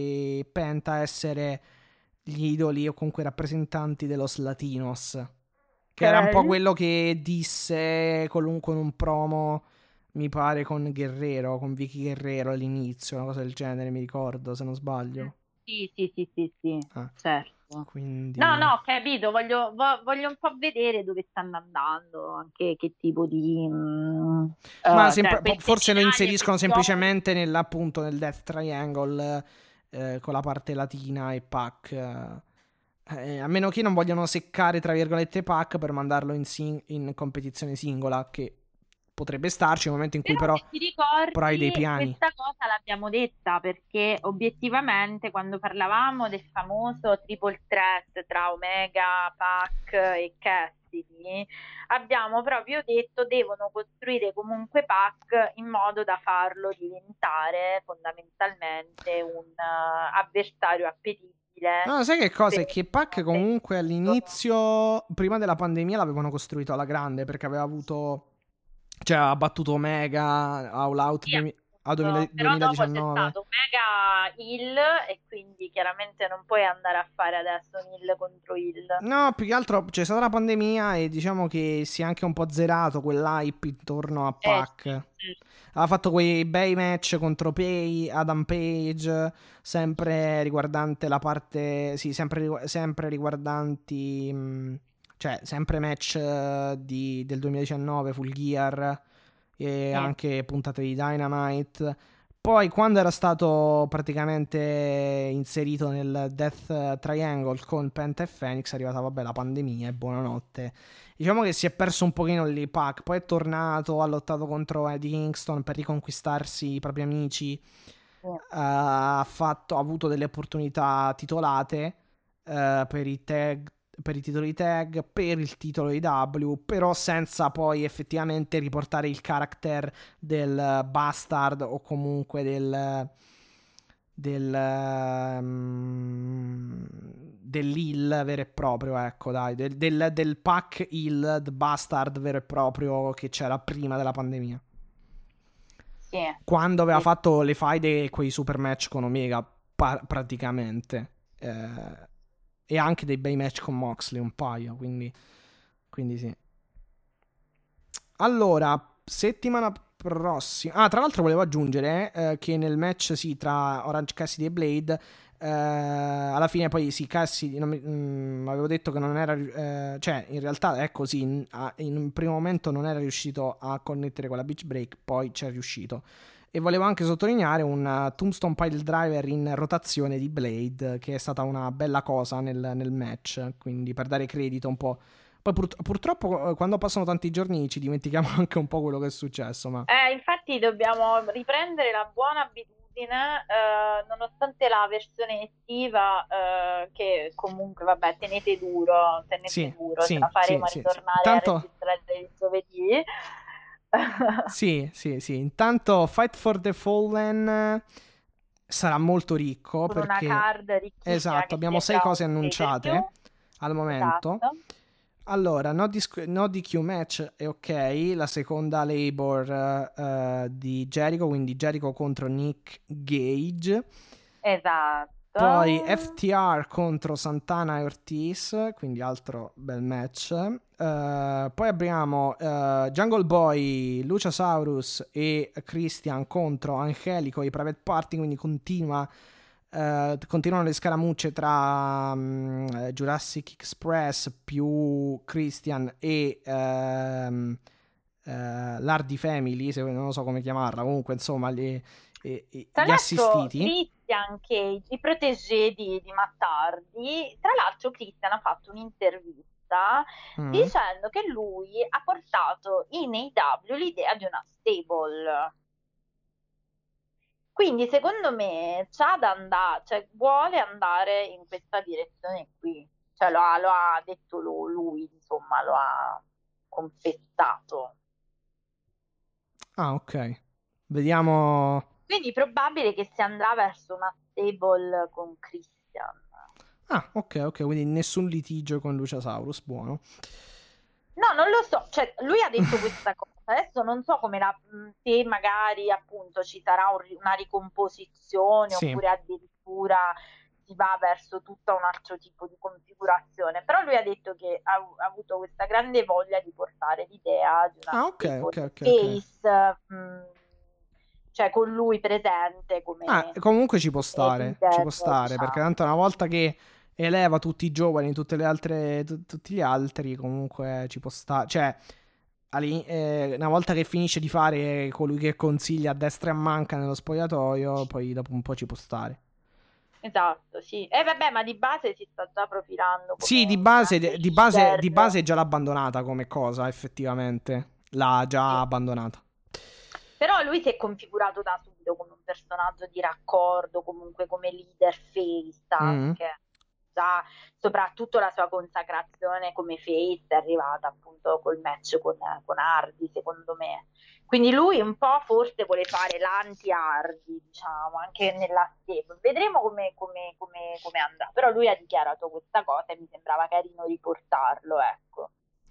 e Penta essere gli idoli o comunque rappresentanti de Los Latinos. Che era un po' Ok. quello che disse comunque in un promo, mi pare, con Guerrero, con Vicky Guerrero all'inizio, una cosa del genere, mi ricordo, se non Mm. sbaglio. Sì, sì, sì, sì, sì, Ah, certo. No, quindi... no, ho capito, voglio, vo- voglio un po' vedere dove stanno andando, anche che tipo di... mm, Ma eh, cioè, sempl- po- queste forse lo medaglie, inseriscono questioni. semplicemente nell'appunto nel Death Triangle eh, con la parte latina e Pac. eh, eh, a meno che non vogliano seccare, tra virgolette, Pac per mandarlo in, sing- in competizione singola, che potrebbe starci nel momento in cui Però però, se ti però hai dei ricordi, piani. questa cosa l'abbiamo detta perché obiettivamente quando parlavamo del famoso triple threat tra Omega, Pac e Cassidy, abbiamo proprio detto devono costruire comunque Pac in modo da farlo diventare fondamentalmente un eh, avversario appetibile No, sai che cosa? per, È che Pac per il comunque titolo. all'inizio, prima della pandemia, l'avevano costruito alla grande perché aveva avuto, cioè ha battuto Omega, All Out Sì, duemila a duemila appunto. Però dopo c'è duemiladiciannove. stato mega heal e quindi chiaramente non puoi andare a fare adesso un heal contro heal. No, più che altro c'è stata la pandemia e diciamo che si è anche un po' zerato quell'hype intorno a Eh Pac. sì, sì, Ha fatto quei bei match contro Pay, Adam Page, sempre riguardante la parte, sì, sempre, rigu- sempre riguardanti, mh, cioè sempre match eh, di- del duemiladiciannove, Full Gear e sì, anche puntate di Dynamite. Poi, quando era stato praticamente inserito nel Death Triangle con Penta e Phoenix, è arrivata, vabbè, la pandemia e buonanotte. Diciamo che si è perso un pochino lì Pac, poi è tornato, ha lottato contro Eddie Kingston per riconquistarsi i propri amici, sì. ha, fatto, ha avuto delle opportunità titolate eh, per i tag, per i titoli tag, per il titolo I W, però senza poi effettivamente riportare il character del bastard o comunque del del um, dell'Hill vero e proprio, ecco, dai, del, del, del pack Hill, the bastard vero e proprio che c'era prima della pandemia. Sì, Quando aveva sì. fatto le faide e quei super match con Omega, pa- praticamente. Eh, e anche dei bei match con Moxley, un paio, quindi, quindi sì. Allora, settimana prossima. Ah, tra l'altro volevo aggiungere eh, che nel match sì, tra Orange Cassidy e Blade, eh, alla fine poi sì, Cassidy non mi- mm, avevo detto che non era, eh, cioè in realtà è così, in, a- in un primo momento non era riuscito a connettere con la Beach Break, poi c'è riuscito. E volevo anche sottolineare un uh, Tombstone Pile Driver in rotazione di Blade, che è stata una bella cosa nel, nel match, quindi per dare credito un po'. Poi pur- purtroppo eh, quando passano tanti giorni ci dimentichiamo anche un po' quello che è successo, ma... Eh, infatti dobbiamo riprendere la buona abitudine, eh, nonostante la versione estiva, eh, che comunque, vabbè, tenete duro, tenete Sì, duro, ce sì, la sì, faremo a sì, sì. ritornare a Intanto... registrare il giovedì. Sì, sì, sì. Intanto Fight for the Fallen eh, sarà molto ricco Con una perché... card ricchissima Esatto, che abbiamo sei sembra cose un pay per view. annunciate al momento. Esatto. Allora, no, disc- no D Q match è ok, la seconda labor uh, di Jericho, quindi Jericho contro Nick Gage. Esatto. Poi F T R contro Santana e Ortiz, quindi altro bel match. Uh, poi abbiamo uh, Jungle Boy, Luchasaurus e Christian contro Angelico e Private Party, quindi continua, uh, continuano le scaramucce tra um, Jurassic Express più Christian e um, uh, l'Hardy Family, se non so come chiamarla, comunque insomma le, e, e, Tra gli l'altro assistiti. Christian Cage, i protégé di, di Matt Hardy, tra l'altro Christian ha fatto un'intervista Mm. dicendo che lui ha portato in A E W l'idea di una stable. Quindi secondo me c'ha da andare, cioè vuole andare in questa direzione qui. Cioè lo ha, lo ha detto lo- lui, insomma, lo ha confessato. Ah, ok. Vediamo. Quindi probabile che si andrà verso una stable con Christian. Ah, ok, ok, quindi nessun litigio con Luciasaurus, buono. No, non lo so, cioè lui ha detto questa cosa, adesso non so come la, se magari appunto ci sarà un ri- una ricomposizione Sì. oppure addirittura si va verso tutto un altro tipo di configurazione, però lui ha detto che ha, ha avuto questa grande voglia di portare l'idea di una Ah, ok, stable ok, ok, ok. face, mh, cioè con lui presente come Ah, comunque ci può stare, leader, ci può stare, diciamo. perché tanto una volta che eleva tutti i giovani, tutte le altre, tu- tutti gli altri, comunque ci può stare. Cioè, all'in- eh, una volta che finisce di fare colui che consiglia a destra e a manca nello spogliatoio, poi dopo un po' ci può stare. Esatto, sì. E vabbè, ma di base si sta già profilando come Sì, di un base, grande di base, leader. di base già l'ha abbandonata come cosa, effettivamente. L'ha già Sì. abbandonata. Però lui si è configurato da subito come un personaggio di raccordo, comunque come leader face anche. Già, soprattutto la sua consacrazione come face è arrivata appunto col match con, con Hardy, secondo me. Quindi lui un po' forse vuole fare l'anti-Hardy, diciamo, anche nella stable. Vedremo come, come, come, come andrà. Però lui ha dichiarato questa cosa e mi sembrava carino riportarlo, ecco.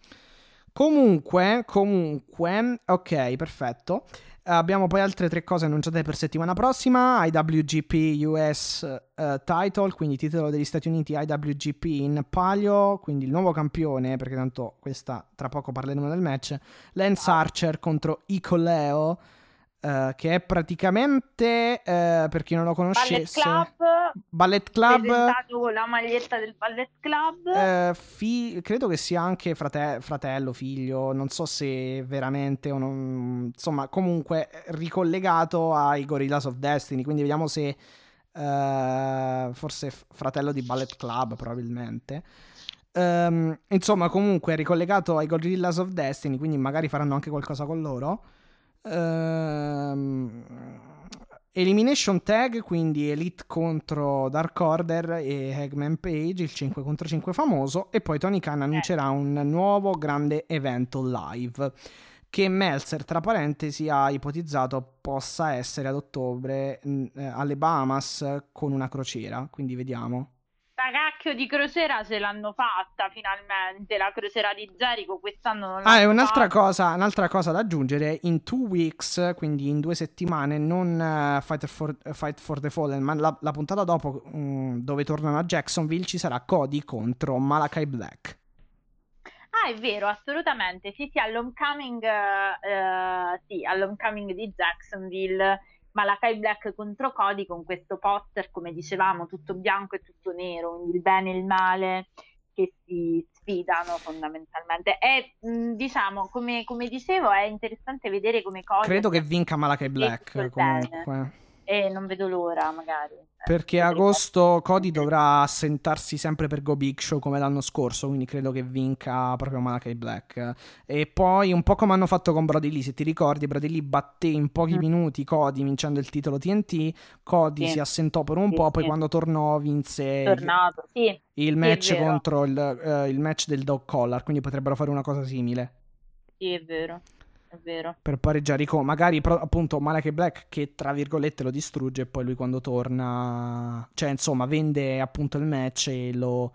Comunque, comunque, ok, perfetto. Abbiamo poi altre tre cose annunciate per settimana prossima. I W G P U S uh, title, quindi titolo degli Stati Uniti I W G P in palio, quindi il nuovo campione, perché tanto questa tra poco parleremo del match. Lance Archer contro Icoleo, uh, che è praticamente, uh, per chi non lo Ballet conoscesse, Club, Ballet Club, presentato con la maglietta del Ballet Club. eh, fi- credo che sia anche frate- fratello, figlio, non so se veramente o non, insomma, comunque ricollegato ai Gorillas of Destiny, quindi vediamo se eh, forse f- fratello di Ballet Club probabilmente. Ehm, insomma, comunque è ricollegato ai Gorillas of Destiny, quindi magari faranno anche qualcosa con loro. Ehm, Elimination Tag, quindi Elite contro Dark Order e Hangman Page, il cinque contro cinque famoso, e poi Tony Khan annuncerà un nuovo grande evento live che Meltzer, tra parentesi, ha ipotizzato possa essere ad ottobre mh, eh, alle Bahamas con una crociera, quindi vediamo. La cacchio di crociera ce l'hanno fatta finalmente, la crociera di Jericho quest'anno non Ah, e l'hanno un'altra fatta. cosa, un'altra cosa da aggiungere, in two weeks, quindi in due settimane, non uh, Fight, for, uh, Fight for the Fallen, ma la, la puntata dopo, um, dove tornano a Jacksonville, ci sarà Cody contro Malachi Black. Ah, è vero, assolutamente. Sì, sì, all'homecoming, eh, sì, all'homecoming di Jacksonville, Malachi Black contro Cody con questo poster, come dicevamo, tutto bianco e tutto nero, quindi il bene e il male che si sfidano fondamentalmente. E mh, diciamo, come, come dicevo, è interessante vedere come Cody Credo che abbia vinca Malachi tutto Black, il comunque. bene. E non vedo l'ora, magari. Eh, Perché vedremo. agosto Cody dovrà assentarsi sempre per Go Big Show come l'anno scorso, quindi credo che vinca proprio Malachi Black. E poi un po' come hanno fatto con Brody Lee, se ti ricordi, Brody Lee batté in pochi Mm. minuti Cody vincendo il titolo T N T, Cody Sì. si assentò per un Sì, po', sì. poi quando tornò vinse Tornato, sì. il, il Sì, match è vero. contro il, eh, il match del Dog Collar, quindi potrebbero fare una cosa simile. Sì, è vero. È vero. Per pareggiare i co- magari pro- appunto Malachi Black che tra virgolette lo distrugge e poi lui quando torna, cioè insomma vende appunto il match e lo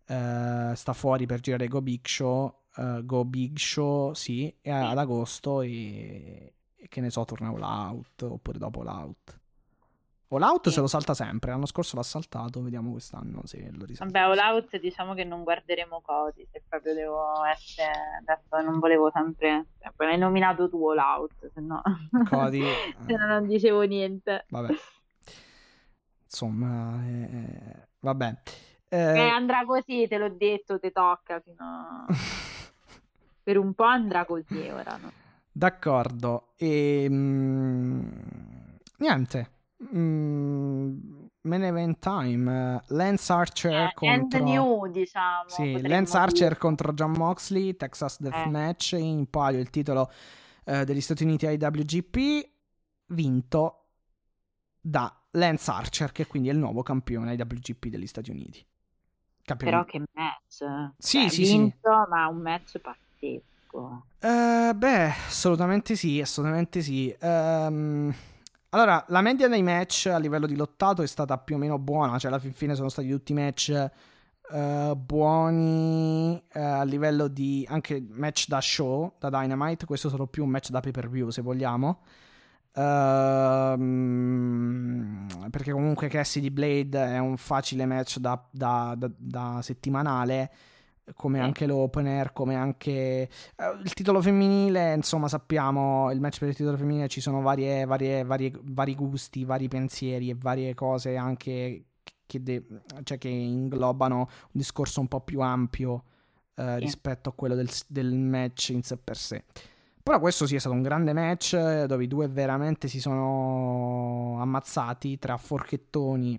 uh, sta fuori per girare Go Big Show, uh, Go Big Show, sì, e ad agosto e, e che ne so, torna All Out oppure dopo All Out. All Out Sì. se lo salta sempre, l'anno scorso l'ha saltato, vediamo quest'anno se lo risalta. Vabbè, All Out diciamo che non guarderemo Cody, se proprio devo essere, adesso non volevo sempre, sempre l'hai nominato tu All Out, se no Cody, se no non dicevo niente. Vabbè, insomma, eh, vabbè. Eh, Eh, andrà così, te l'ho detto, te tocca fino a... per un po' andrà così ora, no? D'accordo. E mm, niente. Mm, main event time. Lance Archer Eh, and contro new, diciamo, Sì, potremmo Lance Archer dire. contro Jon Moxley, Texas Deathmatch, in palio il titolo eh, degli Stati Uniti ai W G P, vinto da Lance Archer, che quindi è il nuovo campione ai W G P degli Stati Uniti. Campione. Però che match. Sì, Cioè, sì, vinto, sì. ma un match pazzesco. Eh, beh, assolutamente sì, assolutamente sì. Ehm, allora, la media dei match a livello di lottato è stata più o meno buona, cioè alla fin fine sono stati tutti match eh, buoni eh, a livello di anche match da show, da Dynamite. Questo sono più un match da pay per view, se vogliamo. Ehm, perché comunque Cassidy Blade è un facile match da, da, da, da settimanale, come Sì. anche l'opener, come anche eh, il titolo femminile. Insomma, sappiamo il match per il titolo femminile, ci sono varie, varie, varie, vari gusti, vari pensieri e varie cose anche che, de- cioè che inglobano un discorso un po' più ampio eh, Sì. rispetto a quello del, del match in sé per sé. Però questo sì è stato un grande match dove i due veramente si sono ammazzati tra forchettoni,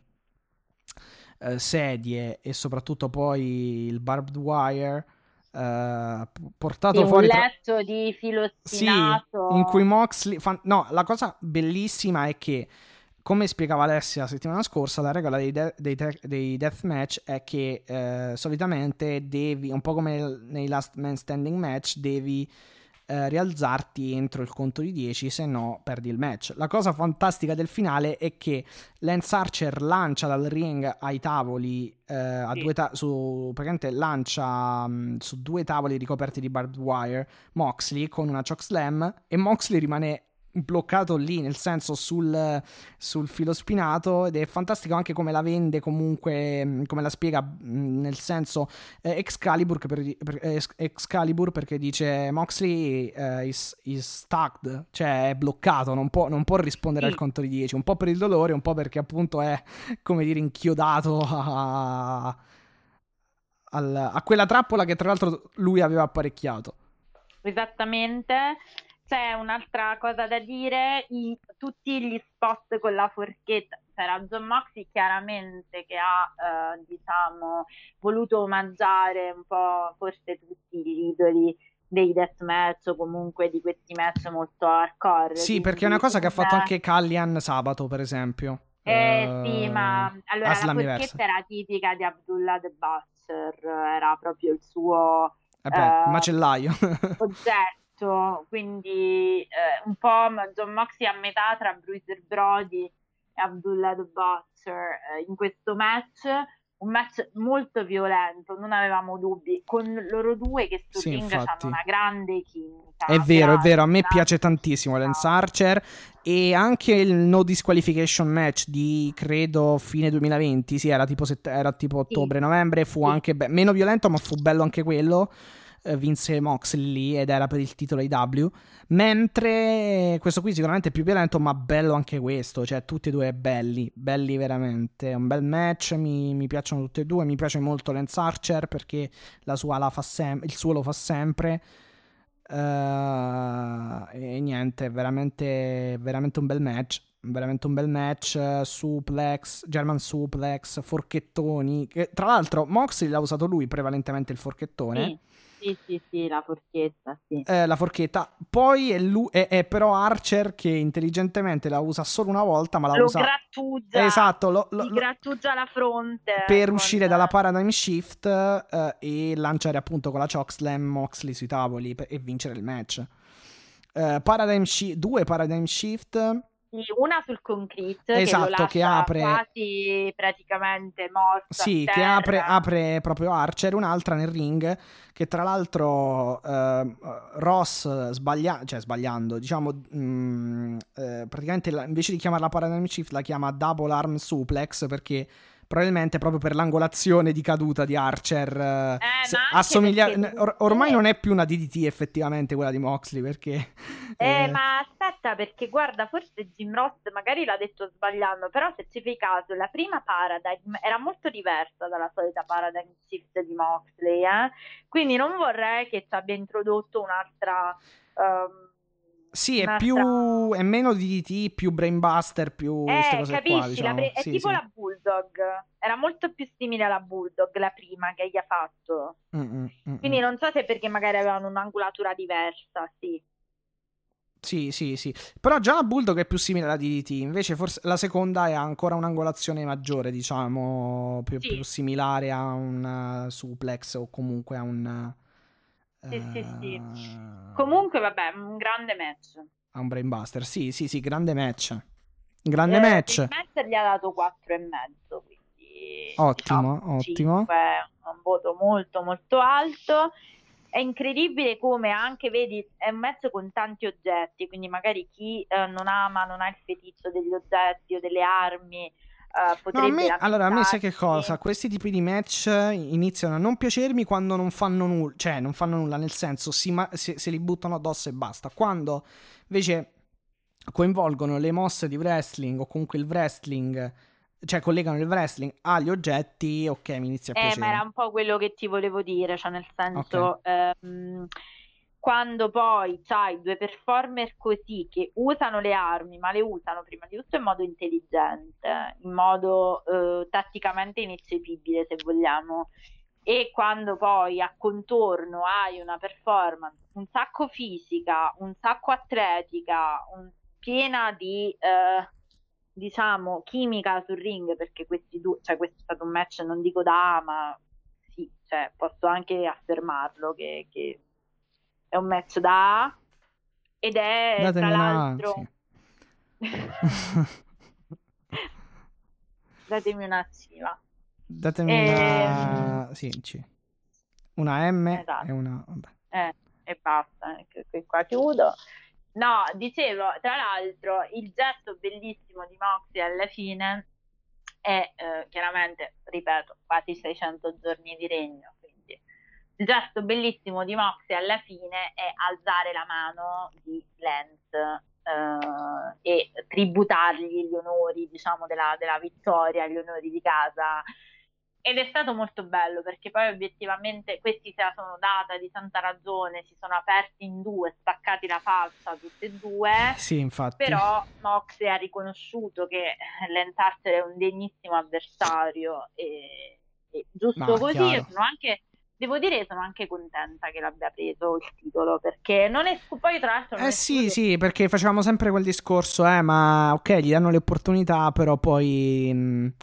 eh, sedie e soprattutto poi il barbed wire, eh, portato Sì, un fuori tra... letto di filo Sì, spinato. in cui Moxley... fan- No, la cosa bellissima è che, come spiegava Alessia la settimana scorsa, la regola dei, de- dei, te- dei deathmatch è che eh, solitamente devi, un po' come nei last man standing match, devi eh, rialzarti entro il conto di dieci, se no perdi il match. La cosa fantastica del finale è che Lance Archer lancia dal ring ai tavoli eh, a Sì. due ta- su praticamente lancia mh, su due tavoli ricoperti di barbed wire Moxley con una chokeslam, e Moxley rimane bloccato lì, nel senso sul, sul filo spinato, ed è fantastico anche come la vende, comunque mh, come la spiega, mh, nel senso eh, Excalibur, che per, per, eh, Excalibur perché dice Moxley eh, is, is stuck, cioè è bloccato, non può, non può rispondere Sì. al conto di dieci, un po' per il dolore, un po' perché appunto è, come dire, inchiodato a, a, a quella trappola che tra l'altro lui aveva apparecchiato. Esattamente. C'è un'altra cosa da dire, i- tutti gli spot con la forchetta, c'era Jon Moxley chiaramente che ha, eh, diciamo, voluto omaggiare un po' forse tutti gli idoli dei deathmatch o comunque di questi match molto hardcore. Sì, perché è una quindi cosa che ha un- fatto anche Callian sabato, per esempio. Eh sì, Eh, ma allora a la Slammiverse. forchetta era tipica di Abdullah the Butcher, era proprio il suo Vabbè, eh, macellaio. oggetto, quindi eh, un po' Jon Moxley a metà tra Bruiser Brody e Abdullah the Butcher eh, in questo match, un match molto violento, non avevamo dubbi, con loro due che sul Sì, ring infatti. hanno una grande chimica. È vero, è grande, vero, a me grande piace tantissimo Lance Archer, e anche il no disqualification match di credo fine duemilaventi, sì, era tipo, sett- era tipo ottobre-novembre, fu Sì. anche be- meno violento, ma fu bello anche quello. Eh, vinse Moxley lì ed era per il titolo A E W, mentre questo qui sicuramente è più violento, ma bello anche questo, cioè tutti e due belli, belli veramente, è un bel match, mi, mi piacciono tutti e due, mi piace molto Lance Archer perché la sua la fa sem- il suo lo fa sempre. Uh, e niente, veramente, veramente un bel match. Veramente un bel match. uh, Suplex, German suplex, forchettoni. Che, tra l'altro, Moxley l'ha usato lui prevalentemente il forchettone. Sì, sì, sì, sì, la forchetta, sì. Eh, la forchetta. Poi è, lui, è, è però Archer che intelligentemente la usa solo una volta, ma la Lo usa. grattugia, Esatto, lo, lo, gli lo, grattugia la fronte per con- uscire dalla Paradigm Shift eh, e lanciare appunto con la chokeslam Moxley sui tavoli per- e vincere il match. Eh, Paradigm Shi- due Paradigm Shift Sì, una sul concrete esatto, che lo che lascia apre quasi praticamente morto a sì, che terra. apre, apre proprio Archer, un'altra nel ring che tra l'altro eh, Ross sbaglia, cioè sbagliando, diciamo mh, eh, praticamente la- invece di chiamarla Paradigm Shift la chiama Double Arm Suplex perché probabilmente proprio per l'angolazione di caduta di Archer eh, Eh, se- ma anche assomiglia perché or- ormai non è più una D D T effettivamente quella di Moxley perché Eh, eh, ma aspetta, perché guarda, forse Jim Ross magari l'ha detto sbagliando, però se ci fai caso, la prima Paradigm era molto diversa dalla solita Paradigm Shift di Moxley, eh? Quindi non vorrei che ci abbia introdotto un'altra, ehm, sì, è un'altra... più è meno D D T, più Brainbuster, più queste Eh, cose qua, capisci? La diciamo. pre- è Sì, tipo sì. la Bulldog, era molto più simile alla Bulldog, la prima che gli ha fatto. Mm, mm, mm, mm. Quindi non so se è perché magari avevano un'angolatura diversa, sì. Sì, sì, sì. Però già la Bulldog è più simile alla D D T, invece forse la seconda è ancora un'angolazione maggiore, diciamo, più, più Sì, similare a un uh, suplex o comunque a un sì, sì, sì. uh, Comunque, vabbè, un grande match. a un Brainbuster. Sì, sì, sì, grande match. Grande Eh, match. Big Mac gli ha dato quattro e mezzo, quindi diciamo Ottimo, ottimo. cinque, un voto molto molto alto. È incredibile come anche, vedi, è un match con tanti oggetti, quindi magari chi eh, non ama, non ha il feticcio degli oggetti o delle armi, eh, No, a potrebbe me, allora, a me sai che cosa? lamentarsi. Questi tipi di match iniziano a non piacermi quando non fanno nulla, cioè non fanno nulla, nel senso si ma- se, se li buttano addosso e basta. Quando invece coinvolgono le mosse di wrestling o comunque il wrestling, cioè collegano il wrestling agli oggetti, ok, mi inizia a Eh, ma era piacere. un po' quello che ti volevo dire, cioè nel Ok. senso, ehm, quando poi c'hai due performer così che usano le armi, ma le usano prima di tutto in modo intelligente, in modo eh, tatticamente ineccepibile, se vogliamo, e quando poi a contorno hai una performance un sacco fisica, un sacco atletica, un- piena di eh, diciamo chimica sul ring, perché questi due, cioè questo è stato un match, non dico da A, ma sì, cioè posso anche affermarlo che, che è un match da A ed è tra Datemi una... sì. l'altro datemi una C va. Datemi Ehm, una... sì, C. Una M e esatto. una... Vabbè. Eh, e basta, eh, che- che qua chiudo. No, dicevo, tra l'altro, il gesto bellissimo di Moxie alla fine è eh, chiaramente, ripeto, quasi seicento giorni di regno, quindi il gesto bellissimo di Moxie alla fine è alzare la mano di Lance eh, e tributargli gli onori, diciamo, della, della vittoria, gli onori di casa. Ed è stato molto bello perché poi obiettivamente questi se la sono data di santa ragione, si sono aperti in due, staccati la faccia tutti e due, Sì, infatti. però Moxley ha riconosciuto che Lance Archer è un degnissimo avversario e, e giusto No, è così. Io chiaro. sono anche, devo dire, sono anche contenta che l'abbia preso il titolo perché non è, poi tra l'altro non Eh sì, escludo. sì, perché facevamo sempre quel discorso, eh, ma ok, gli danno le opportunità, però poi... mh,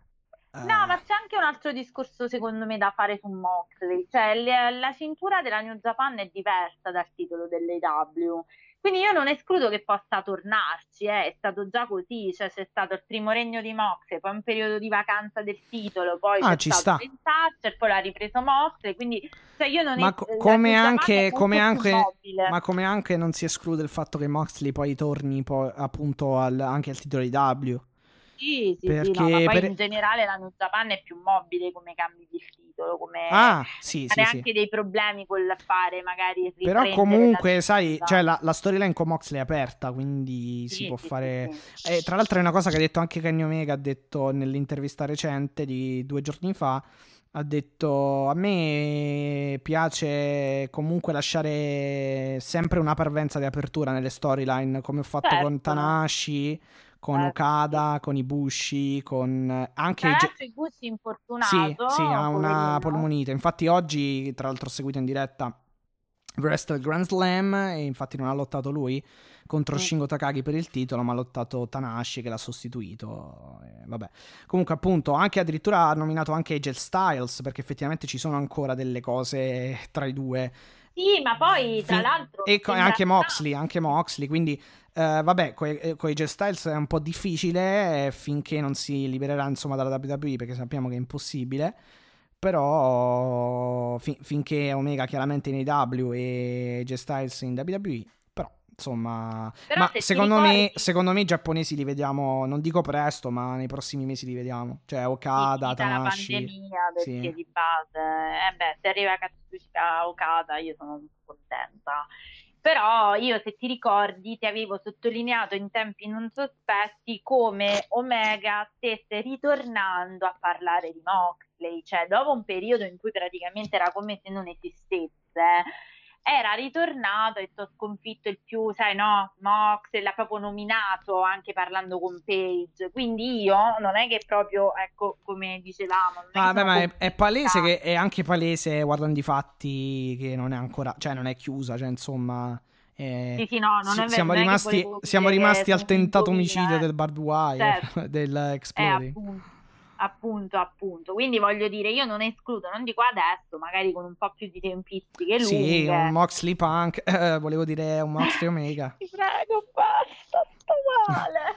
No, ma eh, c'è anche un altro discorso secondo me da fare su Moxley, cioè le- la cintura della New Japan è diversa dal titolo dell'A E W, quindi io non escludo che possa tornarci, eh, è stato già così, cioè c'è stato il primo regno di Moxley, poi un periodo di vacanza del titolo, poi Ah, c'è ci stato sta. Lance e poi l'ha ripreso Moxley, quindi cioè io non Ma es- co- la come New Japan è anche, come molto più anche, mobile. ma come anche non si esclude il fatto che Moxley poi torni poi, appunto al- anche al titolo di W. Sì, sì, sì, no, ma Perché... poi in Per... generale la New Japan è più mobile come cambi di titolo, come Ah, sì, fare sì, sì. anche dei problemi col fare magari Però riprendere la comunque, sai, cintura. cioè la, la storyline con Moxley è aperta, quindi si Sì, può sì, sì, fare... sì. E tra l'altro è una cosa che ha detto anche Kenny Omega, ha detto nell'intervista recente di due giorni fa, ha detto a me piace comunque lasciare sempre una parvenza di apertura nelle storyline, come ho fatto con Certo, Tanahashi, con certo, sì. Okada, con Ibushi, con Tra anche... Ge- l'altro Iguchi sì, infortunato, sì, ha una poverino. polmonite. Infatti oggi, tra l'altro, ho seguito in diretta Wrestle Grand Slam e infatti non ha lottato lui contro Mm. Shingo Takagi per il titolo, ma ha lottato Tanahashi che l'ha sostituito. E vabbè. Comunque, appunto, anche addirittura ha nominato anche A J Styles perché effettivamente ci sono ancora delle cose tra i due. sì, ma poi tra Fin- l'altro e co- sembra anche strano. Moxley, anche Moxley, quindi eh, vabbè, con i J Styles è un po' difficile eh, finché non si libererà insomma dalla W W E, perché sappiamo che è impossibile. Però fin- finché Omega chiaramente in A E W e J Styles in W W E, però insomma, Però ma se ti secondo me, ricordi, secondo me i giapponesi li vediamo, non dico presto, ma nei prossimi mesi li vediamo. Cioè sì, Okada, finita la Tanahashi, pandemia, sì. perché di base, eh beh, se arriva Katsushika Okada io sono contenta. Però io, se ti ricordi, ti avevo sottolineato in tempi non sospetti come Omega stesse ritornando a parlare di Moxley, cioè dopo un periodo in cui praticamente era come se non esistesse, era ritornato e ha sconfitto il più, sai, no, Moxley l'ha proprio nominato anche parlando con Paige, quindi io non è che proprio, ecco, come dicevamo, non è che Vabbè, sono ma è, è palese convinta. che è anche palese, guardando i fatti, che non è ancora, cioè non è chiusa, cioè insomma, eh, Sì, sì, no, non si- è vero, siamo non è che rimasti, volevo siamo dire che rimasti al sono nel tentato omicidio duemila, eh. del barbed wire, Certo, del è exploding. appunto, appunto, appunto. Quindi voglio dire, io non escludo, non dico adesso, magari con un po' più di tempistiche Sì, un lunghe. Moxley Punk, eh, volevo dire un Moxley Omega. Ti prego, basta, sto male.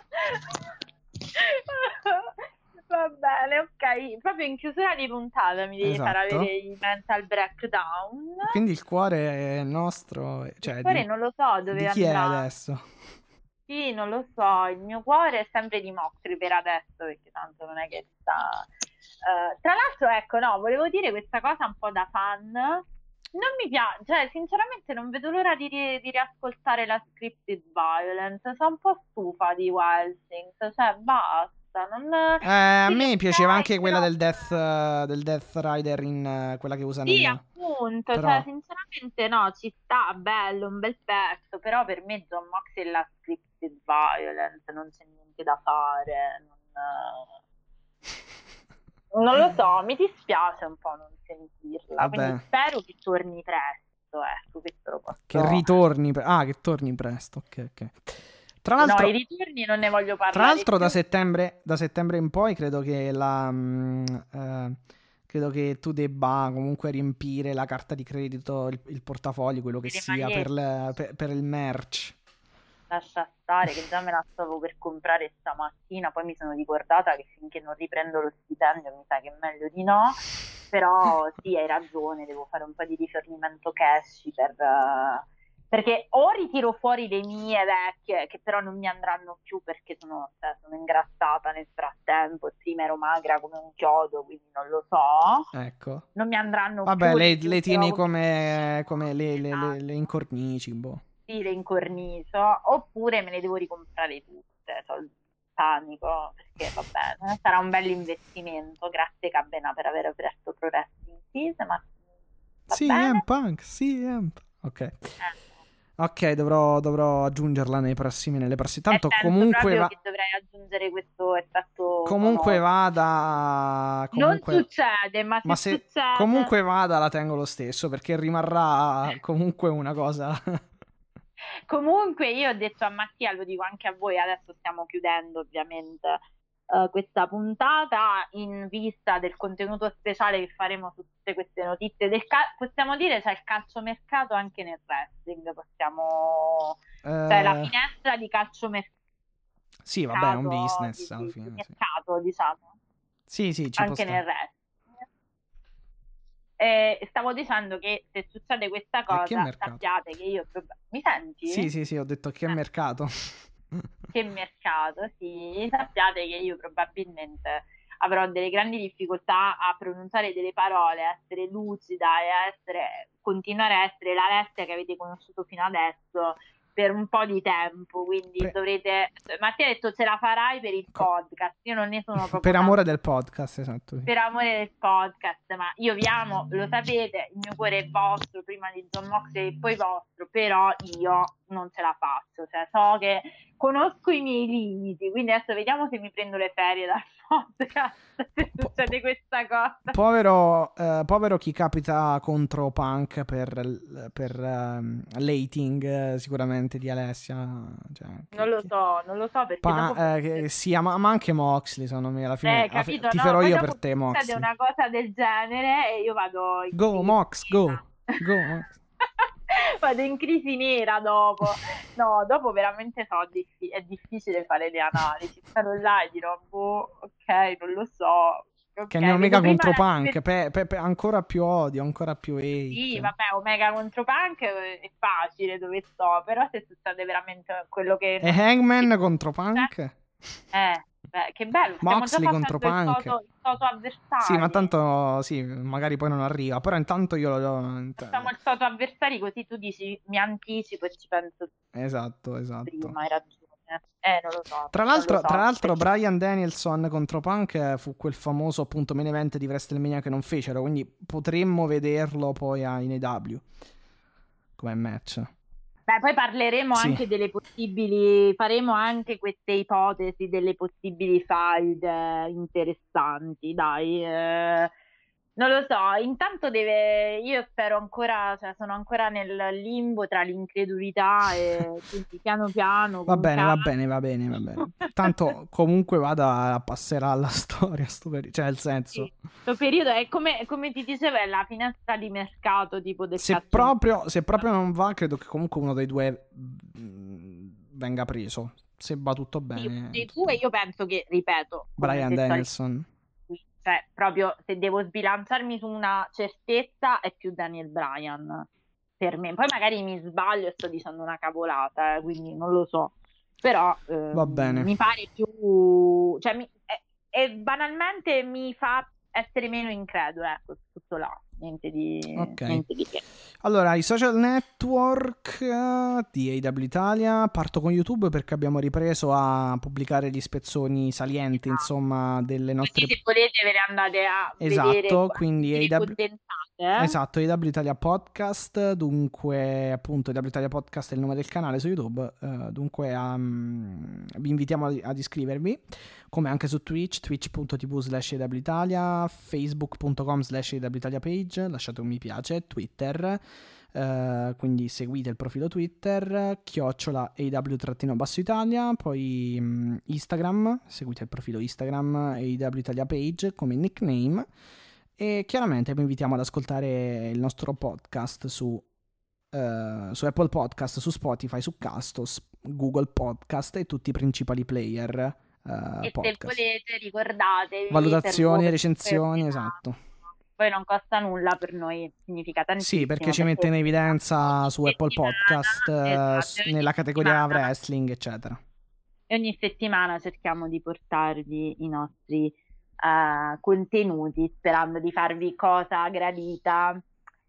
Va bene, ok. Proprio in chiusura di puntata mi devi far avere Esatto. i mental breakdown. Quindi il cuore è nostro, Il cioè cuore di, non lo so di dove chi è andrà. adesso? Sì, non lo so, il mio cuore è sempre di Moxley per adesso, perché tanto non è che sta... Eh, tra l'altro, ecco, no, volevo dire questa cosa un po' da fan. Non mi piace, cioè, sinceramente non vedo l'ora di, ri- di riascoltare la scripted violence. Sono un po' stufa di Wild Things, cioè, basta. Non... Eh, a Sì, me piaceva ok, anche quella però... del Death, eh, del Death Rider in eh, quella che usa Sì, nel... appunto, cioè, Però... sinceramente no, ci sta, bello, un bel pezzo, però per me John Moxley è la scripted violence, non c'è niente da fare, non, non lo so, mi dispiace un po' non sentirla, quindi Vabbè, spero che torni presto, ecco, questo lo che posso... ritorni... pre- Ah, che torni presto, ok, ok. Tra No, i l'altro... ritorni non ne voglio Tra parlare l'altro da più. settembre, da settembre in poi credo che la... mm, eh, credo che tu debba comunque riempire la carta di credito, il, il portafoglio, quello che Le sia, per, magliette. le- per- per il merch. Lascia stare, che già me la stavo per comprare stamattina, poi mi sono ricordata che finché non riprendo lo stipendio mi sa che è meglio di no, però sì, hai ragione, devo fare un po' di rifornimento cash per, eh, perché o ritiro fuori le mie vecchie, che però non mi andranno più perché sono, cioè, sono ingrassata nel frattempo, prima ero magra come un chiodo, quindi non lo so, Ecco. non mi andranno Vabbè, più, le, li le userò tieni come come, come le, le, le, le esatto. incornici, boh. Sì, le incornicio, oppure me le devo ricomprare tutte, cioè, panico, perché va bene, sarà un bel investimento. Grazie Cabena per aver aperto Pro Wrestling Tees, ma va C M bene. Punk, C M. Ok. Eh, Ok, dovrò, dovrò aggiungerla nei prossimi, nelle prossime. e Tanto penso comunque proprio va. che dovrei aggiungere questo effetto Comunque sonoro. vada. Non Comunque. succede, ma Ma se se succede... comunque vada, la tengo lo stesso. Perché rimarrà comunque una cosa. Comunque io ho detto a Mattia, lo dico anche a voi, adesso stiamo chiudendo ovviamente eh, questa puntata in vista del contenuto speciale che faremo su tutte queste notizie del cal- possiamo dire c'è il calciomercato anche nel wrestling, possiamo... cioè la Eh, finestra di calciomercato sì, vabbè, è un di, business alla di- di fine. Sì, mercato, diciamo, sì, sì, ci può anche stare. nel wrestling. E stavo dicendo che se succede questa E che cosa, mercato? sappiate che io... prob- Mi senti? Sì, sì, sì, ho detto che Eh. mercato. Che mercato, sì, sappiate che io probabilmente avrò delle grandi difficoltà a pronunciare delle parole, a essere lucida e a essere, continuare a essere l'Alessia che avete conosciuto fino adesso per un po' di tempo, quindi Pre- dovrete... Mattia ha detto ce la farai per il Co- podcast, io non ne sono proprio Per amore tanto del podcast, esatto. Sì. per amore del podcast, ma io vi amo, lo sapete, il mio cuore è vostro prima di John Moxley e poi vostro, però io non ce la faccio, cioè so che conosco i miei limiti, quindi adesso vediamo se mi prendo le ferie dal podcast se Po- succede questa cosa. Povero, eh, povero chi capita contro Punk per, per ehm, l'ating eh, sicuramente di Alessia. Cioè, che- Non lo che- so, non lo so perché Pa- dopo... eh, che sia, ma, ma anche Moxley, secondo me, alla fine Eh, alla fi- capito, no? tiferò Poi io dopo per te, succede Moxley. una cosa del genere e io vado in Go, crisi. Mox, go. Go, Mox. Vado in crisi nera dopo. No, dopo veramente so, diffi- è difficile fare le analisi. Stavo là e dirò, boh, ok, non lo so. Che Ok, ne Omega vedo prima contro la Punk, diversità. pe- pe- pe- ancora più odio, ancora più Sì, hate. vabbè, Omega contro Punk è è facile dove sto, però se succede veramente quello che E non Hangman che contro succede, Punk? eh, beh, che bello, stiamo già Moxley contro facendo il Punk. toto, il toto Sì, ma avversari. tanto sì, magari poi non arriva, però intanto io lo... Facciamo il toto avversari così tu dici mi anticipo e ci penso Esatto, esatto. prima, hai ragione. Eh, non lo so. Tra non l'altro, lo so. tra l'altro Bryan Danielson contro Punk eh, fu quel famoso appunto main event di WrestleMania che non fecero, quindi potremmo vederlo poi a, in A E W come match. Beh, poi parleremo Sì. anche delle possibili, faremo anche queste ipotesi delle possibili faide interessanti, dai. eh, non lo so, intanto deve, io spero ancora, cioè sono ancora nel limbo tra l'incredulità e quindi piano piano, Va con bene, va calma. bene, va bene, va bene. Tanto comunque vada, passerà alla storia, sto peri- cioè nel senso... Sì, questo periodo è come, come ti dicevo, è la finestra di mercato tipo del Se calcio. proprio, se proprio non va, credo che comunque uno dei due mm, venga preso. Se va tutto bene. Dei tutto due io penso che, ripeto, come Bryan ho detto Danielson. cioè proprio se devo sbilanciarmi su una certezza è più Daniel Bryan per me. Poi magari mi sbaglio e sto dicendo una cavolata, eh, quindi non lo so. Però ehm, Va bene. mi pare più, cioè mi, e, e banalmente mi fa essere meno incredulo, ecco, tutto là, niente di, Ok. niente di che. Allora, i social network eh, di A E W Italia. Parto con YouTube perché abbiamo ripreso a pubblicare gli spezzoni salienti, insomma, delle nostre... Così se volete ve le andate a vedere Esatto, qua, quindi le A E W... condensate, eh? Esatto, A E W Italia Podcast, dunque appunto A E W Italia Podcast è il nome del canale su YouTube, eh, dunque um, vi invitiamo ad, ad iscrivervi, come anche su Twitch, twitch.tv slash A E W Italia, facebook.com slash A E W Italia page, lasciate un mi piace, Twitter, eh, quindi seguite il profilo Twitter, chiocciola A E W-basso Italia, poi um, Instagram, seguite il profilo Instagram A E W Italia page come nickname. E chiaramente vi invitiamo ad ascoltare il nostro podcast su, uh, su Apple Podcast, su Spotify, su Castos, Google Podcast e tutti i principali player uh, E podcast. se volete ricordatevi Valutazioni, per recensioni, voi, esatto. Poi non costa nulla, per noi significa tantissimo. Sì, perché ci mette in evidenza su Apple Podcast, esatto, uh, nella categoria settimana. wrestling, eccetera. E ogni settimana cerchiamo di portarvi i nostri uh, contenuti, sperando di farvi cosa gradita.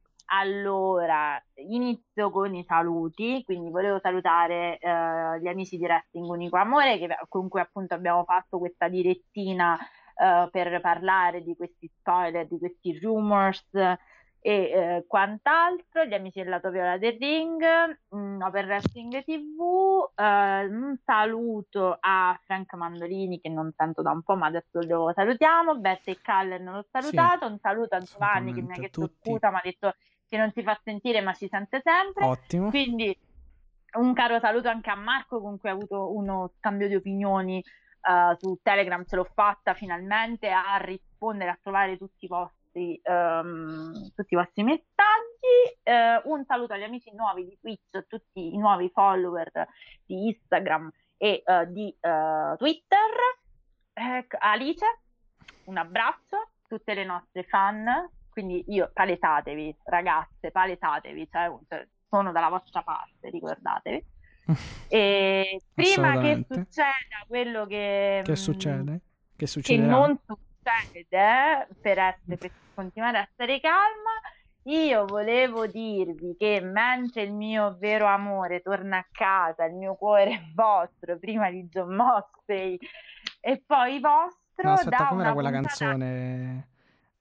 Allora, inizio con i saluti, quindi volevo salutare uh, gli amici di Wrestling Unico Amore, che, con cui appunto abbiamo fatto questa direttina uh, per parlare di questi spoiler, di questi rumors e eh, quant'altro, gli amici del lato viola del ring, mh, Open Wrestling tivù, eh, un saluto a Frank Mandolini che non sento da un po', ma adesso lo salutiamo, Beth e Callen l'ho salutato, sì, un saluto a Giovanni che mi ha chiesto scusa, ma ha detto che non si fa sentire ma ci sente sempre. Ottimo. Quindi un caro saluto anche a Marco con cui ho avuto uno scambio di opinioni uh, su Telegram, ce l'ho fatta finalmente a rispondere, a trovare tutti i vostri Um, tutti i vostri messaggi. Uh, un saluto agli amici nuovi di Twitch, a tutti i nuovi follower di Instagram e uh, di uh, Twitter. Ecco, Alice, un abbraccio, tutte le nostre fan, quindi io palesatevi, ragazze, palesatevi, cioè, cioè, sono dalla vostra parte, ricordatevi. E prima che succeda quello che che succede? Che succederà? Che non succede per, essere, per continuare a stare calma, io volevo dirvi che mentre il mio vero amore torna a casa, il mio cuore è vostro prima di Jon Moxley e poi vostro. No, aspetta, da com'era una quella puntata... canzone?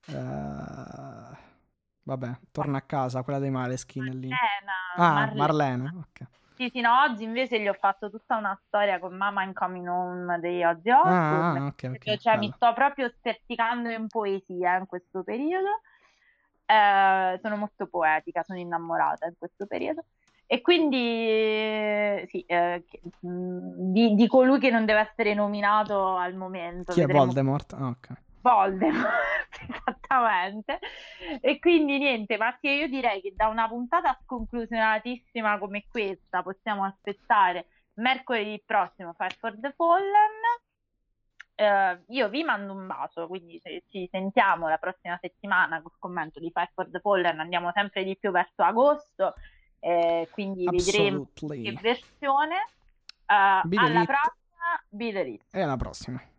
Uh, vabbè, torna a casa, quella dei Maleskin lì. Marlena, Ah, Marlena. Marlena, ok. Sì, sì, no, oggi invece gli ho fatto tutta una storia con Mama in Coming Home degli Ozzy Osbourne. Ah, ok, ok. Cioè, bello. mi sto proprio spezzicando in poesia in questo periodo. Eh, sono molto poetica, sono innamorata in questo periodo. E quindi, sì, eh, che, mh, di, di colui che non deve essere nominato al momento. Chi Vedremo... è Voldemort? Ah, ok. Voldemort, esattamente. E quindi niente, Mattia, io direi che da una puntata sconclusionatissima come questa possiamo aspettare mercoledì prossimo Fight for the Fallen. Eh, io vi mando un bacio, quindi se ci sentiamo la prossima settimana col commento di Fight for the Fallen, andiamo sempre di più verso agosto, eh, quindi vedremo Absolutely. che versione. Eh, Be the alla lit. prossima, be the lit. E alla prossima.